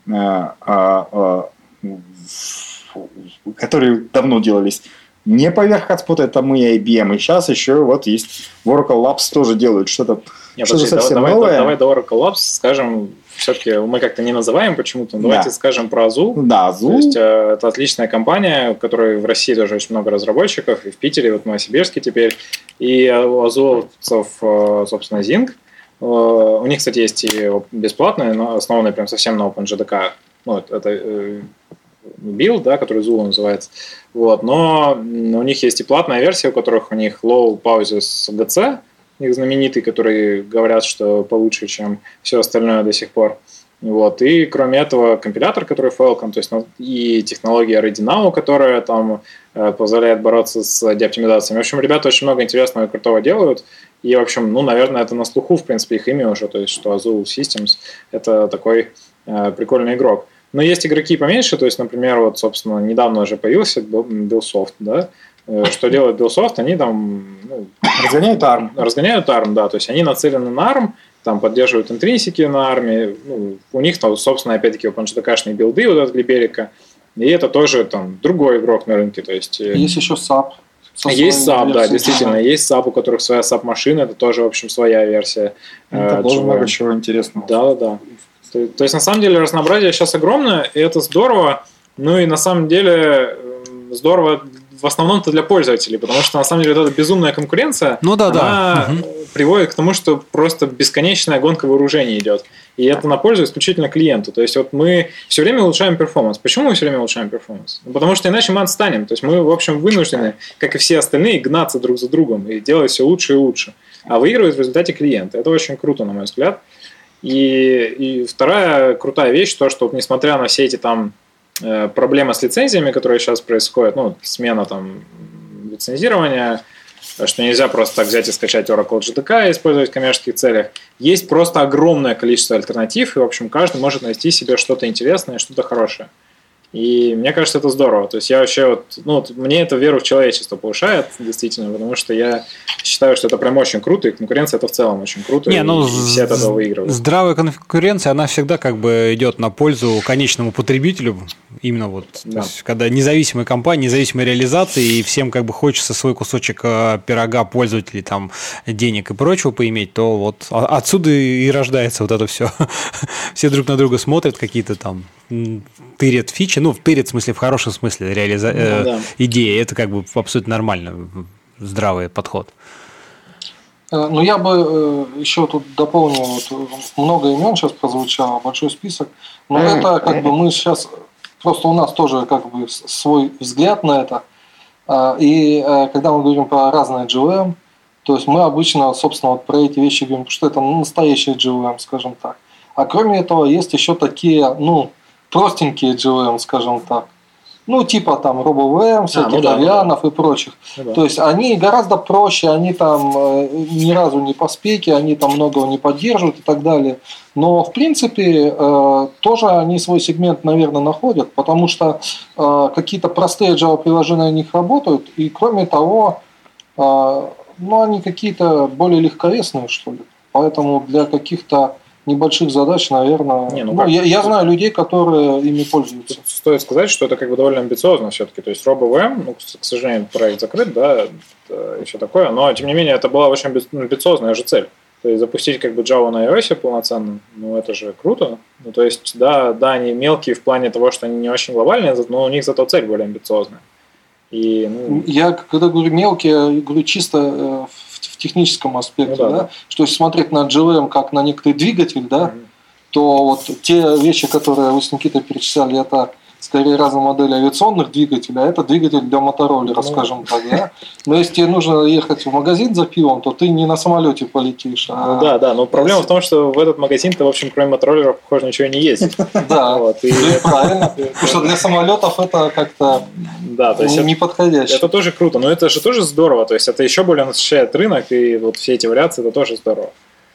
давно делались не поверх Hotspot, это мы и IBM, и сейчас еще вот есть Oracle Labs тоже делают что-то совсем новое. Давай до Oracle Labs скажем, все-таки мы как-то не называем почему-то, давайте скажем про Azul. Да, Azul. То есть это отличная компания, у которой в России тоже очень много разработчиков, и в Питере, вот в Новосибирске теперь, и у азуловцев, собственно, Zing. У них, кстати, есть и бесплатные, но основанные прям совсем на OpenJDK. Это билд, да, который Zulu называется. Вот. Но у них есть и платная версия, у которых у них low pauses GC, их знаменитый, которые говорят, что получше, чем все остальное до сих пор. Вот. И кроме этого компилятор, который Falcon, то есть и технология Ready Now, которая там позволяет бороться с деоптимизацией. В общем, ребята очень много интересного и крутого делают. И, в общем, наверное, это на слуху, в принципе, их имя уже, то есть, что Azul Systems – это такой прикольный игрок. Но есть игроки поменьше, то есть, например, вот, собственно, недавно уже появился Billsoft, да. Что делает Billsoft? Они там… разгоняют ARM. Разгоняют ARM, да, то есть, они нацелены на ARM, там поддерживают интринсики на ARM, у них, там, собственно, опять-таки, OpenJDK-шные билды вот от Liberica, и это тоже там другой игрок на рынке, то есть… Есть еще SAP. Есть SAP, да, действительно, есть SAP, у которых своя SAP-машина, это тоже, в общем, своя версия. Это тоже много чего интересного. Да. То есть, на самом деле, разнообразие сейчас огромное, и это здорово, и на самом деле здорово в основном-то для пользователей, потому что, на самом деле, вот эта безумная конкуренция, она приводит к тому, что просто бесконечная гонка вооружений идет. И это на пользу исключительно клиенту. То есть, вот мы все время улучшаем перформанс. Почему мы все время улучшаем перформанс? Потому что иначе мы отстанем. То есть, мы, в общем, вынуждены, как и все остальные, гнаться друг за другом и делать все лучше и лучше. А выигрывает в результате клиент. Это очень круто, на мой взгляд. И вторая крутая вещь, то, что вот, несмотря на все эти там проблемы с лицензиями, которые сейчас происходят, смена там лицензирования, что нельзя просто так взять и скачать Oracle JDK и использовать в коммерческих целях. Есть просто огромное количество альтернатив, и, в общем, каждый может найти себе что-то интересное, что-то хорошее. И мне кажется, это здорово. То есть я вообще мне это веру в человечество повышает, действительно, потому что я считаю, что это прям очень круто, и конкуренция это в целом очень круто, и все от этого выигрывают. Здравая конкуренция, она всегда как бы идет на пользу конечному потребителю, именно вот, то есть, когда независимая компания, независимая реализация, и всем как бы хочется свой кусочек пирога пользователей, там, денег и прочего поиметь, то вот отсюда и рождается вот это все. Все друг на друга смотрят, какие-то там тырят фичи, тырят в смысле, в хорошем смысле идеи, это как бы абсолютно нормально, здравый подход. Я бы еще тут дополнил, много имен сейчас прозвучало, большой список, но это как бы мы сейчас, просто у нас тоже как бы свой взгляд на это, и когда мы говорим про разные GVM, то есть мы обычно, собственно, вот про эти вещи говорим, что это настоящий GVM, скажем так. А кроме этого есть еще такие, простенькие GVM, скажем так. Типа там RoboVM, всяких Авианов и прочих. То есть они гораздо проще, они там ни разу не по спеке, они там многого не поддерживают и так далее. Но в принципе тоже они свой сегмент, наверное, находят, потому что какие-то простые Java-приложения на них работают, и кроме того, они какие-то более легковесные, что ли. Поэтому для каких-то небольших задач, наверное… Я знаю людей, которые ими пользуются. Стоит сказать, что это как бы довольно амбициозно все-таки. То есть RoboVM, к сожалению, проект закрыт, да, и все такое, но тем не менее это была очень амбициозная же цель. То есть запустить как бы Java на iOS полноценно, это же круто. То есть, да, они мелкие в плане того, что они не очень глобальные, но у них зато цель более амбициозная. Я, когда говорю мелкие, я говорю чисто в техническом аспекте, да? Что если смотреть на GVM как на некоторый двигатель, да, то вот те вещи, которые вы с Никитой перечисляли, это скорее разные модели авиационных двигателей, а это двигатель для мотороллера, скажем так. Да? Но если тебе нужно ехать в магазин за пивом, то ты не на самолете полетишь. Но проблема в том, что в этот магазин-то, в общем, кроме мотороллеров, похоже, ничего не ездит. Да, правильно. Потому что для самолетов это как-то неподходяще. Это тоже круто, но это же тоже здорово, то есть это еще более насыщает рынок, и вот все эти вариации, это тоже здорово.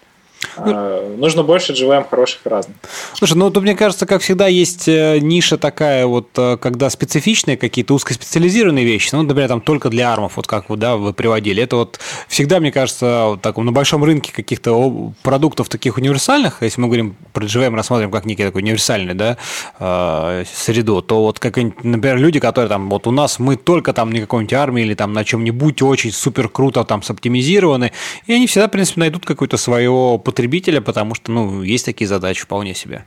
Нужно больше GVM хороших и разных. Слушай, тут, мне кажется, как всегда, есть ниша такая, вот, когда специфичные какие-то узкоспециализированные вещи, например, там только для армов, вот как вы приводили, это вот всегда, мне кажется, вот так, на большом рынке каких-то продуктов таких универсальных, если мы говорим про GVM, рассматриваем как некий такой универсальный, да, среду, то вот, как, например, люди, которые там, вот у нас мы только там на какой-нибудь армии или там на чем-нибудь очень супер круто там соптимизированы, и они всегда, в принципе, найдут какое-то свое потребителя, потому что, есть такие задачи вполне себе.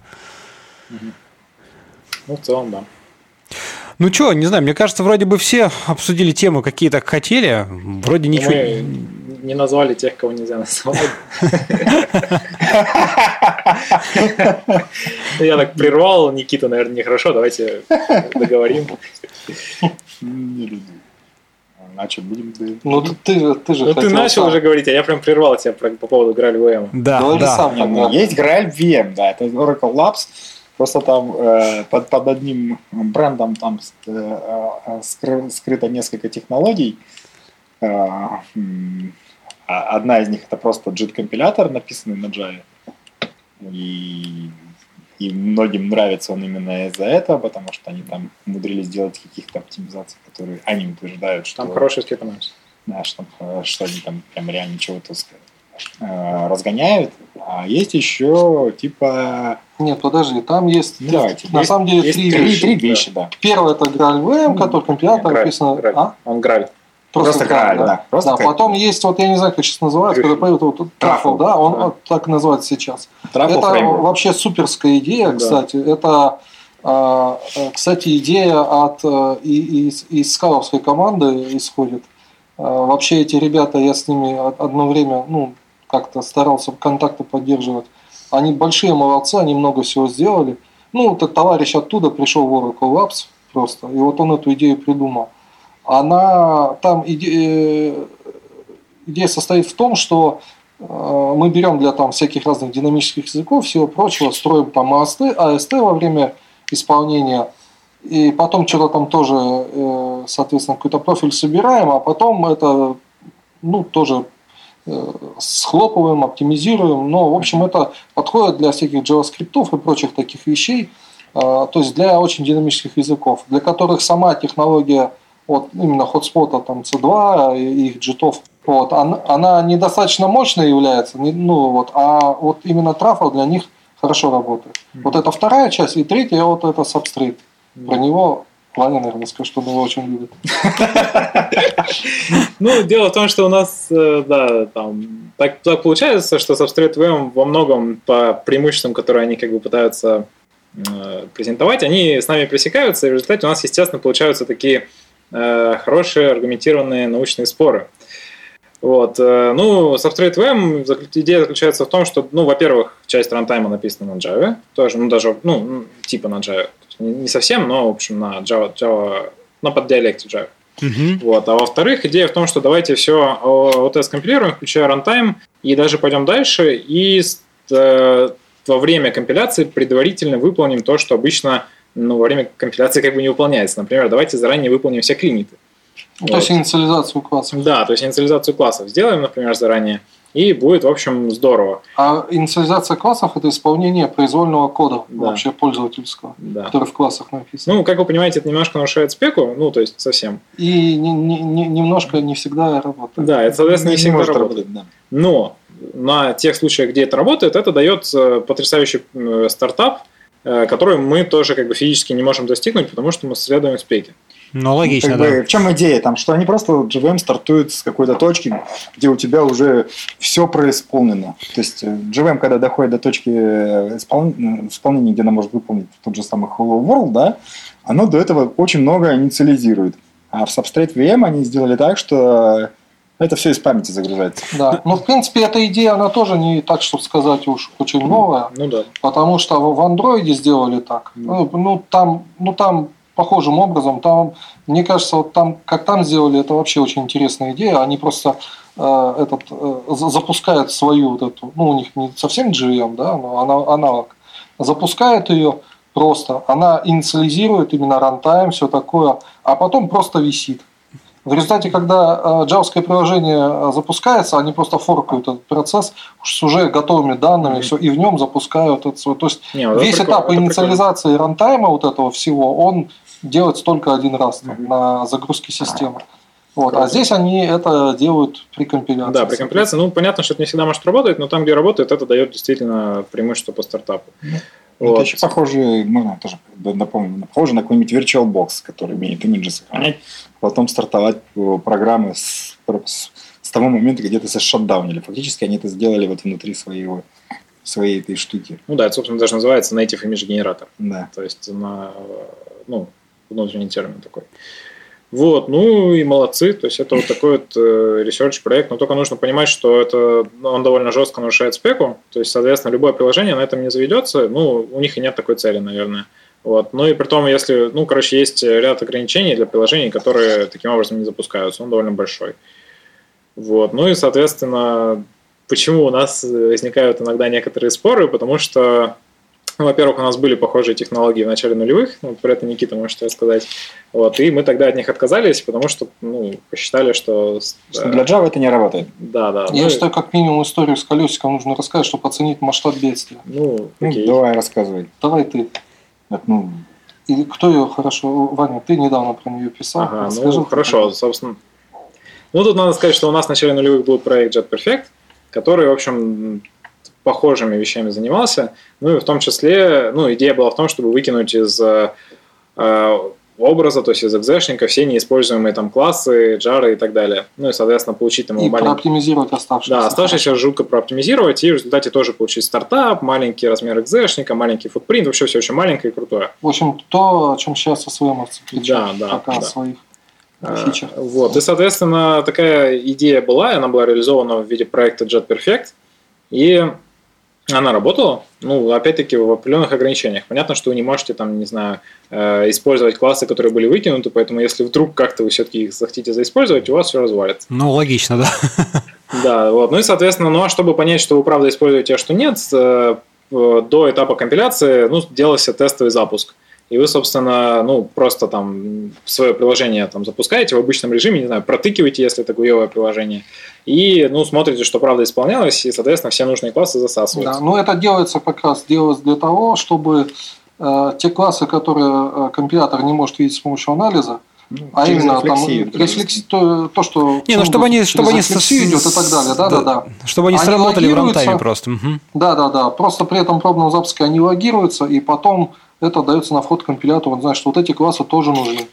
В целом, да. Не знаю, мне кажется, вроде бы все обсудили темы, какие так хотели. Вроде ничего... Мы не назвали тех, кого нельзя назвать. Я так прервал, Никита, наверное, нехорошо. Давайте договорим. Не люблю. Значит, будем... Ну, ты же ты начал уже говорить, а я прям прервал тебя по поводу Graal VM. Да. Сам, есть Graal VM, да, это Oracle Labs. Просто там под одним брендом там скрыто несколько технологий. Одна из них это просто JIT-компилятор, написанный на Java. И многим нравится он именно из-за этого, потому что они там умудрились сделать каких-то оптимизаций, которые они утверждают, что... Там хороший скриптонос. Да, что они там прям реально чего-то разгоняют. А есть еще типа... Нет, подожди, там есть... Давайте. На самом деле три вещи, да. Первый это Graal VM, который компилятор написано... Он Graal. Просто Graal, да. Да, потом есть, вот я не знаю, как сейчас называется, когда поют вот Truffle, да, он вот так называется сейчас. Truffle это Framework. Вообще суперская идея, кстати. Это, кстати, идея из скаловской команды исходит. Вообще эти ребята, я с ними одно время, как-то старался контакты поддерживать. Они большие молодцы, они много всего сделали. Этот товарищ оттуда пришел в Oracle Labs просто, и вот он эту идею придумал. Идея состоит в том, что мы берем для там всяких разных динамических языков, всего прочего, строим там AST во время исполнения, и потом что-то там тоже, соответственно, какой-то профиль собираем, а потом это, тоже схлопываем, оптимизируем. Но, в общем, это подходит для всяких JavaScript и прочих таких вещей, то есть для очень динамических языков, для которых сама технология вот именно хотспота там C2 и их джитов, вот, она недостаточно мощной является, а вот именно Truffle для них хорошо работает. Вот это вторая часть, и третья вот это Substrate. Про него Ваня, наверное, скажет, что он его очень любит. Дело в том, что у нас, так получается, что Substrate VM во многом по преимуществам, которые они как бы пытаются презентовать, они с нами пересекаются, и в результате у нас, естественно, получаются такие хорошие аргументированные научные споры. Вот. Substrate VM, идея заключается в том, что, во-первых, часть рантайма написана на Java, тоже, типа на Java, не совсем, но, в общем, на Java на поддиалекте Java. Вот. А во-вторых, идея в том, что давайте все OTS скомпилируем, включая рантайм, и даже пойдем дальше, и во время компиляции предварительно выполним то, что обычно во время компиляции как бы не выполняется. Например, давайте заранее выполним все клиниты. То есть инициализацию классов. Да, то есть инициализацию классов сделаем, например, заранее, и будет, в общем, здорово. А инициализация классов – это исполнение произвольного кода, вообще пользовательского, который в классах написан. Как вы понимаете, это немножко нарушает спеку, то есть совсем. И немножко не всегда работает. Да, это, соответственно, не всегда работает. Да. Но на тех случаях, где это работает, это дает потрясающий стартап, который мы тоже как бы физически не можем достигнуть, потому что мы следуем спеке. Логично, да. В чем идея? Там, что они просто JVM стартуют с какой-то точки, где у тебя уже все происполнено. То есть JVM, когда доходит до точки исполнения, где она может выполнить тот же самый Hello World, да, оно до этого очень много инициализирует. А в Substrate VM они сделали так, что это все из памяти загружается. Да, в принципе, эта идея, она тоже не так, чтобы сказать, уж очень новая. Да. Потому что в Android сделали так. Там похожим образом. Там, мне кажется, вот там, как там сделали, это вообще очень интересная идея. Они просто запускают свою вот эту, у них не совсем JVM, да, но аналог. Запускают ее просто, она инициализирует именно рантайм, все такое, а потом просто висит. В результате, когда джавское приложение запускается, они просто форкают этот процесс с уже готовыми данными, все, и в нем запускают это свой. То есть весь этап инициализации рантайма вот этого всего, он делается только один раз на загрузке системы. Вот. А здесь они это делают при компиляции. Да, при компиляции. Понятно, что это не всегда может работать, но там, где работает, это дает действительно преимущество по стартапу. Вот. Это еще похоже, можно тоже напомнить, похоже на какой-нибудь VirtualBox, который умеет имиджи сохранять, потом стартовать программы с того момента, где ты шатдаунили. Фактически они это сделали вот внутри своей этой штуки. Это, собственно, даже называется native image генератор. Да. То есть внутренний термин такой. Вот, и молодцы, то есть это вот такой вот research проект, но только нужно понимать, что он довольно жестко нарушает спеку, то есть, соответственно, любое приложение на этом не заведется, у них и нет такой цели, наверное. Вот. Ну и при том, если, есть ряд ограничений для приложений, которые таким образом не запускаются. Он довольно большой. Вот. Ну и, соответственно, почему у нас возникают иногда некоторые споры, потому что, во-первых, у нас были похожие технологии в начале нулевых, про это Никита может рассказать, вот, и мы тогда от них отказались, потому что посчитали, что для Java это не работает. Да. Я считаю, как минимум историю с колесиком нужно рассказать, чтобы оценить масштаб бедствия. Давай рассказывай. Давай ты. И кто ее хорошо... Ваня, ты недавно про нее писал. Ага, хорошо, собственно. Тут надо сказать, что у нас в начале нулевых был проект JetPerfect, который, в общем, похожими вещами занимался. Ну и в том числе, идея была в том, чтобы выкинуть из образа, то есть из экзешника все неиспользуемые там классы, джары и так далее. Ну и, соответственно, получить там прооптимизировать оставшиеся. Да, оставшиеся жутко прооптимизировать и в результате тоже получить стартап, маленький размер экзешника, маленький футпринт, вообще все очень маленькое и крутое. В общем, то, о чем сейчас освоимовцы кричат пока о своих фичах. Вот, и, соответственно, такая идея была, и она была реализована в виде проекта JetPerfect, и она работала, опять-таки, в определенных ограничениях. Понятно, что вы не можете, использовать классы, которые были выкинуты, поэтому если вдруг как-то вы все-таки их захотите заиспользовать, у вас все развалится. Логично, да. Да, вот. Ну и, соответственно, чтобы понять, что вы правда используете, а что нет, до этапа компиляции, делался тестовый запуск. И вы, собственно, просто свое приложение запускаете в обычном режиме, не знаю, протыкиваете, если это гуевое приложение, и, смотрите, что правда исполнялось, и, соответственно, все нужные классы засасываются. Да, это делается как раз для того, чтобы те классы, которые компилятор не может видеть с помощью анализа, а именно то, что чтобы они идет и так далее, да. Чтобы они сработали в рантайме просто. Да. Просто при этом пробном запуске они логируются, и потом это дается на вход компилятору. Он знает, что вот эти классы тоже нужны.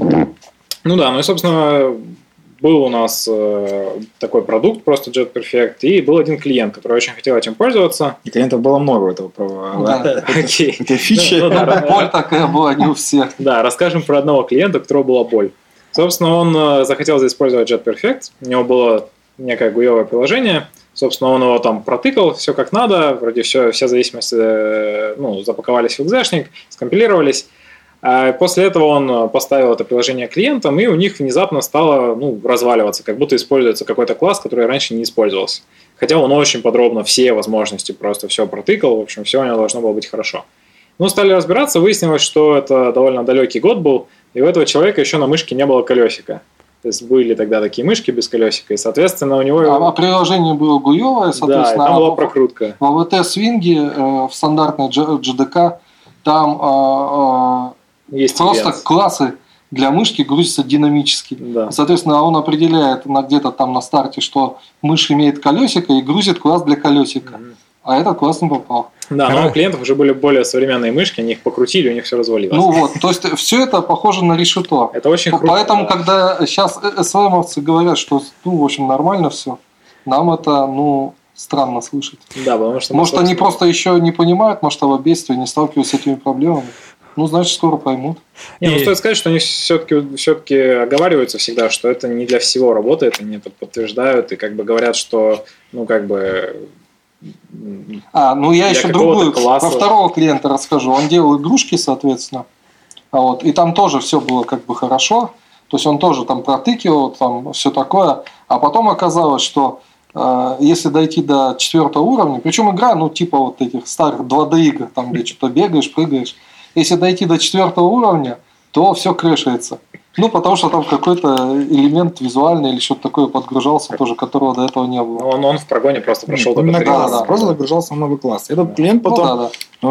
И, собственно, был у нас такой продукт, просто JetPerfect, и был один клиент, который очень хотел этим пользоваться. И клиентов было много этого права. Это фичи. Боль такая была не у всех. Да, расскажем про одного клиента, у которого была боль. Собственно, он захотел заиспользовать JetPerfect, у него было некое гуевое приложение, собственно, он его протыкал, все как надо, вроде все зависимости запаковались в экзешник, скомпилировались. А после этого он поставил это приложение клиентам, и у них внезапно стало разваливаться, как будто используется какой-то класс, который раньше не использовался. Хотя он очень подробно все возможности просто все протыкал, в общем, все у него должно было быть хорошо. Стали разбираться, выяснилось, что это довольно далекий год был, и у этого человека еще на мышке не было колесика. То есть были тогда такие мышки без колесика, и, соответственно, у него... А приложение было гуевое, соответственно... Да, и там была прокрутка. В AVT-свинге, в стандартной JDK, там есть просто events. Классы для мышки грузятся динамически. Да. Соответственно, он определяет где-то там на старте, что мышь имеет колесико, и грузит класс для колесика. А этот класс не попал. Да, но у клиентов уже были более современные мышки, они их покрутили, у них все развалилось. То есть все это похоже на решето. Это очень круто. Поэтому, когда сейчас СВМовцы говорят, что в общем нормально все, нам это странно слышать. Да, потому что может, они просто еще не понимают масштаба бедствия, не сталкиваются с этими проблемами. Значит, скоро поймут. Стоит сказать, что они все-таки оговариваются всегда, что это не для всего работает, они это подтверждают и говорят, что я еще другую про второго клиента расскажу. Он делал игрушки, соответственно, и там тоже все было хорошо. То есть он тоже протыкивал, все такое. А потом оказалось, что если дойти до 4 уровня, причем игра, типа этих старых 2D игр, там где что-то бегаешь, прыгаешь. Если дойти до 4 уровня, то все крэшается. Потому что там какой-то элемент визуальный или что-то такое подгружался тоже, которого до этого не было. Он в прогоне просто прошел просто загружался в новый класс. Этот клиент потом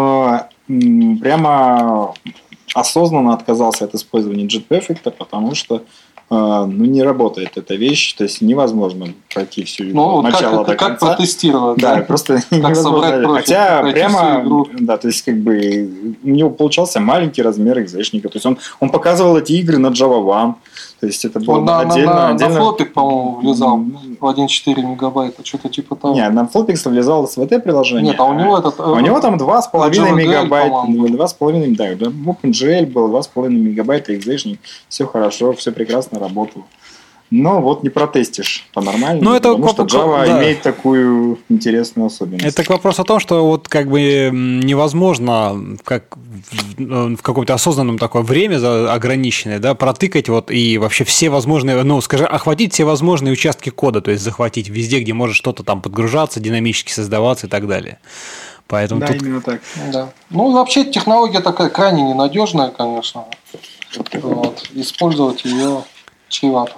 прямо осознанно отказался от использования JetPerfect, потому что не работает эта вещь, то есть невозможно пройти всю игру от начала до конца. Как протестировать, да? Просто невозможно. Хотя прямо, то есть у него получался маленький размер экзешника, то есть он показывал эти игры на Java One, то есть это было отдельно. На флопик, по-моему, влезал в 1,4 мегабайта, что-то типа того. Нет, на флопик влезало SVT-приложение. Нет, а у него у него там 2,5 мегабайта, 2,5, да, OpenGL был 2,5 мегабайта экзешник, все хорошо, все прекрасно работало. Но вот не протестишь по-нормальному, ну, это потому что Java имеет такую интересную особенность. Это вопрос о том, что вот как бы невозможно как в каком-то осознанном такое время ограниченное, да, протыкать вот и вообще все возможные, ну, скажем, охватить все возможные участки кода, то есть захватить везде, где может что-то там подгружаться, динамически создаваться и так далее. Поэтому да, тут... именно так. Да. Ну, вообще технология такая крайне ненадежная, конечно. Вот. Использовать ее чревато.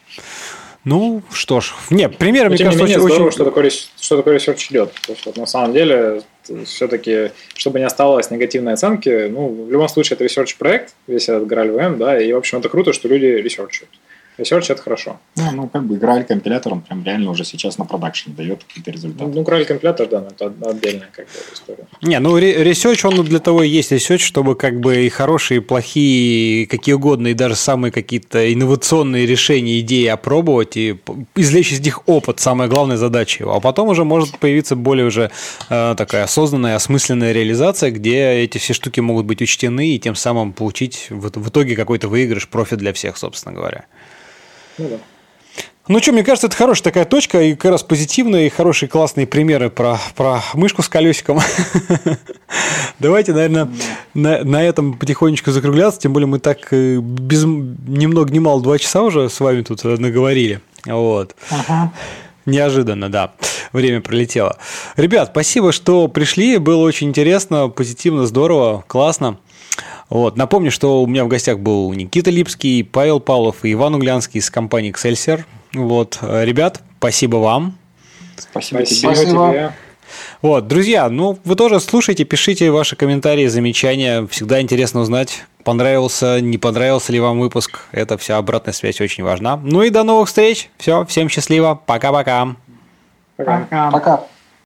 Ну, что ж. Нет, примеры, мне кажется, очень... здорово, что такой research идет. То есть, вот, на самом деле, все-таки, чтобы не осталось негативной оценки, ну, в любом случае, это research-проект, весь этот GraalVM, да, и, в общем, это круто, что люди ресерчат. Research – это хорошо. Ну, как бы Graal-компилятор, он прям реально уже сейчас на продакшене дает какие-то результаты. Ну, Graal-компилятор, да, это отдельная как бы история. Не, ну, research, он для того и есть research, чтобы как бы и хорошие, и плохие, какие угодно, и даже самые какие-то инновационные решения, идеи опробовать и извлечь из них опыт, самая главная задача его. А потом уже может появиться более уже такая осознанная, осмысленная реализация, где эти все штуки могут быть учтены и тем самым получить в итоге какой-то выигрыш, профит для всех, собственно говоря. Ну, да. Ну что, мне кажется, это хорошая такая точка, и как раз позитивные, и хорошие, классные примеры про мышку с колесиком. Давайте, наверное, на этом потихонечку закругляться, тем более мы так ни много ни мало 2 часа уже с вами тут наговорили. Вот. Неожиданно, да. Время пролетело. Ребят, спасибо, что пришли, было очень интересно, позитивно, здорово, классно. Вот. Напомню, что у меня в гостях был Никита Липский, Павел Павлов и Иван Углянский из компании Excelsior. Вот. Ребят, спасибо вам. Спасибо тебе. Вот, друзья, ну вы тоже слушайте, пишите ваши комментарии, замечания. Всегда интересно узнать, понравился, не понравился ли вам выпуск. Это вся обратная связь очень важна. Ну и до новых встреч. Все, всем счастливо. Пока-пока. Пока.